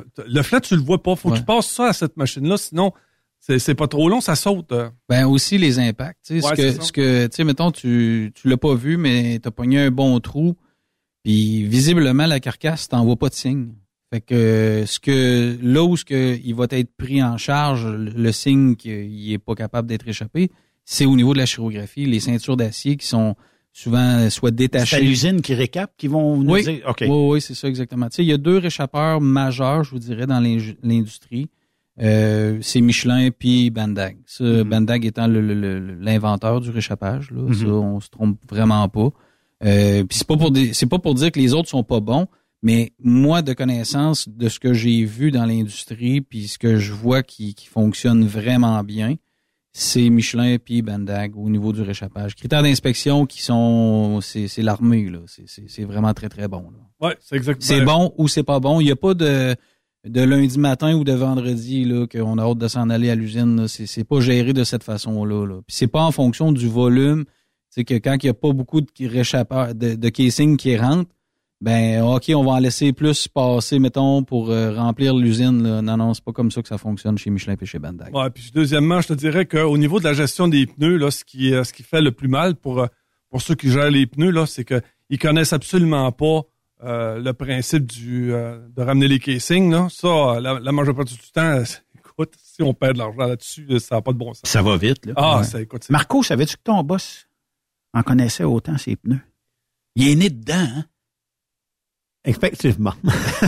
Speaker 7: tu le vois pas. Faut que tu passes ça à cette machine-là, sinon, c'est pas trop long, ça saute.
Speaker 13: Ben, aussi les impacts. Tu sais, ce que, tu sais, mettons, tu l'as pas vu, mais t'as pogné un bon trou. Puis visiblement, la carcasse t'envoie pas de signe. Fait que là où il va être pris en charge, le signe qu'il est pas capable d'être échappé, c'est au niveau de la chirographie, les ceintures d'acier qui sont souvent soit détachées.
Speaker 6: C'est à l'usine qui récap, qui vont nous dire. OK.
Speaker 13: Oui, c'est ça exactement. Tu sais, il y a 2 réchappeurs majeurs, je vous dirais, dans l'industrie. C'est Michelin puis Bandag. Ça, Bandag étant l'inventeur du réchappage, là, ça, on se trompe vraiment pas. Puis c'est pas pour dire que les autres sont pas bons, mais moi, de connaissance de ce que j'ai vu dans l'industrie, puis ce que je vois qui fonctionne vraiment bien, c'est Michelin puis Bandag au niveau du réchappage. Critères d'inspection qui sont, c'est l'armée, là. C'est vraiment très, très bon, là.
Speaker 7: Ouais, c'est exactement.
Speaker 13: C'est bon ou c'est pas bon. Il y a pas de lundi matin ou de vendredi, là, qu'on a hâte de s'en aller à l'usine, là. C'est pas géré de cette façon-là, là. Puis c'est pas en fonction du volume. C'est que quand il n'y a pas beaucoup de réchappeurs, de casing qui rentrent, ben OK, on va en laisser plus passer, mettons, pour remplir l'usine. Là. Non, c'est pas comme ça que ça fonctionne chez Michelin et chez Bandag.
Speaker 7: Ouais, puis deuxièmement, je te dirais qu'au niveau de la gestion des pneus, là, ce qui fait le plus mal pour ceux qui gèrent les pneus, là, c'est qu'ils connaissent absolument pas le principe de ramener les casings. Là. Ça, la majeure partie du temps, écoute, si on perd de l'argent là-dessus, ça n'a pas de bon sens.
Speaker 6: Ça va vite, là.
Speaker 7: Ah,
Speaker 6: ouais.
Speaker 7: Ça, écoute.
Speaker 6: Marco, savais-tu que ton boss en connaissait autant ses pneus? Il est né dedans, hein?
Speaker 14: Effectivement.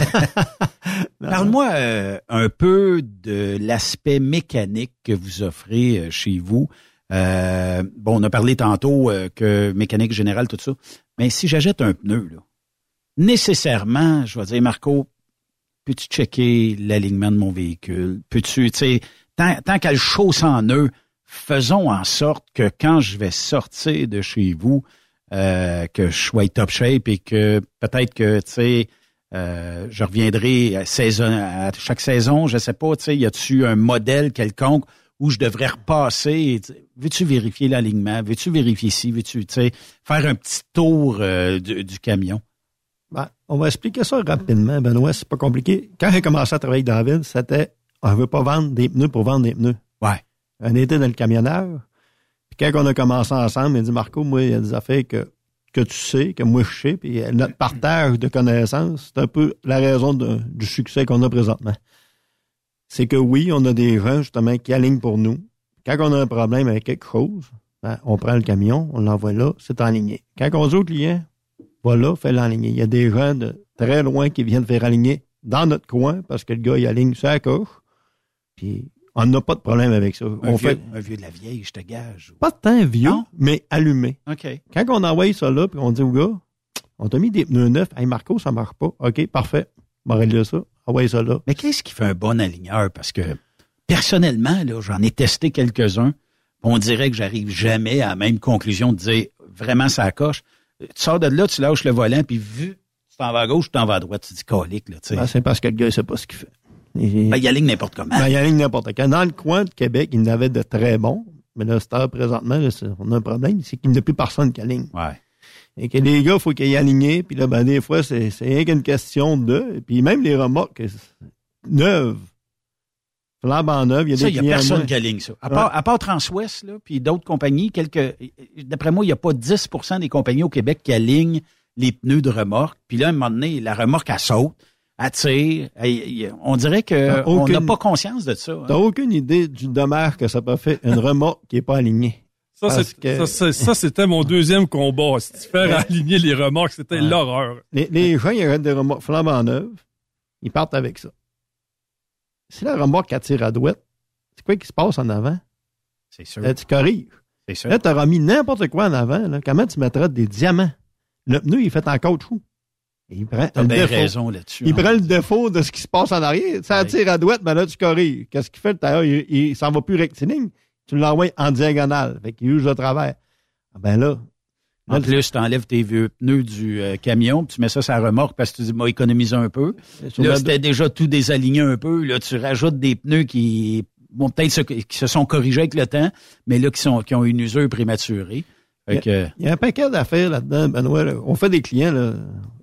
Speaker 6: Parle-moi un peu de l'aspect mécanique que vous offrez chez vous. On a parlé tantôt que mécanique générale, tout ça. Mais si j'achète un pneu, là, nécessairement, je vais dire, Marco, peux-tu checker l'alignement de mon véhicule? Peux-tu, tu sais, tant qu'elle chausse en nœud, faisons en sorte que quand je vais sortir de chez vous, que je sois top shape et que peut-être que, tu sais, je reviendrai à chaque saison, je sais pas, tu sais, y a-tu un modèle quelconque où je devrais repasser? Veux-tu vérifier l'alignement? Veux-tu vérifier ici? Veux-tu, tu sais, faire un petit tour du camion?
Speaker 14: Ben, on va expliquer ça rapidement, Benoît, c'est pas compliqué. Quand j'ai commencé à travailler dans la ville, c'était, on veut pas vendre des pneus pour vendre des pneus.
Speaker 6: Ouais.
Speaker 14: On était dans le camionneur. Puis quand on a commencé ensemble, il dit, Marco, moi, il y a des affaires que tu sais, que moi je sais, puis notre partage de connaissances, c'est un peu la raison du succès qu'on a présentement. C'est que oui, on a des gens, justement, qui alignent pour nous. Quand on a un problème avec quelque chose, ben, on prend le camion, on l'envoie là, c'est aligné. Quand on dit au client, voilà, fais l'enligner. Il y a des gens de très loin qui viennent faire aligner dans notre coin, parce que le gars, il aligne sur la coche, puis on n'a pas de problème avec ça.
Speaker 6: Un vieux de la vieille, je te gage.
Speaker 14: Pas tant vieux, non? Mais allumé.
Speaker 6: OK.
Speaker 14: Quand on envoie ça là, puis on dit au gars, on t'a mis des pneus neufs. Hey Marco, ça marche pas. OK, parfait. On va régler ça. Envoie ça là.
Speaker 6: Mais qu'est-ce qui fait un bon aligneur? Parce que personnellement, là, j'en ai testé quelques-uns. On dirait que j'arrive jamais à la même conclusion de dire vraiment ça coche. Tu sors de là, tu lâches le volant, puis vu tu t'en vas à gauche, tu t'en vas à droite, tu dis colique, là, tu sais.
Speaker 14: Ben, c'est parce que le gars, il sait pas ce qu'il fait.
Speaker 6: Il aligne n'importe comment.
Speaker 14: Il aligne n'importe quand. Dans le coin de Québec, il y en avait de très bons. Mais là, présentement, là, on a un problème, c'est qu'il n'y a plus personne qui aligne.
Speaker 6: Ouais.
Speaker 14: Et que les gars, il faut qu'ils aient aligné. Puis là, ben, des fois, c'est rien qu'une question de... Puis même les remorques neuves, flambant neuves, il y a des clients...
Speaker 6: Il n'y a personne qui aligne ça. À part Transwest, là, puis d'autres compagnies, d'après moi, il n'y a pas 10% des compagnies au Québec qui alignent les pneus de remorque. Puis là, à un moment donné, la remorque, elle saute, elle tire. On dirait qu'on n'a pas conscience de ça.
Speaker 14: T'as aucune idée du dommage que ça peut faire une remorque qui n'est pas alignée.
Speaker 7: Ça, c'était mon deuxième combat. Si tu fais aligner les remorques, c'était l'horreur.
Speaker 14: Les gens, ils arrêtent des remorques flambant neuves, ils partent avec ça. Si la remorque attire à douette, c'est quoi qui se passe en avant?
Speaker 6: C'est sûr.
Speaker 14: Là, tu corriges.
Speaker 6: C'est sûr.
Speaker 14: Là, tu auras mis n'importe quoi en avant. Là. Comment tu mettras des diamants? Le pneu, il est fait en caoutchouc. Il prend
Speaker 6: T'as bien raison là-dessus.
Speaker 14: Il prend le défaut de ce qui se passe en arrière. Ça attire à douette, ben là, tu corriges. Qu'est-ce qu'il fait? Le tailleur, il s'en va plus rectiligne. Tu l'envoies en diagonale. Fait qu'il use de travers. Ah ben là.
Speaker 6: En plus, tu enlèves tes vieux pneus du camion, puis tu mets ça sur la remorque parce que tu dis, moi, économiser un peu. Là, c'était déjà tout désaligné un peu. Là, tu rajoutes des pneus qui se sont corrigés avec le temps, mais là, qui ont une usure prématurée.
Speaker 14: Il y a un paquet d'affaires là-dedans, Benoît. Là. On fait des clients là,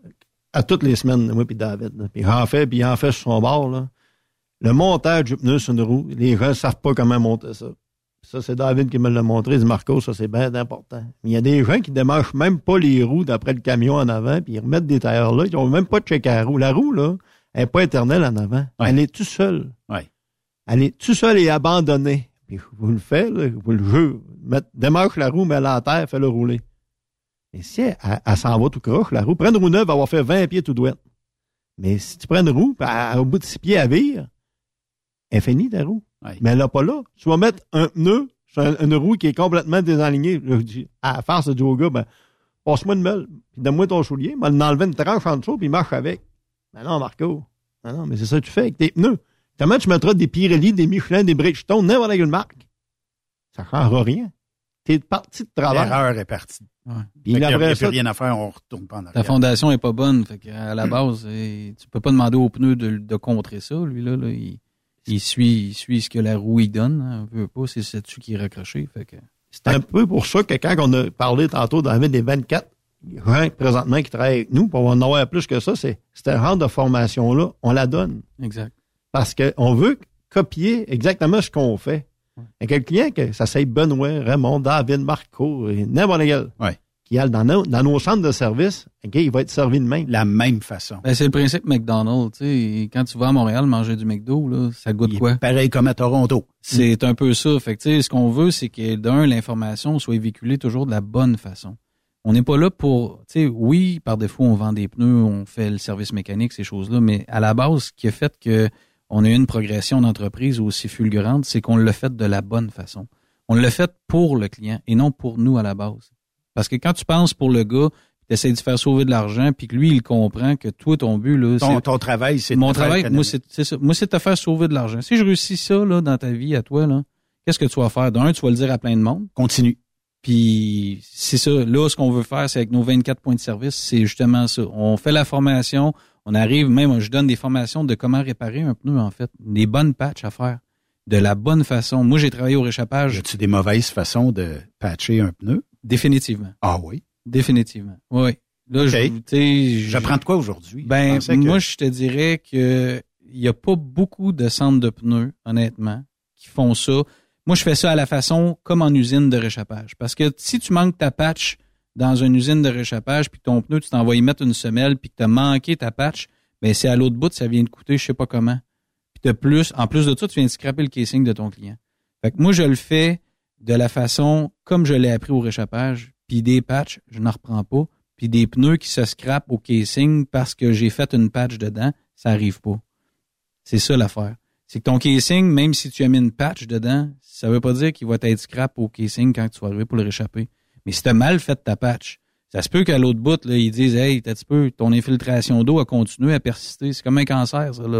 Speaker 14: à toutes les semaines, moi puis David. Là. Puis il en fait sur son bord. Là. Le montage du pneu sur une roue, les gens ne savent pas comment monter ça. Ça, c'est David qui me l'a montré. Il dit, Marco, ça, c'est bien important. Mais il y a des gens qui démarchent même pas les roues d'après le camion en avant, puis ils remettent des tailleurs là. Ils n'ont même pas checké la roue. La roue, là, elle n'est pas éternelle en avant. Ouais. Elle est tout seule.
Speaker 6: Ouais.
Speaker 14: Elle est tout seule et abandonnée. Puis vous le faites, là, vous le jure. Démarche la roue, mets-la à terre, fais-le rouler. Et si elle s'en va tout croche, la roue, prends une roue neuve, elle va avoir fait 20 pieds tout douette. Mais si tu prends une roue, au bout de 6 pieds, elle vire, elle finit ta roue. Ouais. Mais elle n'a pas là. Tu vas mettre un pneu sur une roue qui est complètement désalignée. Je dis, à faire ce au gars, ben, passe-moi une meule, puis donne-moi ton soulier, moi, enlever une tranche en dessous, puis marche avec. Ben non, Marco. Ben non, mais c'est ça que tu fais avec tes pneus. Comment tu mettras des Pirelli, des Michelin, des Bridgestone, n'importe quelle marque? Ça ne changera rien. T'es parti de travail.
Speaker 6: L'erreur est partie.
Speaker 14: Ouais.
Speaker 6: Il n'y a plus rien à faire, on retourne pas en arrière.
Speaker 13: Ta fondation est pas bonne. Fait qu'à la base, tu peux pas demander aux pneus de contrer ça. Lui, là il suit ce que la roue il donne. Hein. On veut pas, c'est dessus qui est raccroché. Fait que...
Speaker 14: C'est un peu pour ça que quand on a parlé tantôt d'enlever des 24 gens présentement qui travaillent avec nous, pour en avoir plus que ça, c'est cette genre de formation-là, on la donne.
Speaker 13: Exact.
Speaker 14: Parce qu'on veut copier exactement ce qu'on fait. Il y a quelqu'un que ça c'est Benoît, Raymond, David, Marco, n'importe quel.
Speaker 6: Ouais.
Speaker 14: Qui a dans nos centres de service, okay, il va être servi de même.
Speaker 6: La même façon.
Speaker 13: Ben, c'est le principe McDonald's. Tu sais, quand tu vas à Montréal manger du McDo, là, ça goûte quoi?
Speaker 6: Pareil comme à Toronto.
Speaker 13: C'est un peu ça. Fait que, tu sais, ce qu'on veut, c'est que l'information soit véhiculée toujours de la bonne façon. On n'est pas là pour, tu sais, oui, par défaut, on vend des pneus, on fait le service mécanique, ces choses-là, mais à la base, ce qui a fait que on a eu une progression d'entreprise aussi fulgurante, c'est qu'on l'a fait de la bonne façon. On l'a fait pour le client et non pour nous à la base. Parce que quand tu penses pour le gars, tu essaies de faire sauver de l'argent, puis que lui, il comprend que toi, ton but, là,
Speaker 6: ton travail, c'est
Speaker 13: mon travail. Moi, c'est ça. Moi, c'est de te faire sauver de l'argent. Si je réussis ça, là, dans ta vie, à toi, là, qu'est-ce que tu vas faire? D'un, tu vas le dire à plein de monde.
Speaker 6: Continue.
Speaker 13: Puis, c'est ça. Là, ce qu'on veut faire, c'est avec nos 24 points de service, c'est justement ça. On fait la formation. On arrive, même, je donne des formations de comment réparer un pneu, en fait. Des bonnes patchs à faire. De la bonne façon. Moi, j'ai travaillé au réchappage.
Speaker 6: As-tu des mauvaises façons de patcher un pneu?
Speaker 13: Définitivement.
Speaker 6: Ah oui?
Speaker 13: Définitivement. Oui. Là,
Speaker 6: j'apprends de quoi aujourd'hui?
Speaker 13: Ben, moi, je te dirais que il y a pas beaucoup de centres de pneus, honnêtement, qui font ça. Moi, je fais ça à la façon comme en usine de réchappage. Parce que si tu manques ta patch dans une usine de réchappage, puis que ton pneu, tu t'en vas y mettre une semelle, puis que tu as manqué ta patch, ben c'est à l'autre bout, ça vient de coûter je sais pas comment. Puis en plus de ça, tu viens de scraper le casing de ton client. Fait que moi, je le fais de la façon comme je l'ai appris au réchappage, puis des patchs, je n'en reprends pas, puis des pneus qui se scrapent au casing parce que j'ai fait une patch dedans, ça arrive pas. C'est ça l'affaire. C'est que ton casing, même si tu as mis une patch dedans, ça veut pas dire qu'il va être scrap au casing quand tu vas arriver pour le réchapper. Mais si tu as mal fait ta patch, ça se peut qu'à l'autre bout, là, ils disent « Hey, t'as un petit peu, ton infiltration d'eau a continué à persister. » C'est comme un cancer, ça, là.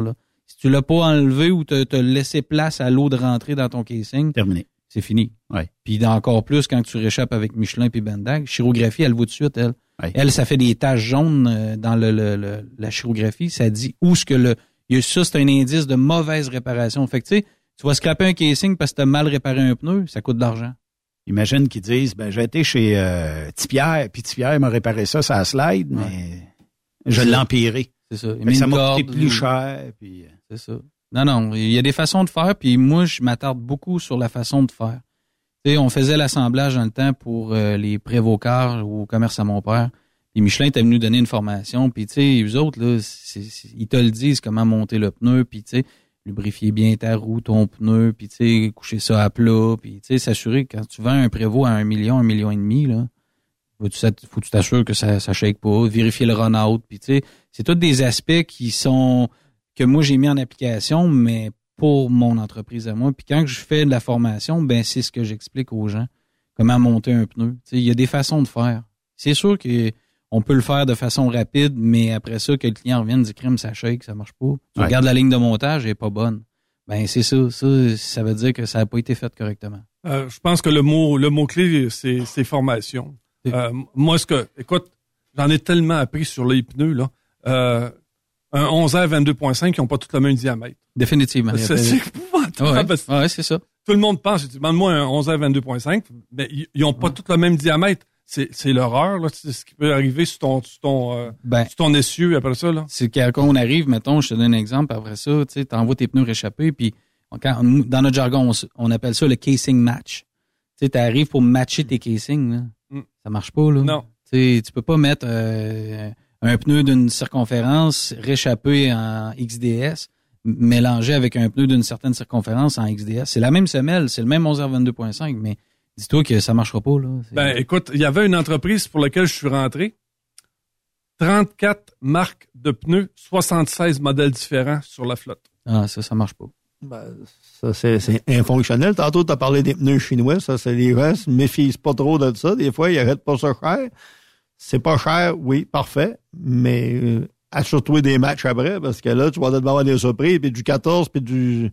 Speaker 13: Si tu l'as pas enlevé ou t'as laissé place à l'eau de rentrer dans ton casing,
Speaker 6: terminé.
Speaker 13: C'est fini.
Speaker 6: Ouais.
Speaker 13: Puis encore plus quand tu réchappes avec Michelin puis Bendag. Chirographie, elle voit tout de suite, elle.
Speaker 6: Ouais.
Speaker 13: Elle, ça fait des taches jaunes dans la chirographie. Ça dit où ce que ça, c'est un indice de mauvaise réparation. Fait que tu sais, tu vas scraper un casing parce que tu as mal réparé un pneu, ça coûte de l'argent.
Speaker 6: Imagine qu'ils disent, j'ai été chez Tipierre, puis Tipierre m'a réparé ça la slide, mais je l'ai empiré.
Speaker 13: C'est ça.
Speaker 6: Ça m'a coûté plus cher. Puis...
Speaker 13: C'est ça. Non, il y a des façons de faire, puis moi, je m'attarde beaucoup sur la façon de faire. Tu sais, on faisait l'assemblage dans le temps pour les Prévocars au commerce à mon père. Puis Michelin était venu donner une formation, puis tu sais, eux autres, là, ils te le disent comment monter le pneu, puis tu sais, lubrifier bien ta roue, ton pneu, puis tu sais, coucher ça à plat, puis tu sais, s'assurer que quand tu vends un Prévost à 1 million, 1,5 million, là, faut que tu t'assures que ça shake pas, vérifier le run-out, puis tu sais, c'est tous des aspects que moi j'ai mis en application, mais pour mon entreprise à moi. Puis quand je fais de la formation, c'est ce que j'explique aux gens, comment monter un pneu. Tu sais, il y a des façons de faire. C'est sûr qu'on peut le faire de façon rapide, mais après ça, que le client revienne et dise crème, ça shake, ça marche pas. Tu regardes la ligne de montage, elle est pas bonne. C'est ça. Ça veut dire que ça n'a pas été fait correctement.
Speaker 7: Je pense que le mot-clé, c'est formation. Moi, écoute, j'en ai tellement appris sur les pneus, là. Un 11R 22.5 qui n'ont pas tous le même diamètre.
Speaker 13: Définitivement.
Speaker 7: C'est épouvantable.
Speaker 13: Ouais, c'est ça.
Speaker 7: Tout le monde pense, demande-moi un 11R 22.5, mais ils n'ont pas tous le même diamètre. C'est l'horreur, là. C'est ce qui peut arriver sur ton essieu après ça, là.
Speaker 13: C'est quand on arrive, mettons, je te donne un exemple, après ça, tu sais, t'envoies tes pneus réchappés, puis dans notre jargon, on appelle ça le casing match. Tu sais, t'arrives pour matcher tes casings, là. Ça marche pas, là.
Speaker 7: Non.
Speaker 13: Tu peux pas mettre un pneu d'une circonférence réchappé en XDS mélangé avec un pneu d'une certaine circonférence en XDS. C'est la même semelle, c'est le même 11R 22.5, mais dis-toi que ça marchera pas, là.
Speaker 7: Écoute, il y avait une entreprise pour laquelle je suis rentré. 34 marques de pneus, 76 modèles différents sur la flotte.
Speaker 13: Ah, ça marche pas.
Speaker 14: Ça, c'est infonctionnel. Tantôt, tu as parlé des pneus chinois. Ça, c'est les restes. Méfie pas trop de ça. Des fois, ils arrêtent pas ça cher. C'est pas cher, oui, parfait. Mais assure-toi des matchs après, parce que là, tu vas avoir des surprises, puis du 14, puis du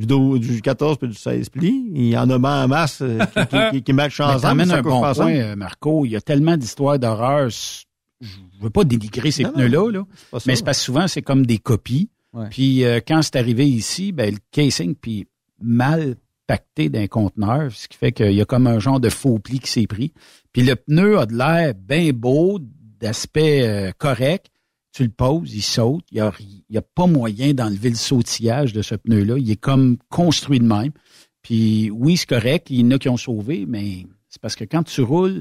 Speaker 14: 14, puis du 16 plis. Il y en a en masse qui matchent ensemble.
Speaker 6: T'amènes un bon point, Marco. Il y a tellement d'histoires d'horreur. Je veux pas dénigrer ces pneus-là, là. Mais c'est parce que souvent, c'est comme des copies. Ouais. Puis quand c'est arrivé ici, le casing puis mal pacté d'un conteneur, ce qui fait qu'il y a comme un genre de faux pli qui s'est pris. Puis le pneu a de l'air bien beau, d'aspect correct. Tu le poses, il saute. Il y a pas moyen d'enlever le sautillage de ce pneu-là. Il est comme construit de même. Puis oui, c'est correct. Il y en a qui ont sauvé, mais c'est parce que quand tu roules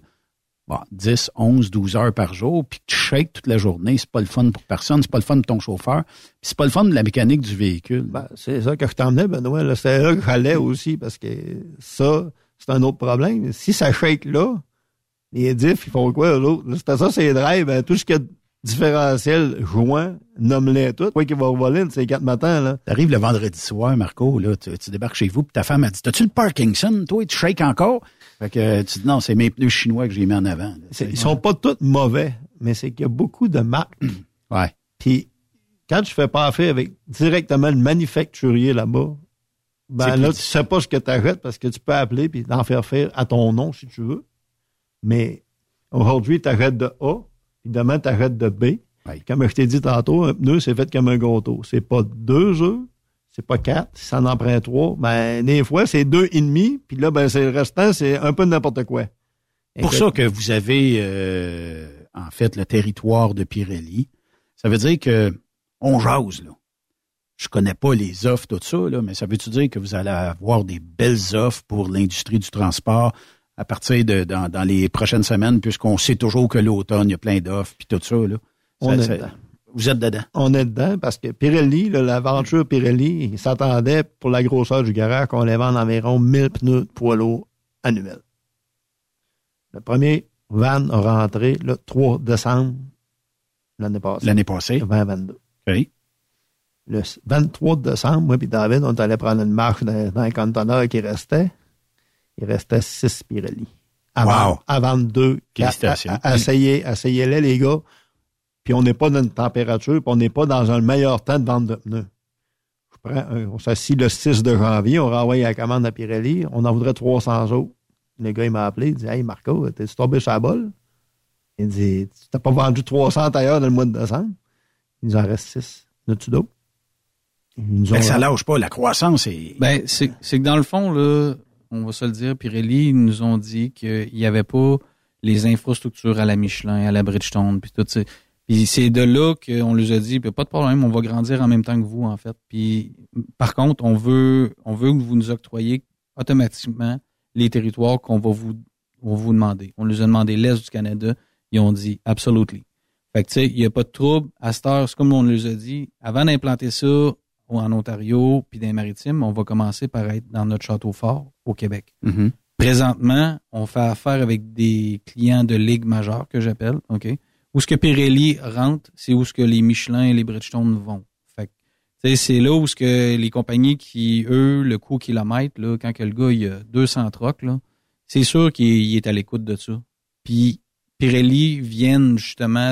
Speaker 6: 10, 11, 12 heures par jour, puis que tu shakes toute la journée, c'est pas le fun pour personne, c'est pas le fun pour ton chauffeur, puis c'est pas le fun de la mécanique du véhicule.
Speaker 14: C'est ça que je t'emmenais, Benoît, là. C'est là que j'allais aussi, parce que ça, c'est un autre problème. Si ça shake là, les diffs, ils font quoi, l'autre? C'était ça, c'est drive, tout ce qui est différentiel, joint, nomme-les tout. Quoi qu'il va voler, c'est 4 matins, là.
Speaker 6: T'arrives le vendredi soir, Marco, là, tu débarques chez vous, puis ta femme a dit, t'as-tu le Parkinson, toi, tu shakes encore? Fait que tu dis non, c'est mes pneus chinois que j'ai mis en avant.
Speaker 14: Ils sont pas tous mauvais, mais c'est qu'il y a beaucoup de marques.
Speaker 6: Ouais.
Speaker 14: Puis quand tu fais pas affaire avec directement le manufacturier là-bas, là, tu sais pas ce que tu achètes parce que tu peux appeler puis t'en faire à ton nom si tu veux. Mais aujourd'hui, tu achètes de A, puis demain, tu achètes de B. Ouais. Comme je t'ai dit tantôt, un pneu, c'est fait comme un gâteau. C'est pas 2 œufs. C'est pas 4, si ça en prend 3. Des fois, c'est 2,5, puis là, c'est le restant, c'est un peu de n'importe quoi.
Speaker 6: Pour ça que vous avez, en fait, le territoire de Pirelli. Ça veut dire que on jase, là. Je connais pas les offres, tout ça, là, mais ça veut-tu dire que vous allez avoir des belles offres pour l'industrie du transport à partir dans les prochaines semaines, puisqu'on sait toujours que l'automne, il y a plein d'offres, puis tout ça, là. Vous êtes dedans.
Speaker 14: On est dedans parce que Pirelli, l'aventure Pirelli, il s'attendait pour la grosseur du garage qu'on les vende environ 1000 pneus de poids lourd annuels. Le premier van a rentré le 3 décembre l'année passée. 2022.
Speaker 6: Oui.
Speaker 14: Le 23 décembre, moi et David, on est allé prendre une marche dans un conteneur qui restait. Il restait 6 Pirelli. À 22. Essayez-les, les gars. Puis on n'est pas dans une température, puis on n'est pas dans un meilleur temps de vente de pneus. on s'assit le 6 de janvier, on renvoie la commande à Pirelli, on en voudrait 300 autres. Le gars, il m'a appelé, il dit « Hey, Marco, t'es tombé sur la balle? » Il dit « Tu t'as pas vendu 300 tailleurs dans le mois de décembre? » Il nous en reste 6. N'as-tu d'autres?
Speaker 6: Ça lâche pas, la croissance est...
Speaker 13: C'est que dans le fond, là, on va se le dire, Pirelli, ils nous ont dit qu'il n'y avait pas les infrastructures à la Michelin, à la Bridgestone, puis tout ça. Puis c'est de là qu'on leur a dit, pas de problème, on va grandir en même temps que vous, en fait. Puis par contre, on veut que vous nous octroyiez automatiquement les territoires qu'on va vous demander. On nous a demandé l'Est du Canada. Ils ont dit « Absolutely ». Fait que tu sais, il n'y a pas de trouble. À cette heure, c'est comme on nous a dit, avant d'implanter ça en Ontario puis dans les Maritimes, on va commencer par être dans notre château fort au Québec.
Speaker 6: Mm-hmm.
Speaker 13: Présentement, on fait affaire avec des clients de ligue majeure que j'appelle, OK? Où ce que Pirelli rentre, c'est où ce que les Michelin et les Bridgestone vont. Fait que, tu sais, c'est là où ce que les compagnies qui, eux, le coût au kilomètre, là, quand que le gars, il a 200 trucks, là, c'est sûr qu'il est à l'écoute de ça. Puis, Pirelli viennent justement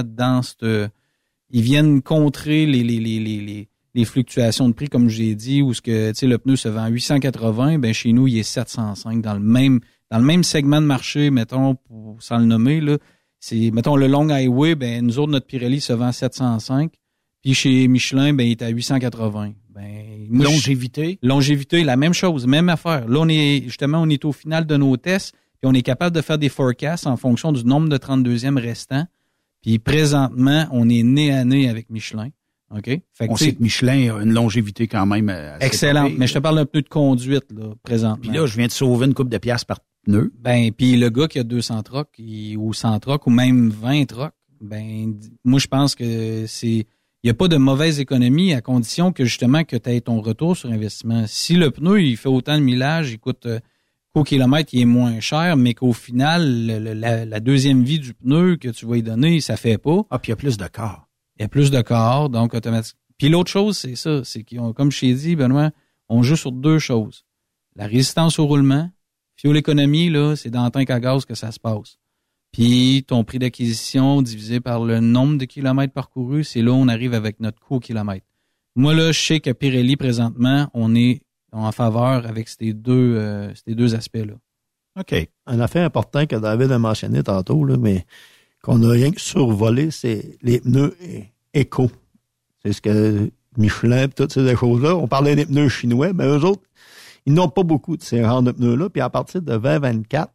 Speaker 13: ils viennent contrer les fluctuations de prix, comme j'ai dit, où ce que, tu sais, le pneu se vend à 880, ben, chez nous, il est 705 dans le même segment de marché, mettons, sans le nommer, là. C'est, mettons, le Long Highway, ben, nous autres, notre Pirelli se vend à 705. Puis chez Michelin, ben, il est à 880. Ben, longévité, la même chose, même affaire. Là, on est au final de nos tests, puis on est capable de faire des forecasts en fonction du nombre de 32e restants. Puis présentement, on est nez à nez avec Michelin. OK? Fait que,
Speaker 6: on sait que Michelin a une longévité quand même
Speaker 13: excellente. Mais je te parle un peu de conduite, là, présentement.
Speaker 6: Puis là, je viens de sauver une couple de piastres par pneu.
Speaker 13: Ben, puis le gars qui a 200 trucks ou 100 trucks ou même 20 trucks, ben, moi, je pense que il n'y a pas de mauvaise économie à condition que justement que tu aies ton retour sur investissement. Si le pneu, il fait autant de millage, il coûte au kilomètre, il est moins cher, mais qu'au final, la deuxième vie du pneu que tu vas y donner, ça fait pas.
Speaker 6: Ah, puis il y a plus de corps.
Speaker 13: Il y a plus de corps, donc automatiquement. Puis l'autre chose, c'est ça, c'est qu'on, comme je t'ai dit, Benoît, on joue sur deux choses. La résistance au roulement, fuel économie, là, c'est dans le tank à gaz que ça se passe. Puis ton prix d'acquisition divisé par le nombre de kilomètres parcourus, c'est là où on arrive avec notre coût au kilomètre. Moi, là, je sais que Pirelli, présentement, on est en faveur avec ces deux aspects-là.
Speaker 14: OK. Un affaire important que David a mentionné tantôt, là, mais qu'on a rien que survolé, c'est les pneus éco. C'est ce que Michelin et toutes ces choses-là. On parlait des pneus chinois, mais eux autres, ils n'ont pas beaucoup de ces rangs de pneus-là. Puis à partir de 2024,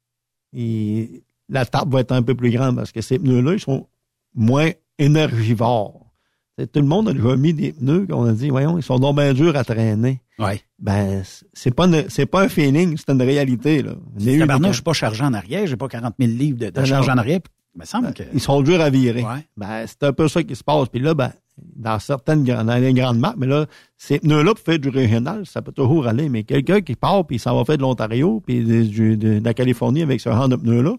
Speaker 14: la table va être un peu plus grande parce que ces pneus-là, ils sont moins énergivores. Tout le monde a déjà mis des pneus qu'on a dit, voyons, ils sont donc bien durs à traîner.
Speaker 6: Ouais.
Speaker 14: Ben, c'est pas un feeling, c'est une réalité, là.
Speaker 6: Tabarnak, je suis pas chargé en arrière, j'ai pas 40 000 livres de charge en arrière. Il me semble que...
Speaker 14: Ils sont durs à virer.
Speaker 6: Ouais.
Speaker 14: Ben, c'est un peu ça qui se passe. Puis là, ben, dans les grandes marques, mais là, ces pneus-là, pour faire du régional, ça peut toujours aller. Mais quelqu'un qui part, puis ça va faire de l'Ontario, puis de la Californie avec ce genre de pneus-là,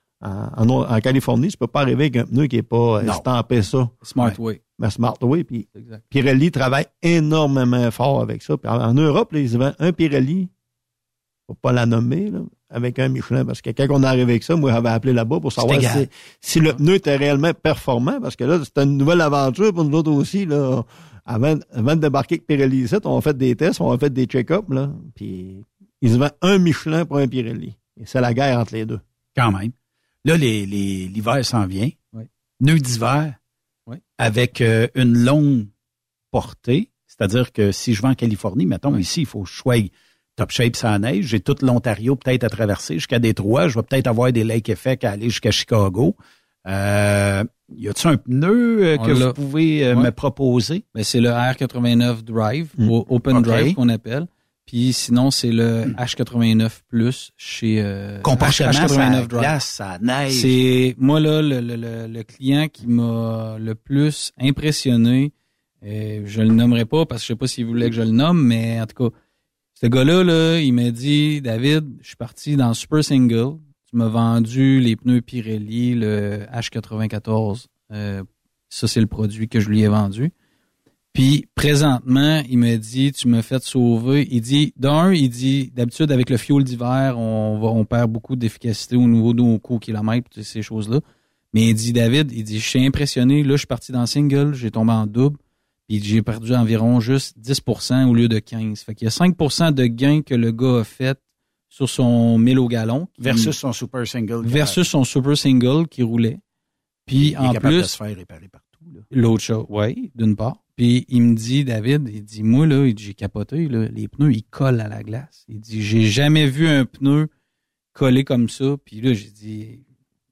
Speaker 14: en Californie, tu peux pas arriver avec un pneu qui est pas estampé ça.
Speaker 13: Smartway.
Speaker 14: Ben, Smartway, puis Pirelli travaille énormément fort avec ça. Puis en Europe, là, ils vendent un Pirelli, faut pas la nommer, là, avec un Michelin, parce que quand on est arrivé avec ça, moi, j'avais appelé là-bas pour savoir si le pneu était réellement performant, parce que là, c'était une nouvelle aventure pour nous autres aussi, là. Avant de débarquer avec Pirelli ici, on a fait des tests, on a fait des check-ups, là, puis ils se vendent un Michelin pour un Pirelli. Et c'est la guerre entre les deux.
Speaker 6: Quand même. Là, l'hiver s'en vient.
Speaker 13: Oui.
Speaker 6: Pneus d'hiver.
Speaker 13: Oui.
Speaker 6: Avec une longue portée. C'est-à-dire que si je vais en Californie, mettons, ici, il faut que je sois top shape sans neige. J'ai toute l'Ontario peut-être à traverser jusqu'à Détroit. Je vais peut-être avoir des lake effects à aller jusqu'à Chicago. Y a-t-il un pneu que vous pouvez me proposer?
Speaker 13: Ben, c'est le R89 Drive, Open Drive qu'on appelle. Puis sinon, c'est le H89 Plus chez
Speaker 6: comportement
Speaker 13: H89 Drive.
Speaker 6: Glace, ça neige.
Speaker 13: C'est moi là le client qui m'a le plus impressionné. Je le nommerai pas parce que je sais pas s'il voulait que je le nomme, mais en tout cas, ce gars-là, là, il m'a dit, David, je suis parti dans Super Single. Tu m'as vendu les pneus Pirelli, le H94. Ça, c'est le produit que je lui ai vendu. Puis, présentement, il me dit, tu m'as fait sauver. Il dit, d'habitude, avec le fuel d'hiver, on perd beaucoup d'efficacité au niveau de nos coûts au kilomètre, ces choses-là. Mais il dit, David, je suis impressionné. Là, je suis parti dans single, j'ai tombé en double. Puis j'ai perdu environ juste 10% au lieu de 15%. Fait qu'il y a 5% de gain que le gars a fait sur son 1000 au gallon.
Speaker 6: Versus son super single.
Speaker 13: Versus son super single qui roulait. Puis
Speaker 6: il
Speaker 13: en
Speaker 6: est capable
Speaker 13: plus,
Speaker 6: de se faire réparer partout. Là.
Speaker 13: L'autre chose, oui, d'une part. Puis il me dit, David, il dit, moi, là, j'ai capoté, là, les pneus, ils collent à la glace. Il dit, j'ai jamais vu un pneu collé comme ça. Puis là, j'ai dit,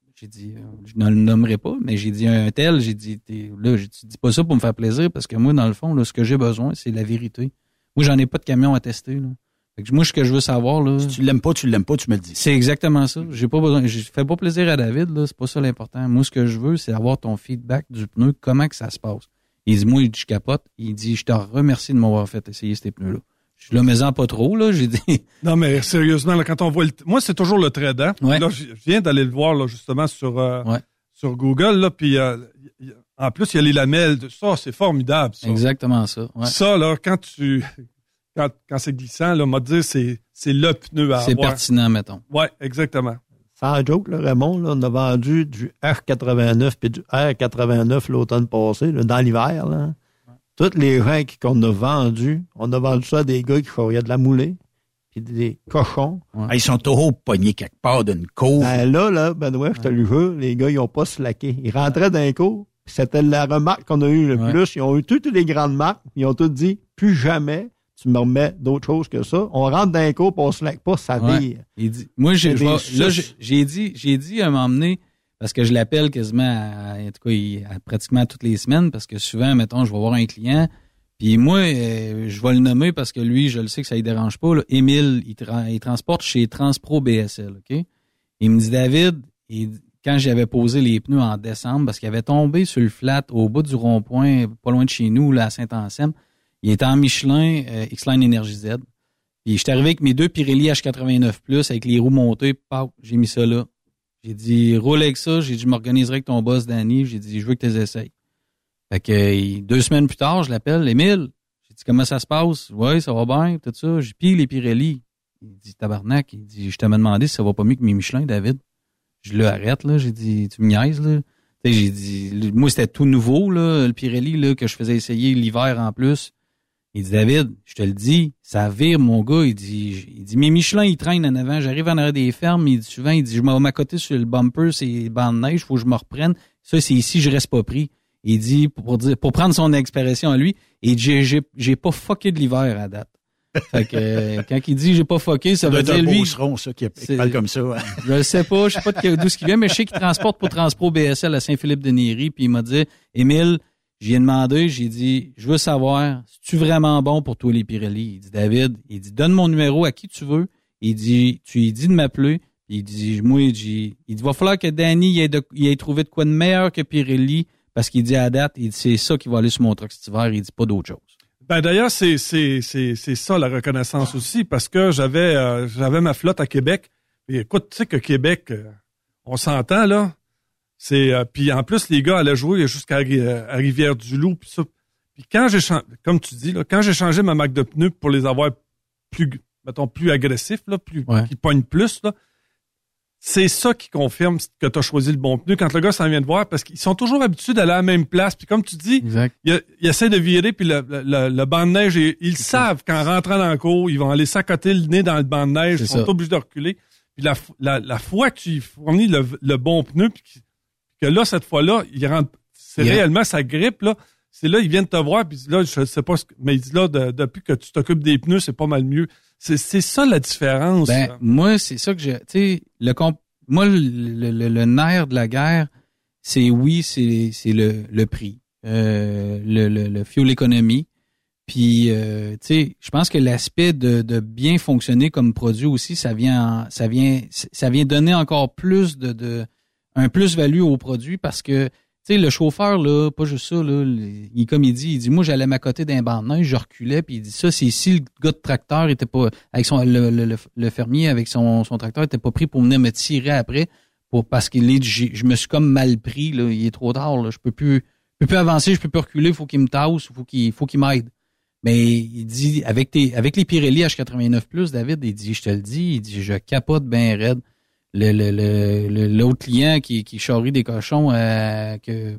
Speaker 13: je ne le nommerai pas, mais j'ai dit un tel, j'ai dit, tu dis pas ça pour me faire plaisir, parce que moi, dans le fond, là, ce que j'ai besoin, c'est la vérité. Moi, j'en ai pas de camion à tester, là. Fait que moi, ce que je veux savoir, là.
Speaker 6: Si tu l'aimes pas, tu me le dis.
Speaker 13: C'est exactement ça. J'ai pas besoin, je fais pas plaisir à David, là. C'est pas ça l'important. Moi, ce que je veux, c'est avoir ton feedback du pneu, comment que ça se passe. Il dit, moi, je capote. Il dit, je te remercie de m'avoir fait essayer ces pneus-là. Je suis là, mais en pas trop, là. J'ai dit.
Speaker 7: Non, mais sérieusement, là, quand on voit moi, c'est toujours le tradant.
Speaker 13: Ouais.
Speaker 7: Là, je viens d'aller le voir, là, justement, sur Google, là, puis en plus, il y a les lamelles. Ça, c'est formidable, ça.
Speaker 13: Exactement ça. Ouais.
Speaker 7: Ça, là, quand c'est glissant, là, on m'a dit, c'est le pneu à avoir.
Speaker 13: C'est pertinent, mettons.
Speaker 7: Ouais, exactement.
Speaker 14: Sans joke, là, Raymond, là, on a vendu du R89 puis du R89 l'automne passé, là, dans l'hiver. Là. Tous les gens qu'on a vendus, on a vendu ça à des gars qui charriaient de la moulée, puis des cochons.
Speaker 6: Ouais. Ils sont toujours pognés quelque part d'une cour.
Speaker 14: Ben là, Benoît, je te le jure, les gars, ils n'ont pas slacké. Ils rentraient d'un cours, puis c'était la remarque qu'on a eue le plus. Ils ont eu toutes les grandes marques, ils ont tous dit, plus jamais tu me remets d'autres choses que ça. On rentre dans un cours et on se laque pas, ça vire.
Speaker 13: Il dit, moi, j'ai dit à un moment donné, parce que je l'appelle quasiment, en tout cas, pratiquement toutes les semaines, parce que souvent, mettons, je vais voir un client, puis moi, je vais le nommer parce que lui, je le sais que ça ne dérange pas. Là. Émile, il transporte chez Transpro BSL, OK? Il me dit, David, quand j'avais posé les pneus en décembre, parce qu'il avait tombé sur le flat au bout du rond-point, pas loin de chez nous, là, à Saint-Anselme, il était en Michelin X-Line Energy Z. Puis j'étais arrivé avec mes 2 Pirelli H89+, avec les roues montées, j'ai mis ça là. J'ai dit, roule avec ça. J'ai dit, je m'organiserai avec ton boss, Danny. J'ai dit, je veux que tu les essayes. Fait que 2 semaines plus tard, je l'appelle, Émile. J'ai dit, comment ça se passe? Oui, ça va bien, tout ça. J'ai pillé les Pirelli. Il dit, tabarnak. Il dit, je t'avais demandé si ça va pas mieux que mes Michelin, David. Je l'arrête, là. J'ai dit, tu me niaises, là. T'sais, j'ai dit, moi, c'était tout nouveau, là, le Pirelli, là, que je faisais essayer l'hiver en plus. Il dit, David, je te le dis, ça vire, mon gars. Il dit, mes Michelin, ils traînent en avant. J'arrive en arrière des fermes. Il dit souvent, je m'en vais m'accoter sur le bumper, c'est bancs de neige, faut que je me reprenne. Ça, c'est ici, je reste pas pris. Il dit, pour prendre son expression à lui, il dit, j'ai pas fucké de l'hiver à date. Fait que, quand il dit, j'ai pas fucké, ça veut dire, lui.
Speaker 6: C'est un beau ça, qui parle comme ça. Hein.
Speaker 13: Je le sais pas, je sais pas d'où ce qu'il vient, mais je sais qu'il transporte pour Transpro BSL à Saint-Philippe-de-Néry, puis il m'a dit, Émile, j'ai demandé, j'ai dit, je veux savoir, es-tu vraiment bon pour toi les Pirelli? Il dit, David, il dit, donne mon numéro à qui tu veux. Il dit, tu lui dis de m'appeler. Il dit, moi, il dit, va falloir que Danny il ait trouvé de quoi de meilleur que Pirelli, parce qu'il dit à date, il dit, c'est ça qui va aller sur mon truck cet hiver. Il dit pas d'autre chose.
Speaker 7: Ben d'ailleurs, c'est ça la reconnaissance aussi, parce que j'avais ma flotte à Québec. Et écoute, tu sais que Québec, on s'entend là. C'est puis en plus les gars allaient jouer jusqu'à Rivière-du-Loup puis ça. Puis quand j'ai changé, comme tu dis là, quand j'ai changé ma marque de pneus pour les avoir plus agressifs là, qui pognent plus là, c'est ça qui confirme que tu as choisi le bon pneu quand le gars s'en vient de voir, parce qu'ils sont toujours habitués d'aller à la même place. Puis comme tu dis, ils essaient de virer, puis le banc de neige, ils savent qu'en rentrant dans le cours, ils vont aller s'accoter le nez dans le banc de neige, ils sont obligés de reculer. Puis la fois que tu fournis le bon pneu, puis que là, cette fois-là, il rentre, c'est réellement sa grippe, là. C'est là, ils viennent te voir, puis là, je sais pas, mais il dit là, depuis que tu t'occupes des pneus, c'est pas mal mieux. C'est ça la différence.
Speaker 13: Ben, moi, c'est ça que tu sais, moi, le nerf de la guerre, c'est le prix, le fuel economy. Puis, tu sais, je pense que l'aspect de bien fonctionner comme produit aussi, ça vient donner encore plus un plus-value au produit, parce que, tu sais, le chauffeur, là, pas juste ça, là, comme il dit, moi, j'allais m'accoter d'un banc de neige, je reculais, puis il dit ça, c'est si le gars de tracteur était pas, avec le fermier avec son tracteur était pas pris pour venir me tirer après, parce je me suis comme mal pris, là, il est trop tard, là, je peux plus avancer, je peux plus reculer, faut qu'il me tasse, faut qu'il m'aide. Mais il dit, avec les Pirelli H89+, David, il dit, je te le dis, il dit, je capote bien raide. L'autre client qui charrie des cochons, que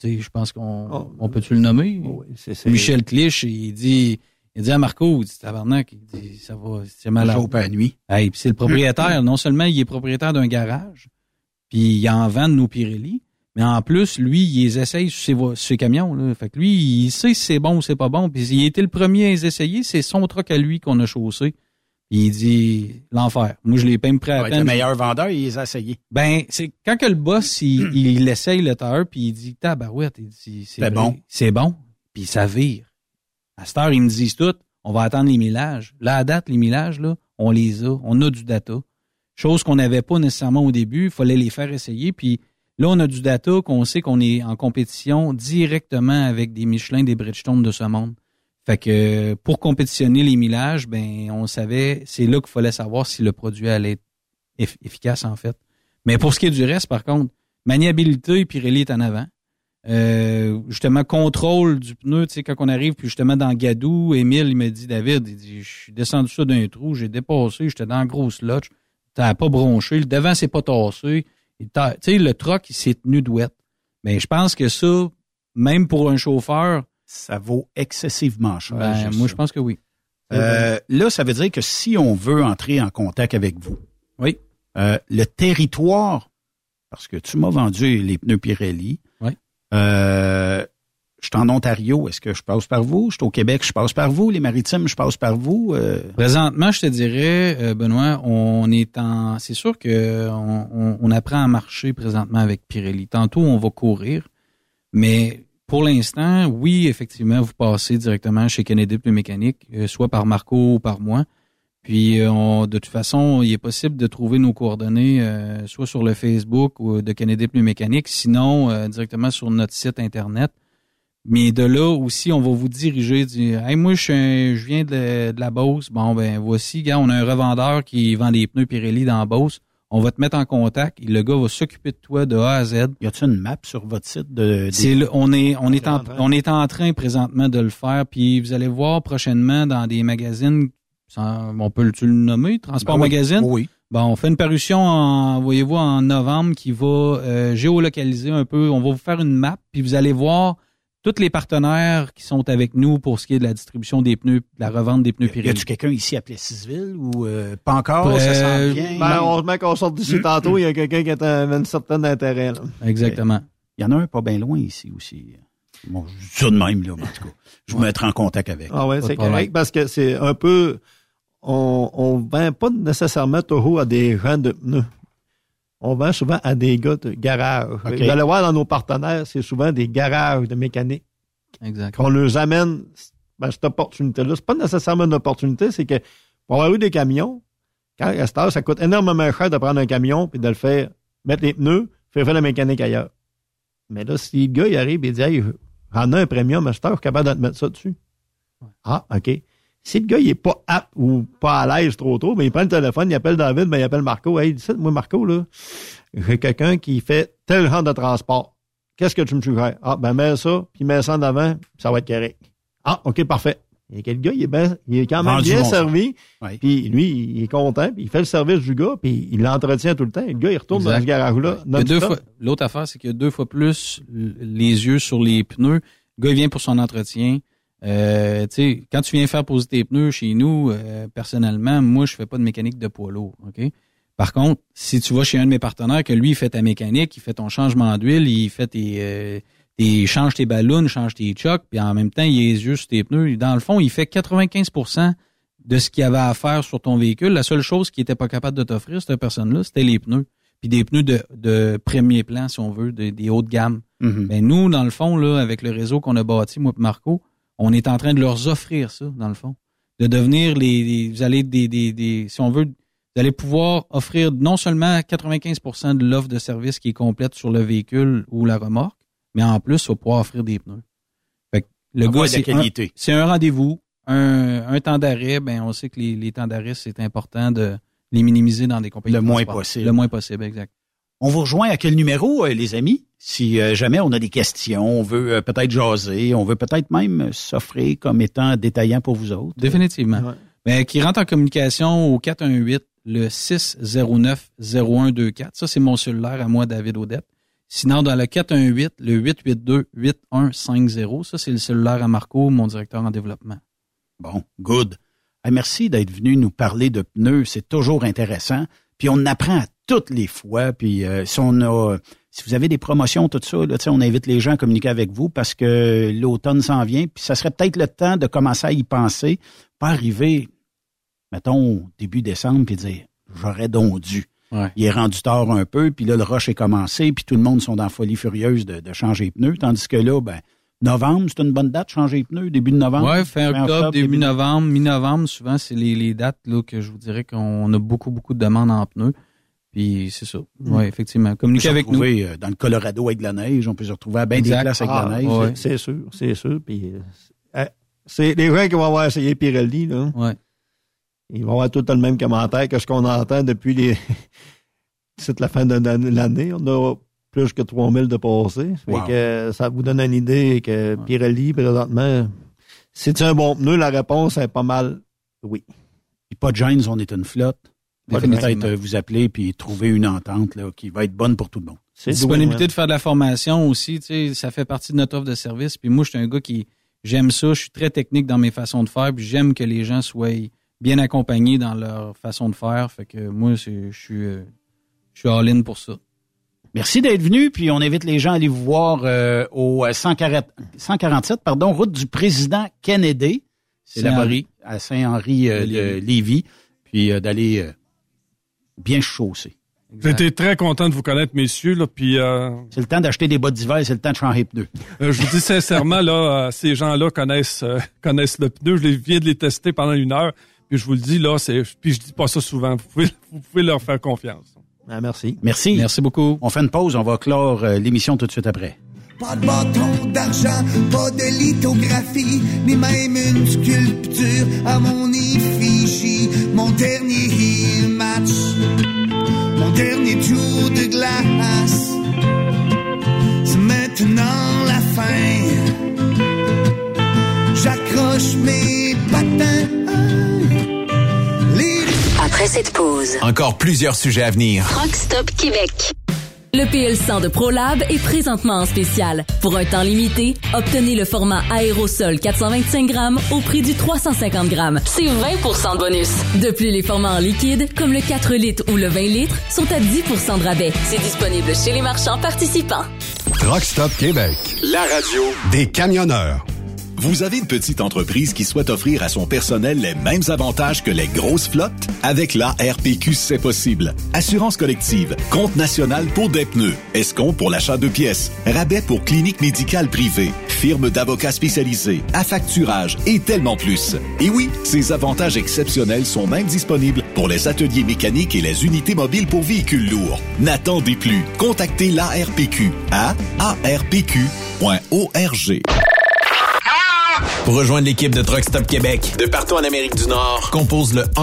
Speaker 13: Tu sais, je pense on peut-tu le nommer?
Speaker 14: Oui, c'est
Speaker 13: Michel Clich, il dit à Marco, il dit, tabarnak, il dit, ça va, c'est malade.
Speaker 6: Jour pas nuit.
Speaker 13: Hey, puis c'est le propriétaire. Non seulement il est propriétaire d'un garage, puis il en vend de nos Pirelli, mais en plus, lui, il les essaye sur ses camions, là. Fait que lui, il sait si c'est bon ou c'est pas bon. Puis il a été le premier à les essayer. C'est son truck à lui qu'on a chaussé. Puis il dit, l'enfer. Moi, je l'ai pas prêt à peine.
Speaker 6: Le meilleur vendeur, il les a essayés.
Speaker 13: Ben, c'est quand que le boss, il essaye le tailleur, puis il dit, tabarouette, il dit, c'est
Speaker 6: bon.
Speaker 13: C'est bon. Puis ça vire. À cette heure, ils me disent tout, on va attendre les millages. Là, à date, les millages, là, on les a. On a du data. Chose qu'on n'avait pas nécessairement au début. Il fallait les faire essayer. Puis là, on a du data qu'on sait qu'on est en compétition directement avec des Michelin, des Bridgestone de ce monde. Fait que pour compétitionner les millages, ben on savait, c'est là qu'il fallait savoir si le produit allait être efficace, en fait. Mais pour ce qui est du reste, par contre, maniabilité, Pirelli est en avant. Justement, contrôle du pneu, tu sais, quand on arrive, puis justement dans Gadou, Émile, il me dit, David, il dit, je suis descendu ça d'un trou, j'ai dépassé, j'étais dans la grosse lodge, t'as pas bronché, le devant s'est pas tassé, tu sais, le truck, il s'est tenu douette. Mais je pense que ça, même pour un chauffeur,
Speaker 6: ça vaut excessivement cher.
Speaker 13: Ben, moi, je pense que oui.
Speaker 6: Là, ça veut dire que si on veut entrer en contact avec vous,
Speaker 13: oui,
Speaker 6: le territoire, parce que tu m'as vendu les pneus Pirelli,
Speaker 13: oui.
Speaker 6: Je suis en Ontario, est-ce que je passe par vous? Je suis au Québec, je passe par vous. Les Maritimes, je passe par vous.
Speaker 13: Présentement, je te dirais, Benoît, c'est sûr que on apprend à marcher présentement avec Pirelli. Tantôt, on va courir, mais pour l'instant, oui, effectivement, vous passez directement chez Kennedy Pneus Mécaniques, soit par Marco ou par moi. Puis, de toute façon, il est possible de trouver nos coordonnées soit sur le Facebook ou de Kennedy Pneus Mécaniques, sinon directement sur notre site Internet. Mais de là aussi, on va vous diriger, dire, hey, moi, je viens de la Beauce. Bon, ben voici, gars, on a un revendeur qui vend des pneus Pirelli dans la Beauce. On va te mettre en contact. Le gars va s'occuper de toi de A à Z.
Speaker 6: Y a-t-il une map sur votre site
Speaker 13: on est en train présentement de le faire. Puis vous allez voir prochainement dans des magazines. On peut-tu le nommer, Transport Magazine?
Speaker 6: Oui.
Speaker 13: Bon, on fait une parution voyez-vous, en novembre qui va géolocaliser un peu. On va vous faire une map, puis vous allez voir tous les partenaires qui sont avec nous pour ce qui est de la distribution des pneus, de la revente des pneus Pirelli.
Speaker 6: Y a-tu quelqu'un ici à Plessisville ou pas encore? Ça sent bien.
Speaker 14: Ben, on se met qu'on sort d'ici tantôt, il y a quelqu'un qui a un certain intérêt. Là.
Speaker 13: Exactement.
Speaker 6: Il y en a un pas bien loin ici aussi. Bon, je dis ça de même, là, en tout cas. Je vous mettrai en contact avec.
Speaker 14: Ah ouais, c'est correct parce que c'est un peu... On vend pas nécessairement toujours à des gens de pneus. On vend souvent à des gars de garage. Okay. Vous allez voir dans nos partenaires, c'est souvent des garages de mécanique.
Speaker 13: Exact.
Speaker 14: Qu'on leur amène cette opportunité-là. C'est pas nécessairement une opportunité, c'est que pour avoir eu des camions, quand à cette heure, ça coûte énormément cher de prendre un camion puis de le faire, mettre les pneus, faire la mécanique ailleurs. Mais là, si le gars il arrive et dit, hey, j'en ai un premium à cette heure, je suis capable de te mettre ça dessus. Ouais. Ah, OK. Si le gars, il est pas apte ou pas à l'aise trop tôt, mais il prend le téléphone, il appelle David, il appelle Marco. Hey, dis ça, moi, Marco, là, j'ai quelqu'un qui fait tel genre de transport. Qu'est-ce que tu me suggères? Ah, ben, mets ça, puis mets ça en avant, ça va être correct. Ah, OK, parfait. Et quel gars, il est quand même bien servi. Oui. Puis lui, il est content, puis il fait le service du gars, puis il l'entretient tout le temps. Et le gars, il retourne dans ce garage-là.
Speaker 13: L'autre affaire, c'est qu'il y a 2 fois plus les yeux sur les pneus. Le gars, il vient pour son entretien. Tu sais, quand tu viens faire poser tes pneus chez nous, personnellement, moi, je fais pas de mécanique de poids lourd, OK? Par contre, si tu vas chez un de mes partenaires, que lui, il fait ta mécanique, il fait ton changement d'huile, il fait change tes ballons, change tes chocs, puis en même temps, il a les yeux sur tes pneus. Dans le fond, il fait 95% de ce qu'il y avait à faire sur ton véhicule. La seule chose qu'il était pas capable de t'offrir, cette personne-là, c'était les pneus. Puis des pneus de premier plan, si on veut, des hautes gammes. Mm-hmm. Ben, nous, dans le fond, là, avec le réseau qu'on a bâti, moi et Marco, on est en train de leur offrir ça, dans le fond. De devenir vous allez si on veut, vous allez pouvoir offrir non seulement 95% de l'offre de service qui est complète sur le véhicule ou la remorque, mais en plus, on va pouvoir offrir des pneus. Fait que le gars, c'est un rendez-vous, un temps d'arrêt. Ben, on sait que les temps d'arrêt, c'est important de les minimiser dans des compagnies.
Speaker 6: Le moins possible.
Speaker 13: Le moins possible, exact.
Speaker 6: On vous rejoint à quel numéro, les amis? Si jamais on a des questions, on veut peut-être jaser, on veut peut-être même s'offrir comme étant détaillant pour vous autres.
Speaker 13: Définitivement. Ouais. Mais qui rentre en communication au 418 le 609 0124. Ça, c'est mon cellulaire à moi, David Audette. Sinon, dans le 418, le 882-8150, ça, c'est le cellulaire à Marco, mon directeur en développement.
Speaker 6: Bon, good. Merci d'être venu nous parler de pneus. C'est toujours intéressant. Puis on apprend à toutes les fois. Puis si vous avez des promotions, tout ça, là, on invite les gens à communiquer avec vous parce que l'automne s'en vient. Puis ça serait peut-être le temps de commencer à y penser. Pas arriver, mettons, début décembre, puis dire « j'aurais donc dû ». Ouais. Il est rendu tard un peu, puis là, le rush est commencé, puis tout le monde sont dans la folie furieuse de changer les pneus. Tandis que là, novembre, c'est une bonne date, changer les pneus, début de novembre?
Speaker 13: Oui, fin octobre, début novembre, mi-novembre, souvent, c'est les dates là que je vous dirais qu'on a beaucoup de demandes en pneus. Puis c'est ça. Oui, effectivement. Communiquez avec nous.
Speaker 6: Dans le Colorado avec de la neige, on peut se retrouver à bien des places avec de la neige.
Speaker 14: Ouais. C'est sûr. Puis c'est les gens qui vont avoir essayé Pirelli, là.
Speaker 13: Ouais.
Speaker 14: Ils vont avoir tout le même commentaire que ce qu'on entend depuis c'est la fin de l'année. On a plus que 3000 de passés. Wow. Que ça vous donne une idée que Pirelli, présentement, c'est un bon pneu, la réponse est pas mal oui.
Speaker 6: Puis pas de gêne, on est une flotte. Peut-être vous appeler puis trouver une entente là, qui va être bonne pour tout le monde.
Speaker 13: C'est disponibilité de faire de la formation aussi, tu sais, ça fait partie de notre offre de service. Puis moi, je suis un gars qui j'aime ça, je suis très technique dans mes façons de faire, puis j'aime que les gens soient bien accompagnés dans leur façon de faire. Fait que moi, je suis all-in pour ça.
Speaker 6: Merci d'être venu, puis on invite les gens à aller vous voir au 147, route du président Kennedy. C'est là-bas, à Saint-Henri de Lévis, puis d'aller bien chausser.
Speaker 7: J'étais très content de vous connaître, messieurs. Là, puis,
Speaker 6: c'est le temps d'acheter des bottes d'hiver, c'est le temps de changer les pneus.
Speaker 7: Je vous dis sincèrement, là, ces gens-là connaissent le pneu. Je viens de les tester pendant 1 heure. Puis je vous le dis, là, puis je dis pas ça souvent. Vous pouvez leur faire confiance.
Speaker 14: Ah, merci.
Speaker 6: Merci.
Speaker 13: Merci beaucoup.
Speaker 6: On fait une pause, on va clore l'émission tout de suite après.
Speaker 15: Pas de bâton d'argent, pas de lithographie, ni même une sculpture à mon effigie. Mon dernier heel match, mon dernier tour de glace, c'est maintenant la fin. J'accroche mes patins.
Speaker 11: Après cette pause,
Speaker 3: encore plusieurs sujets à venir.
Speaker 11: Truck Stop Québec.
Speaker 16: Le PL100 de ProLab est présentement en spécial. Pour un temps limité, obtenez le format aérosol 425 grammes au prix du 350 grammes. C'est 20% de bonus. De plus, les formats en liquide, comme le 4 litres ou le 20 litres, sont à 10% de rabais. C'est disponible chez les marchands participants.
Speaker 2: Truck Stop Québec.
Speaker 1: La radio
Speaker 2: des camionneurs.
Speaker 5: Vous avez une petite entreprise qui souhaite offrir à son personnel les mêmes avantages que les grosses flottes? Avec la RPQ, c'est possible. Assurance collective, compte national pour des pneus, escompte pour l'achat de pièces, rabais pour clinique médicale privée, firme d'avocats spécialisés, affacturage et tellement plus. Et oui, ces avantages exceptionnels sont même disponibles pour les ateliers mécaniques et les unités mobiles pour véhicules lourds. N'attendez plus. Contactez l'ARPQ à arpq.org.
Speaker 3: Pour rejoindre l'équipe de Truck Stop Québec, de partout en Amérique du Nord, compose le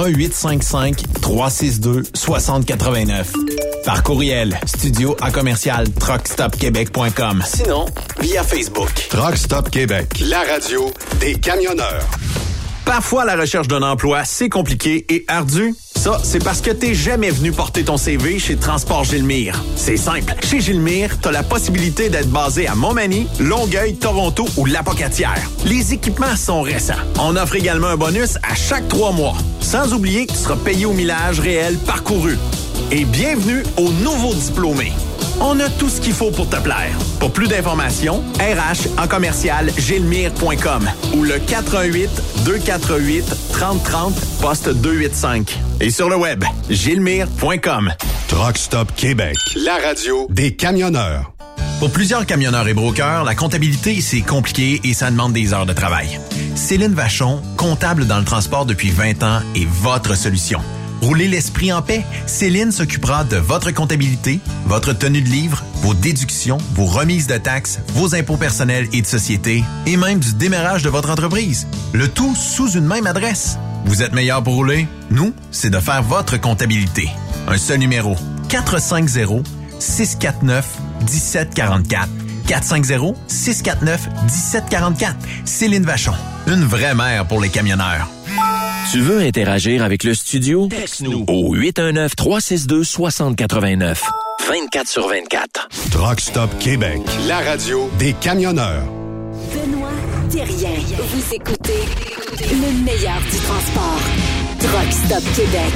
Speaker 3: 1-855-362-6089. Par courriel, studio@truckstopquebec.com. Sinon, via Facebook.
Speaker 2: Truck Stop Québec, la radio des camionneurs.
Speaker 3: Parfois, la recherche d'un emploi, c'est compliqué et ardu. Ça, c'est parce que t'es jamais venu porter ton CV chez Transport Gilmire. C'est simple. Chez Gilmire, t'as la possibilité d'être basé à Montmagny, Longueuil, Toronto ou Lapocatière. Les équipements sont récents. On offre également un bonus à chaque 3 mois. Sans oublier que tu seras payé au millage réel parcouru. Et bienvenue aux nouveaux diplômés. On a tout ce qu'il faut pour te plaire. Pour plus d'informations, RH@gilmire.com ou le 418-248-3030, poste 285. Et sur le web, gilmire.com.
Speaker 2: Truck Stop Québec, la radio des camionneurs.
Speaker 3: Pour plusieurs camionneurs et brokers, la comptabilité, c'est compliqué et ça demande des heures de travail. Céline Vachon, comptable dans le transport depuis 20 ans, est votre solution. Roulez l'esprit en paix. Céline s'occupera de votre comptabilité, votre tenue de livre, vos déductions, vos remises de taxes, vos impôts personnels et de société, et même du démarrage de votre entreprise. Le tout sous une même adresse. Vous êtes meilleur pour rouler? Nous, c'est de faire votre comptabilité. Un seul numéro. 450-649-1744. 450-649-1744. Céline Vachon. Une vraie mère pour les camionneurs.
Speaker 4: Tu veux interagir avec le studio? Texte-nous au 819-362-6089. 24/24.
Speaker 2: Truck Stop Québec, la radio des camionneurs.
Speaker 11: Benoît Thérien. Vous écoutez le meilleur du transport. Truck Stop Québec.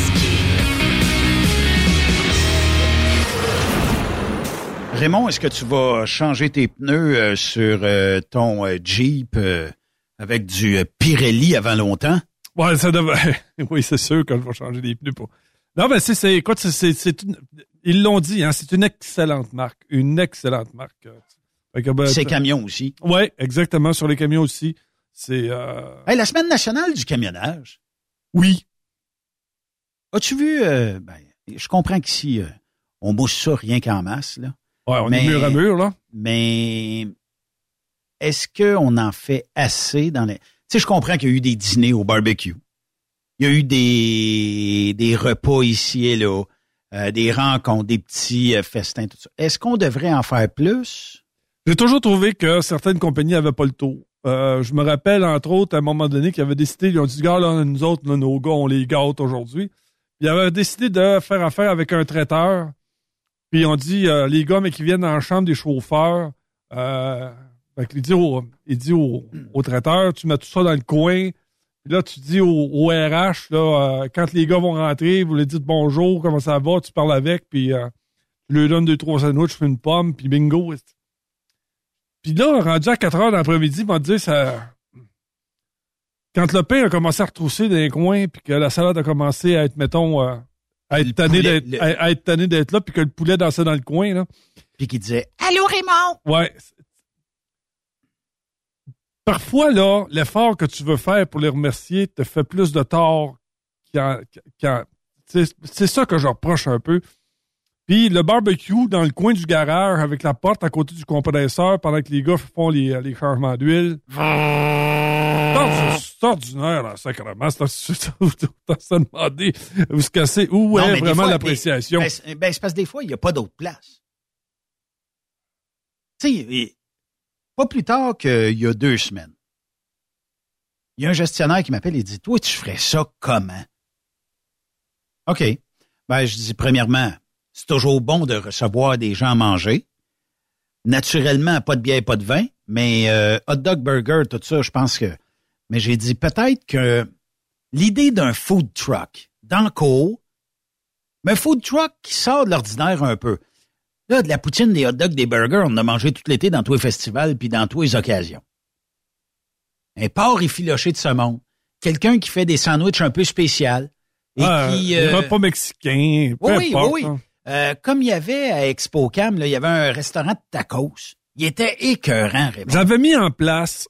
Speaker 6: Raymond, est-ce que tu vas changer tes pneus sur ton Jeep avec du Pirelli avant longtemps?
Speaker 7: Ouais, ça devrait. Oui, c'est sûr que je vais changer des pneus pour. Non, ben écoute, ils l'ont dit, hein, c'est une excellente marque. Une excellente marque.
Speaker 6: C'est camions aussi.
Speaker 7: Oui, exactement, sur les camions aussi. C'est
Speaker 6: Hey, la semaine nationale du camionnage.
Speaker 7: Oui.
Speaker 6: As-tu vu je comprends qu'ici on mousse ça rien qu'en masse, là.
Speaker 7: Ouais, on est mur à mur, là.
Speaker 6: Mais est-ce qu'on en fait assez dans les... Tu sais, je comprends qu'il y a eu des dîners au barbecue. Il y a eu des repas ici et là, des rencontres, des petits festins, tout ça. Est-ce qu'on devrait en faire plus?
Speaker 7: J'ai toujours trouvé que certaines compagnies n'avaient pas le tour. Je me rappelle, entre autres, à un moment donné, qu'ils avaient décidé, ils ont dit, gars, là, nous autres, là, nos gars, on les gâte aujourd'hui. Ils avaient décidé de faire affaire avec un traiteur. Puis ils ont dit, les gars, mais qui viennent dans la chambre des chauffeurs, il dit au traiteur, tu mets tout ça dans le coin. Puis là, tu dis au RH, là, quand les gars vont rentrer, vous leur dites bonjour, comment ça va, tu parles avec, puis tu leur donnes 2-3 sandwichs, une pomme, puis bingo. Puis là, rendu à 4 heures d'après-midi, ils vont te dire, ça... quand le pain a commencé à retrousser dans les coins, puis que la salade a commencé à être, mettons, à être tanné d'être là, puis que le poulet dansait dans le coin, là.
Speaker 6: Puis qu'il disait « Allô, Raymond! »
Speaker 7: Ouais. Parfois, là, l'effort que tu veux faire pour les remercier te fait plus de tort c'est ça que je reproche un peu. Puis le barbecue dans le coin du garage avec la porte à côté du compresseur pendant que les gars font les changements d'huile. C'est ordinaire, là, sacrément. C'est à demander où se casser, où est vraiment l'appréciation.
Speaker 6: C'est parce que des fois, il n'y a pas d'autre place. Tu sais, pas plus tard qu'il y a 2 semaines, il y a un gestionnaire qui m'appelle et dit « Toi, tu ferais ça comment? » OK. Je dis, premièrement, c'est toujours bon de recevoir des gens à manger. Naturellement, pas de bière, pas de vin, mais hot dog, burger, tout ça, je pense que... Mais j'ai dit, peut-être que l'idée d'un food truck dans le cours, mais un food truck qui sort de l'ordinaire un peu. Là, de la poutine, des hot dogs, des burgers, on en a mangé tout l'été dans tous les festivals puis dans toutes les occasions. Un porc effiloché de saumon. Quelqu'un qui fait des sandwichs un peu spéciaux. Et qui...
Speaker 7: repas mexicain, peu importe.
Speaker 6: Oui. Comme il y avait à ExpoCam, là, il y avait un restaurant de tacos. Il était écœurant, Raymond.
Speaker 7: J'avais mis en place,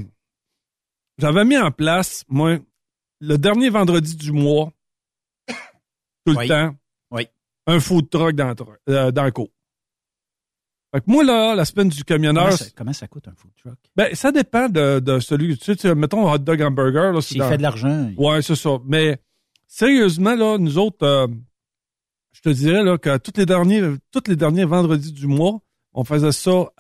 Speaker 7: moi, le dernier vendredi du mois, tout le temps, un food truck dans le cours. Fait que moi, là, la semaine du camionneur...
Speaker 6: Comment ça coûte un food truck?
Speaker 7: Ça dépend de celui... Tu sais, mettons un hot dog hamburger. Là,
Speaker 6: s'il fait de l'argent.
Speaker 7: Ouais, c'est ça. Mais sérieusement, là, nous autres, je te dirais là, que tous les derniers vendredis du mois, on faisait ça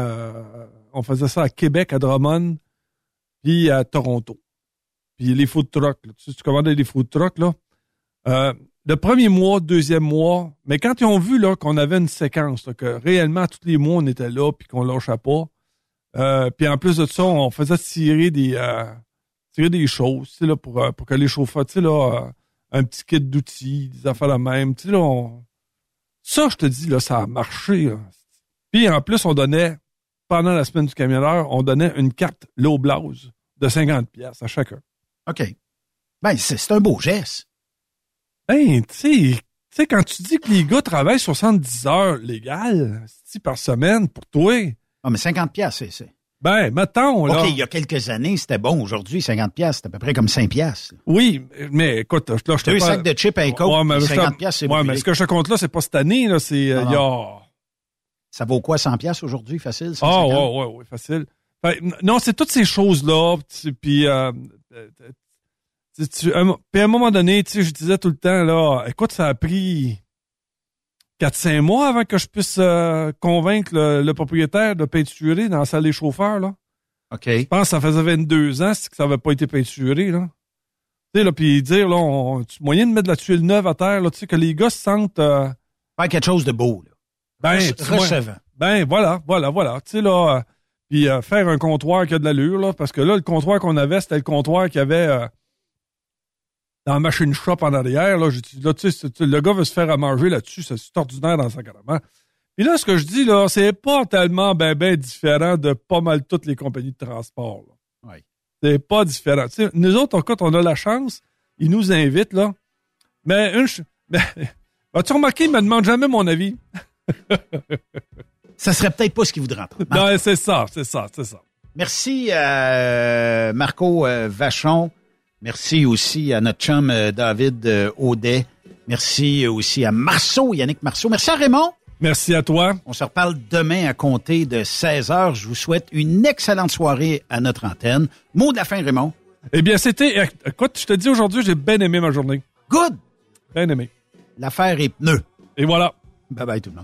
Speaker 7: à Québec, à Drummond, puis à Toronto. Puis les food trucks. Là. Tu commandais les food trucks, là. Le premier mois, deuxième mois, mais quand ils ont vu là qu'on avait une séquence, là, que réellement tous les mois on était là puis qu'on lâchait pas, puis en plus de ça, on faisait tirer des choses, tu sais là pour que les chauffeurs, tu sais là, un petit kit d'outils, des affaires la même, tu sais là, ça je te dis là, ça a marché. Là. Puis en plus on donnait pendant la semaine du camionneur, on donnait une carte low blouse de 50$ à chacun.
Speaker 6: OK. C'est un beau geste.
Speaker 7: Tu sais, quand tu dis que les gars travaillent 70 heures légales par semaine pour toi.
Speaker 6: Ah, mais 50$, c'est.
Speaker 7: Mettons, là.
Speaker 6: OK, il y a quelques années, c'était bon. Aujourd'hui, 50$, c'est à peu près comme 5$.
Speaker 7: Oui, mais écoute, là, je te
Speaker 6: 2 sacs de chips à un coke, 50$, c'est bon.
Speaker 7: Ouais, mais ce que je te compte là, c'est pas cette année, là, c'est,
Speaker 6: Ça vaut quoi, 100$ aujourd'hui, facile? 150$?
Speaker 7: Ah, ouais, facile. Non, c'est toutes ces choses-là, puis, puis à un moment donné, tu sais, je disais tout le temps, là, écoute, ça a pris 4-5 mois avant que je puisse convaincre le propriétaire de peinturer dans la salle des chauffeurs, là.
Speaker 6: OK.
Speaker 7: Je pense que ça faisait 22 ans que ça n'avait pas été peinturé, là. Tu sais, là, puis dire, là, moyen de mettre de la tuile neuve à terre, là, tu sais, que les gars se sentent...
Speaker 6: Faire quelque chose de beau, là. Recevant.
Speaker 7: Voilà. Tu sais, là, puis faire un comptoir qui a de l'allure, là, parce que là, le comptoir qu'on avait, c'était le comptoir qu'il y avait dans la machine shop en arrière. Là, tu sais, le gars veut se faire à manger là-dessus, c'est ordinaire dans sa carrément. Puis là, ce que je dis, là, c'est pas tellement ben différent de pas mal toutes les compagnies de transport, là.
Speaker 6: Oui.
Speaker 7: C'est pas différent. Tu sais, nous autres, quand on a la chance, ils nous invitent, là. Mais as-tu remarqué, ils me demandent jamais mon avis.
Speaker 6: Ça serait peut-être pas ce qu'ils voudraient entendre.
Speaker 7: Non, c'est ça.
Speaker 6: Merci Marco Vachon. Merci aussi à notre chum David Audet. Merci aussi à Yannick Marceau. Merci à Raymond.
Speaker 7: Merci à toi.
Speaker 6: On se reparle demain à compter de 16h. Je vous souhaite une excellente soirée à notre antenne. Mot de la fin, Raymond.
Speaker 7: Eh bien, écoute, je te dis aujourd'hui, j'ai bien aimé ma journée.
Speaker 6: Good.
Speaker 7: Bien aimé.
Speaker 6: L'affaire est pneu.
Speaker 7: Et voilà.
Speaker 6: Bye bye tout le monde.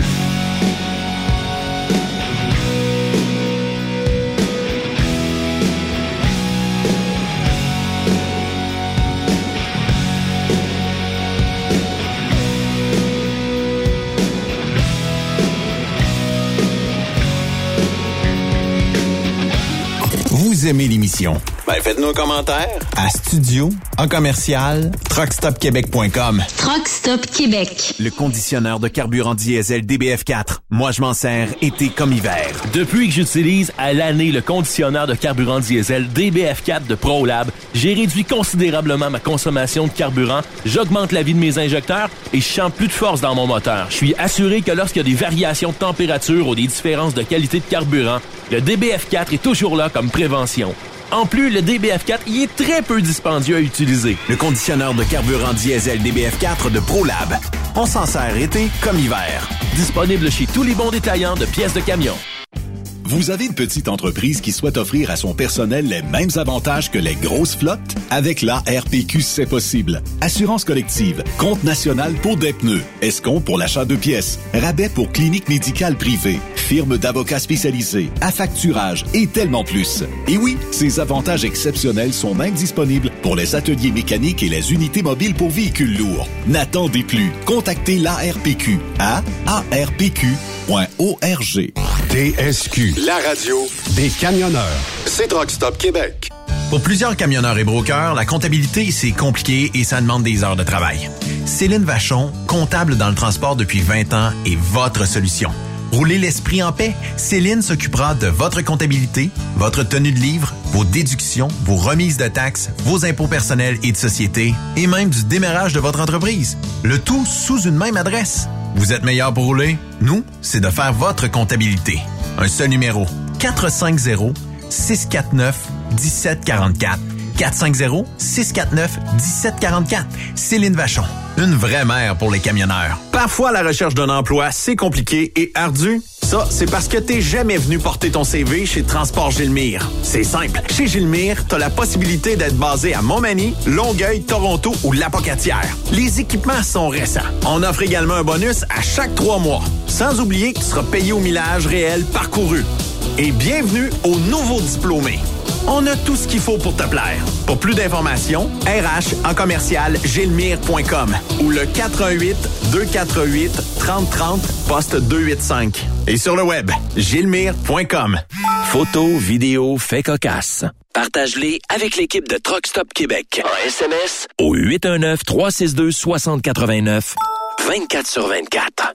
Speaker 3: Vous aimez l'émission? Ben, faites-nous un commentaire à studio, en commercial, truckstopquebec.com.
Speaker 11: Truck Stop Québec.
Speaker 3: Le conditionneur de carburant diesel DBF4. Moi, je m'en sers été comme hiver.
Speaker 12: Depuis que j'utilise à l'année le conditionneur de carburant diesel DBF4 de ProLab, j'ai réduit considérablement ma consommation de carburant, j'augmente la vie de mes injecteurs et je sens plus de force dans mon moteur. Je suis assuré que lorsqu'il y a des variations de température ou des différences de qualité de carburant, le DBF4 est toujours là comme prévention. En plus, le DBF4 y est très peu dispendieux à utiliser.
Speaker 3: Le conditionneur de carburant diesel DBF4 de ProLab. On s'en sert été comme hiver.
Speaker 12: Disponible chez tous les bons détaillants de pièces de camion.
Speaker 5: Vous avez une petite entreprise qui souhaite offrir à son personnel les mêmes avantages que les grosses flottes? Avec la RPQ, c'est possible. Assurance collective, compte national pour des pneus, escompte pour l'achat de pièces, rabais pour clinique médicale privée, firme d'avocats spécialisés, affacturage et tellement plus. Et oui, ces avantages exceptionnels sont même disponibles pour les ateliers mécaniques et les unités mobiles pour véhicules lourds. N'attendez plus. Contactez l'ARPQ à arpq.org.
Speaker 2: TSQ, la radio des camionneurs. C'est Truck Stop Québec.
Speaker 3: Pour plusieurs camionneurs et brokers, la comptabilité, c'est compliqué et ça demande des heures de travail. Céline Vachon, comptable dans le transport depuis 20 ans, est votre solution. Roulez l'esprit en paix. Céline s'occupera de votre comptabilité, votre tenue de livre, vos déductions, vos remises de taxes, vos impôts personnels et de société, et même du démarrage de votre entreprise. Le tout sous une même adresse. Vous êtes meilleur pour rouler? Nous, c'est de faire votre comptabilité. Un seul numéro. 450-649-1744. 450-649-1744. Céline Vachon. Une vraie mère pour les camionneurs.
Speaker 17: Parfois, la recherche d'un emploi, c'est compliqué et ardu. Ça, c'est parce que t'es jamais venu porter ton CV chez Transport Gilmire. C'est simple. Chez Gilmire, t'as la possibilité d'être basé à Montmagny, Longueuil, Toronto ou Lapocatière. Les équipements sont récents. On offre également un bonus à chaque 3 mois. Sans oublier que tu seras payé au millage réel parcouru. Et bienvenue aux nouveaux diplômés. On a tout ce qu'il faut pour te plaire. Pour plus d'informations, RH en commercial gilmire.com ou le 418-248-3030 poste 285. Et sur le web, gilmire.com.
Speaker 4: Photos, vidéos, faits cocasses. Partage-les avec l'équipe de Truck Stop Québec. En SMS au 819-362-6089, 24/24.